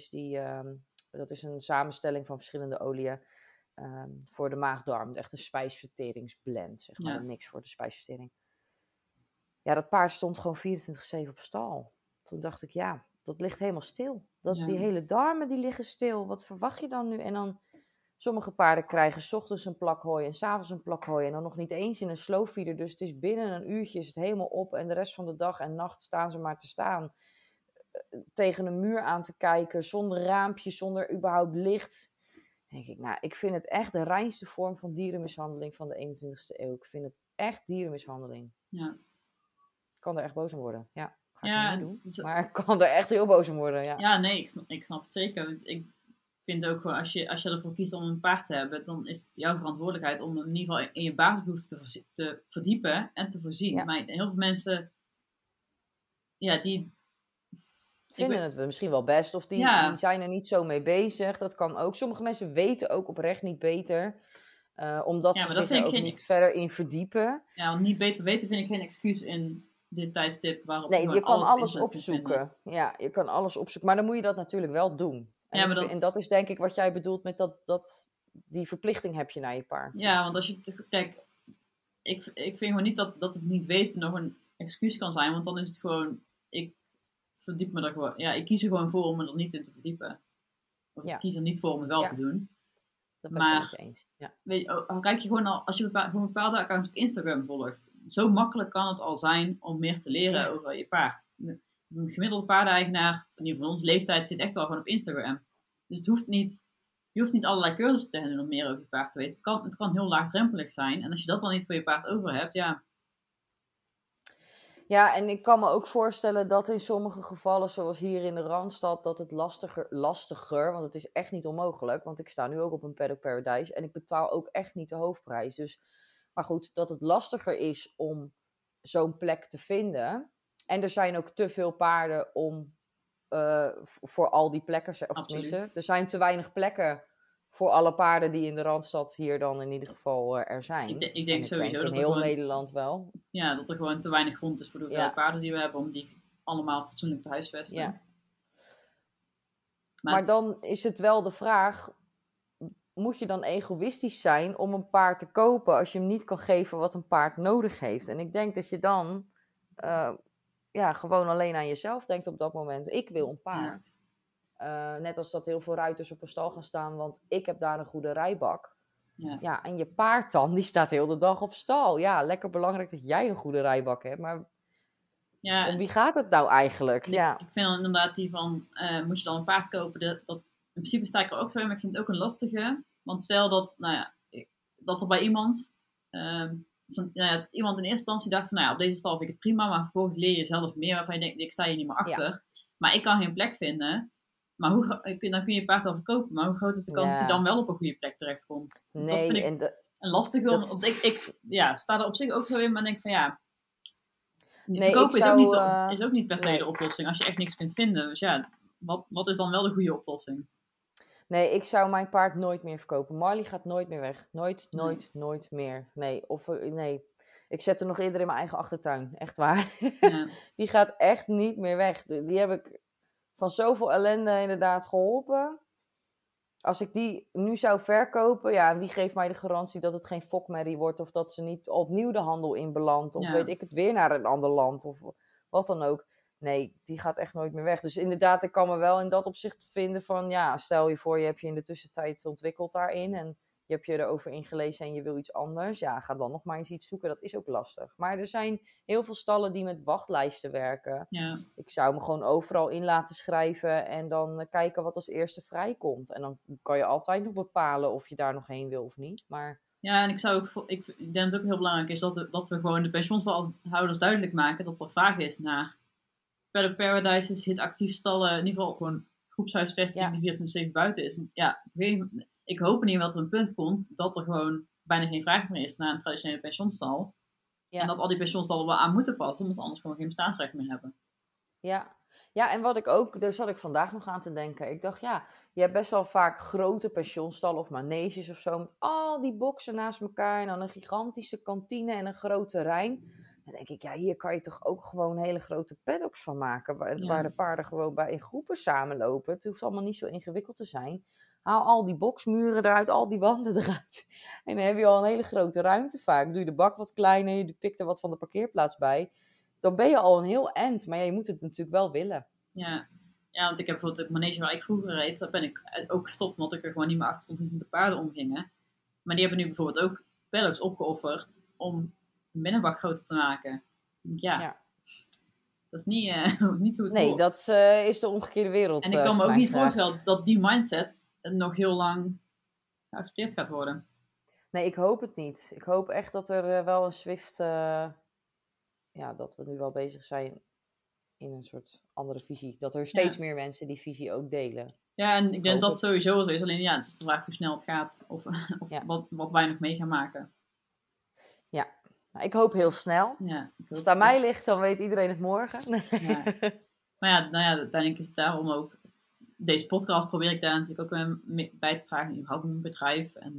Dat is een samenstelling van verschillende oliën voor de maag-darm. Echt een spijsverteringsblend. Zeg maar. Niks voor de spijsvertering. Ja, dat paard stond gewoon 24/7 op stal. Toen dacht ik, dat ligt helemaal stil. Die hele darmen die liggen stil. Wat verwacht je dan nu? En dan, sommige paarden krijgen 's ochtends een plak hooi en 's avonds een plak hooi. En dan nog niet eens in een slow feeder. Dus het is binnen een uurtje is het helemaal op. En de rest van de dag en nacht staan ze maar te staan. Tegen een muur aan te kijken. Zonder raampje, zonder überhaupt licht. Dan denk ik, ik vind het echt de reinste vorm van dierenmishandeling van de 21ste eeuw. Ik vind het echt dierenmishandeling. Ja. Ik kan er echt boos om worden. Ja, ga ik niet doen. Maar ik kan er echt heel boos om worden. Ja, nee, ik snap het zeker. Ik vind ook gewoon, als je ervoor kiest om een paard te hebben, dan is het jouw verantwoordelijkheid om in ieder geval in je basisbehoeften te verdiepen en te voorzien. Ja. Maar heel veel mensen, die vinden het misschien wel best, of die zijn er niet zo mee bezig. Dat kan ook. Sommige mensen weten ook oprecht niet beter, omdat ze zich er ook niet verder in verdiepen. Ja, want niet beter weten vind ik geen excuus in dit tijdstip waarop je kan alles opzoeken. Ja, je kan alles opzoeken. Maar dan moet je dat natuurlijk wel doen. En dat is denk ik wat jij bedoelt met die verplichting heb je naar je paard. Ja, want als je... Kijk, ik vind gewoon niet dat het niet weten nog een excuus kan zijn. Want dan is het gewoon... Ik verdiep me er gewoon... Ja, ik kies er gewoon voor om me er niet in te verdiepen. Of ik kies er niet voor om het wel te doen. Dat ben ik met je eens. Ja. Weet je, al kijk je gewoon al, als je gewoon bepaalde accounts op Instagram volgt, zo makkelijk kan het al zijn om meer te leren over je paard. Een gemiddelde paardeneigenaar, in ieder geval onze leeftijd, zit echt wel gewoon op Instagram. Dus je hoeft niet allerlei cursussen te hebben om meer over je paard te weten. Het kan heel laagdrempelig zijn. En als je dat dan niet voor je paard over hebt, Ja, en ik kan me ook voorstellen dat in sommige gevallen, zoals hier in de Randstad, dat het lastiger, want het is echt niet onmogelijk, want ik sta nu ook op een Paddock Paradise en ik betaal ook echt niet de hoofdprijs. Dus, maar goed, dat het lastiger is om zo'n plek te vinden. En er zijn ook te veel paarden om voor al die plekken, of tenminste, er zijn te weinig plekken voor alle paarden die in de Randstad hier dan in ieder geval er zijn. Ik denk sowieso dat in heel Nederland wel. Ja, dat er gewoon te weinig grond is voor de hoeveelheid paarden die we hebben om die allemaal fatsoenlijk te huisvesten. Ja. Maar dan is het wel de vraag, moet je dan egoïstisch zijn om een paard te kopen als je hem niet kan geven wat een paard nodig heeft? En ik denk dat je dan gewoon alleen aan jezelf denkt op dat moment. Ik wil een paard. Net als dat heel veel ruiters op een stal gaan staan, want ik heb daar een goede rijbak. Ja, en je paard dan, die staat heel de dag op stal. Ja, lekker belangrijk dat jij een goede rijbak hebt, maar Ja, Om wie gaat het nou eigenlijk? Ja. ik vind dan inderdaad die van, moet je dan een paard kopen? In principe sta ik er ook zo in, maar ik vind het ook een lastige. Want stel dat, nou ja, dat er bij iemand, iemand in eerste instantie dacht van, nou ja, op deze stal vind ik het prima, maar vervolgens leer je zelf meer waarvan je denkt, ik sta hier niet meer achter. Ja. Maar ik kan geen plek vinden. Maar dan kun je paard wel verkopen, maar hoe groot is de kans dat hij dan wel op een goede plek terechtkomt? Dat vind ik een lastige, want ik sta er op zich ook zo in, maar denk van ja, verkopen is ook niet per se de oplossing als je echt niks kunt vinden. Dus ja, wat is dan wel de goede oplossing? Nee, ik zou mijn paard nooit meer verkopen. Marley gaat nooit meer weg. Nooit meer. Nee. Ik zet er nog eerder in mijn eigen achtertuin. Echt waar. Ja. Die gaat echt niet meer weg. Die heb ik van zoveel ellende inderdaad geholpen. Als ik die nu zou verkopen, ja, wie geeft mij de garantie dat het geen fokmerrie wordt of dat ze niet opnieuw de handel in belandt of weet ik het weer naar een ander land of wat dan ook. Nee, die gaat echt nooit meer weg. Dus inderdaad, ik kan me wel in dat opzicht vinden van, ja, stel je voor je hebt je in de tussentijd ontwikkeld daarin en je hebt je erover ingelezen en je wil iets anders. Ja, ga dan nog maar eens iets zoeken. Dat is ook lastig. Maar er zijn heel veel stallen die met wachtlijsten werken. Ja. Ik zou me gewoon overal in laten schrijven en dan kijken wat als eerste vrijkomt. En dan kan je altijd nog bepalen of je daar nog heen wil of niet. Maar ja, en ik denk dat het ook heel belangrijk is dat we gewoon de pensioenstalhouders duidelijk maken dat er vraag is naar Paddock Paradises, hit actief stallen, in ieder geval gewoon groepshuisvesting die 24/7 buiten is. Ja, ik hoop in ieder geval dat er een punt komt dat er gewoon bijna geen vraag meer is naar een traditionele pensioenstal. Ja. En dat al die pensioenstallen wel aan moeten passen, omdat we anders gewoon geen bestaansrecht meer hebben. Ja, en wat ik ook, daar zat ik vandaag nog aan te denken. Ik dacht, ja, je hebt best wel vaak grote pensioenstallen of maneges of zo, met al die boksen naast elkaar en dan een gigantische kantine en een groot terrein. Dan denk ik, ja, hier kan je toch ook gewoon hele grote paddocks van maken, waar de paarden gewoon in groepen samenlopen. Het hoeft allemaal niet zo ingewikkeld te zijn. Haal al die boksmuren eruit, al die wanden eruit. En dan heb je al een hele grote ruimte vaak. Doe je de bak wat kleiner, je pikt er wat van de parkeerplaats bij. Dan ben je al een heel eind, maar ja, je moet het natuurlijk wel willen. Ja, want ik heb bijvoorbeeld het manege waar ik vroeger reed, daar ben ik ook gestopt, omdat ik er gewoon niet meer achter stond hoe de paarden omgingen. Maar die hebben nu bijvoorbeeld ook paddocks opgeofferd om een binnenbak groter te maken. Ja. Dat is niet hoe het hoort. Nee, dat is de omgekeerde wereld. En ik kan me ook niet voorstellen dat die mindset nog heel lang geaccepteerd gaat worden. Nee, ik hoop het niet. Ik hoop echt dat er wel een Swift... dat we nu wel bezig zijn in een soort andere visie. Dat er steeds meer mensen die visie ook delen. Ja, en ik denk dat het sowieso zo is. Alleen het is de vraag hoe snel het gaat. Of wat wij nog mee gaan maken. Ja, nou, ik hoop heel snel. Ja, als het aan mij ligt, dan weet iedereen het morgen. Ja. Maar uiteindelijk is het daarom ook... Deze podcast probeer ik daar natuurlijk ook bij te dragen. Überhaupt mijn bedrijf. En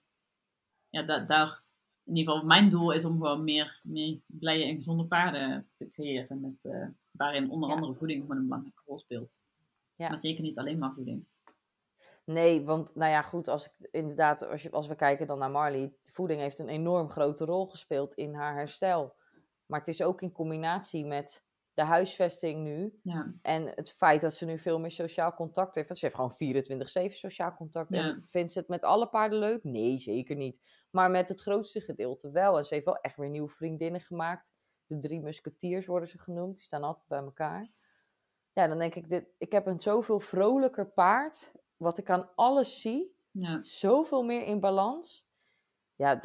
daar... In ieder geval, mijn doel is om gewoon meer blije en gezonde paarden te creëren. Waarin onder andere voeding gewoon een belangrijke rol speelt. Ja. Maar zeker niet alleen maar voeding. Nee, want nou ja, goed, als we kijken dan naar Marley, voeding heeft een enorm grote rol gespeeld in haar herstel. Maar het is ook in combinatie met de huisvesting nu en het feit dat ze nu veel meer sociaal contact heeft. Want ze heeft gewoon 24/7 sociaal contact. Ja. En vindt ze het met alle paarden leuk? Nee, zeker niet. Maar met het grootste gedeelte wel. En ze heeft wel echt weer nieuwe vriendinnen gemaakt. De 3 musketiers worden ze genoemd. Die staan altijd bij elkaar. Ja, dan denk ik, ik heb een zoveel vrolijker paard. Wat ik aan alles zie. Ja. Zoveel meer in balans. Ja,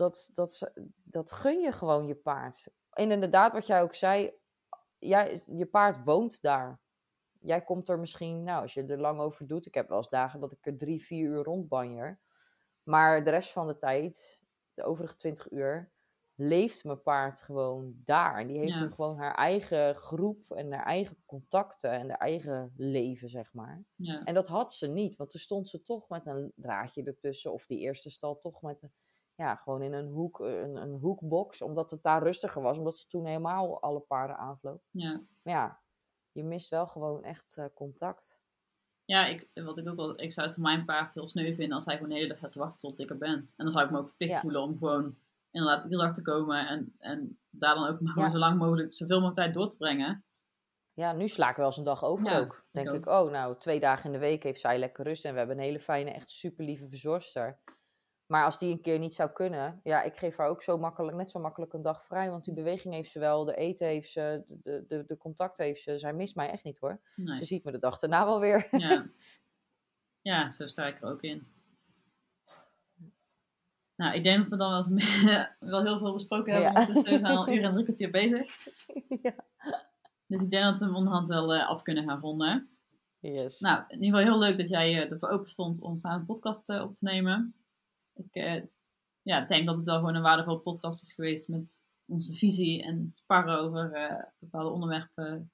dat gun je gewoon je paard. En inderdaad, wat jij ook zei. Je paard woont daar. Jij komt er misschien, als je er lang over doet. Ik heb wel eens dagen dat ik er 3-4 uur rondbanjer. Maar de rest van de tijd, de overige 20 uur, leeft mijn paard gewoon daar. En die heeft nu gewoon haar eigen groep en haar eigen contacten en haar eigen leven, zeg maar. Ja. En dat had ze niet, want toen stond ze toch met een draadje ertussen. Of die eerste stal toch met gewoon in een hoek, een hoekbox. Omdat het daar rustiger was, omdat ze toen helemaal alle paarden aanvloog. Ja. Maar ja, je mist wel gewoon echt contact. Ja, ik zou het voor mijn paard heel sneu vinden als hij gewoon de hele dag gaat wachten tot ik er ben. En dan zou ik me ook verplicht voelen om gewoon inderdaad iedere dag te komen en daar dan ook maar gewoon zo lang mogelijk, zoveel mogelijk tijd door te brengen. Ja, nu sla ik wel eens een dag over ook. Denk ik, 2 dagen in de week heeft zij lekker rust en we hebben een hele fijne, echt super lieve verzorgster. Maar als die een keer niet zou kunnen, ja, ik geef haar ook net zo makkelijk een dag vrij. Want die beweging heeft ze wel, de eten heeft ze, de contact heeft ze. Zij mist mij echt niet hoor. Nee. Ze ziet me de dag daarna wel weer. Ja. Ja, zo sta ik er ook in. Nou, ik denk dat we dan wel heel veel besproken hebben. Ja. Dus we zijn al 1 uur en 3 kwartier bezig. Ja. Dus ik denk dat we hem onderhand wel af kunnen gaan ronden. Yes. Nou, in ieder geval heel leuk dat we open stond om samen een podcast op te nemen. Ik denk dat het wel gewoon een waardevolle podcast is geweest met onze visie en sparren over bepaalde onderwerpen.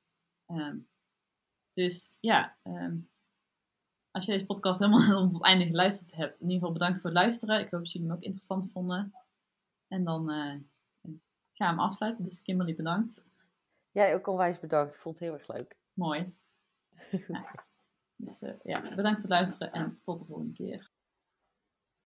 Dus ja, als je deze podcast helemaal tot het einde geluisterd hebt, in ieder geval bedankt voor het luisteren. Ik hoop dat jullie hem ook interessant vonden. En dan ga hem afsluiten. Dus Kimberly, bedankt. Jij ook onwijs bedankt. Ik vond het heel erg leuk. Mooi. Nou, dus bedankt voor het luisteren en tot de volgende keer.